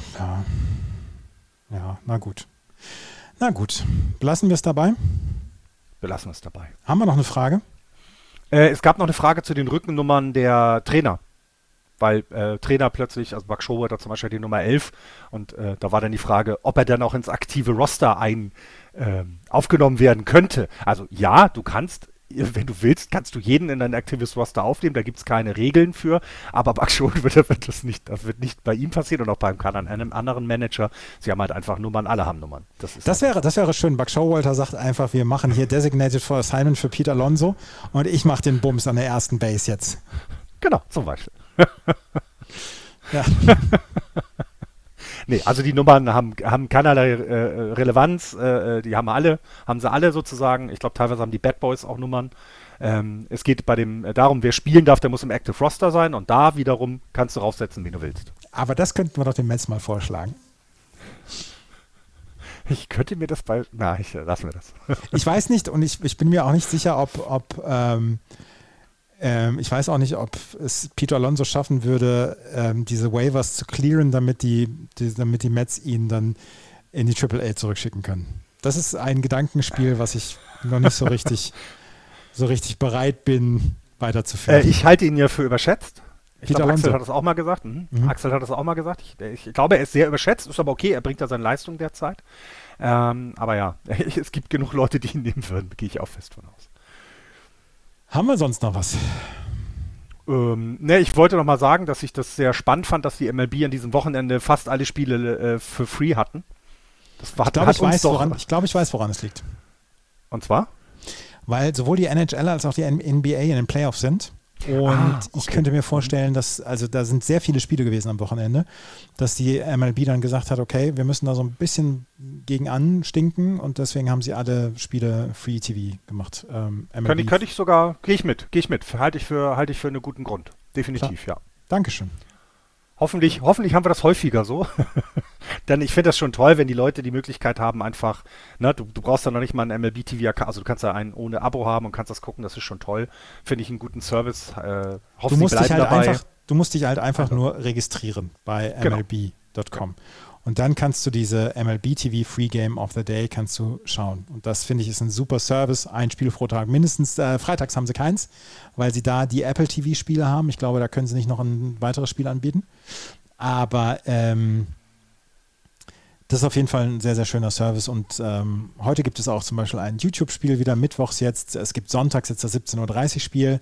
Ja, na gut. Belassen wir es dabei? Belassen wir es dabei. Haben wir noch eine Frage? Es gab noch eine Frage zu den Rückennummern der Trainer. Weil Trainer plötzlich, also Buck Showalter zum Beispiel die Nummer 11 und da war dann die Frage, ob er dann auch ins aktive Roster aufgenommen werden könnte. Also ja, du kannst, wenn du willst, kannst du jeden in dein aktives Roster aufnehmen, da gibt es keine Regeln für, aber Buck Showalter das wird nicht bei ihm passieren und auch beim einem anderen Manager. Sie haben halt einfach Nummern, alle haben Nummern. Das wäre schön. Buck Showalter sagt einfach, wir machen hier Designated for Assignment für Pete Alonso und ich mache den Bums an der ersten Base jetzt. Genau, zum Beispiel. Ja. Nee, also die Nummern haben keinerlei Relevanz, die haben sie alle sozusagen. Ich glaube, teilweise haben die Bad Boys auch Nummern. Es geht darum, wer spielen darf, der muss im Active Roster sein und da wiederum kannst du raufsetzen, wie du willst. Aber das könnten wir doch den Mets mal vorschlagen. Ich könnte mir das lassen wir das. Ich weiß nicht und ich bin mir auch nicht sicher, ich weiß auch nicht, ob es Pete Alonso schaffen würde, diese Waivers zu clearen, damit die Mets ihn dann in die AAA zurückschicken können. Das ist ein Gedankenspiel, was ich noch nicht so richtig bereit bin, weiterzuführen. Ich halte ihn ja für überschätzt. Ich glaube, Alonso. Axel hat das auch mal gesagt. Axel hat das auch mal gesagt. Ich glaube, er ist sehr überschätzt, ist aber okay, er bringt ja seine Leistung derzeit. Aber ja, es gibt genug Leute, die ihn nehmen würden, gehe ich auch fest von aus. Haben wir sonst noch was? Ich wollte noch mal sagen, dass ich das sehr spannend fand, dass die MLB an diesem Wochenende fast alle Spiele für free hatten. Ich glaube, ich weiß, woran es liegt. Und zwar? Weil sowohl die NHL als auch die NBA in den Playoffs sind Und ich könnte mir vorstellen, dass, also da sind sehr viele Spiele gewesen am Wochenende, dass die MLB dann gesagt hat, okay, wir müssen da so ein bisschen gegen anstinken und deswegen haben sie alle Spiele Free TV gemacht. Könnte ich sogar, gehe ich mit. Halte ich für einen guten Grund. Definitiv, Klar. ja. Dankeschön. Hoffentlich haben wir das häufiger so. Denn ich finde das schon toll, wenn die Leute die Möglichkeit haben, einfach, ne, du brauchst dann noch nicht mal einen MLB TV-Account, also du kannst da einen ohne Abo haben und kannst das gucken, das ist schon toll. Finde ich einen guten Service. Du musst dich halt einfach nur registrieren bei MLB.com. Und dann kannst du diese MLB TV Free Game of the Day kannst du schauen. Und das finde ich ist ein super Service. Ein Spiel pro Tag. Mindestens freitags haben sie keins, weil sie da die Apple TV Spiele haben. Ich glaube, da können sie nicht noch ein weiteres Spiel anbieten. Aber das ist auf jeden Fall ein sehr, sehr schöner Service. Und heute gibt es auch zum Beispiel ein YouTube-Spiel wieder, mittwochs jetzt. Es gibt sonntags jetzt das 17:30 Uhr Spiel.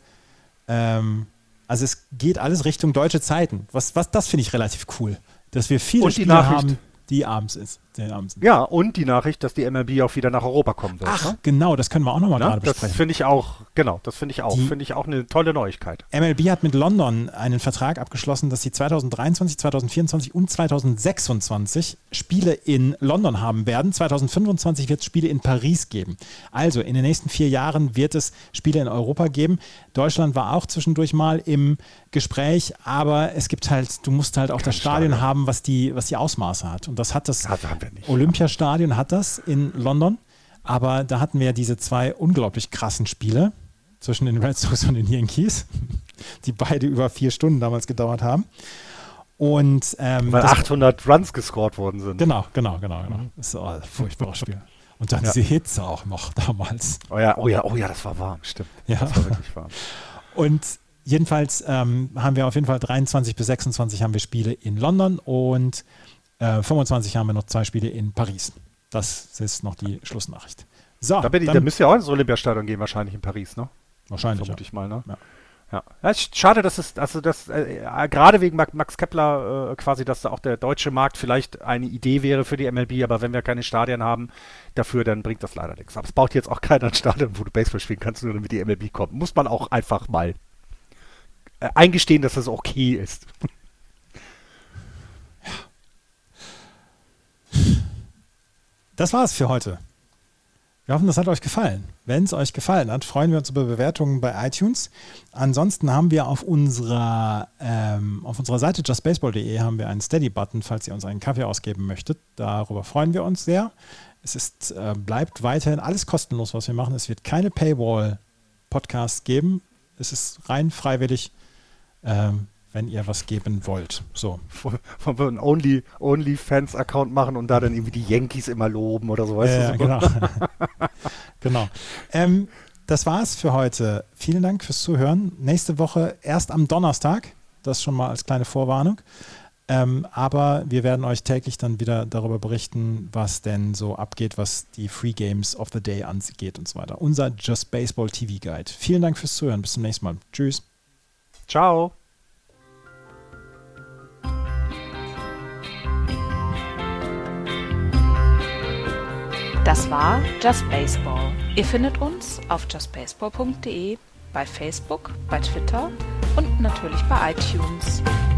Also es geht alles Richtung deutsche Zeiten. Das finde ich relativ cool. Dass wir viele Spiele haben, die abends sind. Ja, und die Nachricht, dass die MLB auch wieder nach Europa kommen wird. Ach, ne? Genau, das können wir auch nochmal gerade besprechen. Das finde ich auch, finde ich auch eine tolle Neuigkeit. MLB hat mit London einen Vertrag abgeschlossen, dass sie 2023, 2024 und 2026 Spiele in London haben werden. 2025 wird es Spiele in Paris geben. Also in den nächsten 4 Jahren wird es Spiele in Europa geben. Deutschland war auch zwischendurch mal im Gespräch, aber es gibt halt, du musst halt auch das Stadion haben, was die Ausmaße hat. Und das hat das Olympiastadion hat das in London, aber da hatten wir ja diese 2 unglaublich krassen Spiele zwischen den Red Sox und den Yankees, die beide über 4 Stunden damals gedauert haben. Und, weil 800 Runs gescored worden sind. Genau. Das ist ein furchtbares Spiel. Und dann diese Hitze auch noch damals. Oh ja, das war warm, stimmt. Ja. Das war wirklich warm. Und jedenfalls haben wir auf jeden Fall 23 bis 26 haben wir Spiele in London und 25 haben wir noch 2 Spiele in Paris. Das ist noch die Schlussnachricht. So, da müsste ja auch ins Olympiastadion gehen, wahrscheinlich in Paris, ne? Wahrscheinlich. Vermute ich mal, ne? Ja. Ja, schade, dass es, gerade wegen Max Kepler quasi, dass da auch der deutsche Markt vielleicht eine Idee wäre für die MLB, aber wenn wir keine Stadien haben dafür, dann bringt das leider nichts. Aber es baut jetzt auch keiner ein Stadion, wo du Baseball spielen kannst, nur damit die MLB kommt. Muss man auch einfach mal eingestehen, dass das okay ist. Das war's für heute. Wir hoffen, das hat euch gefallen. Wenn es euch gefallen hat, freuen wir uns über Bewertungen bei iTunes. Ansonsten haben wir auf unserer Seite justbaseball.de haben wir einen Steady-Button, falls ihr uns einen Kaffee ausgeben möchtet. Darüber freuen wir uns sehr. Es bleibt weiterhin alles kostenlos, was wir machen. Es wird keine Paywall-Podcasts geben. Es ist rein freiwillig, wenn ihr was geben wollt. So. Wollen wir einen OnlyFans-Account machen und da dann irgendwie die Yankees immer loben oder so, weißt du? Genau. Genau. Das war's für heute. Vielen Dank fürs Zuhören. Nächste Woche erst am Donnerstag. Das schon mal als kleine Vorwarnung. Aber wir werden euch täglich dann wieder darüber berichten, was denn so abgeht, was die Free Games of the Day angeht und so weiter. Unser Just Baseball TV Guide. Vielen Dank fürs Zuhören. Bis zum nächsten Mal. Tschüss. Ciao. Das war Just Baseball. Ihr findet uns auf justbaseball.de, bei Facebook, bei Twitter und natürlich bei iTunes.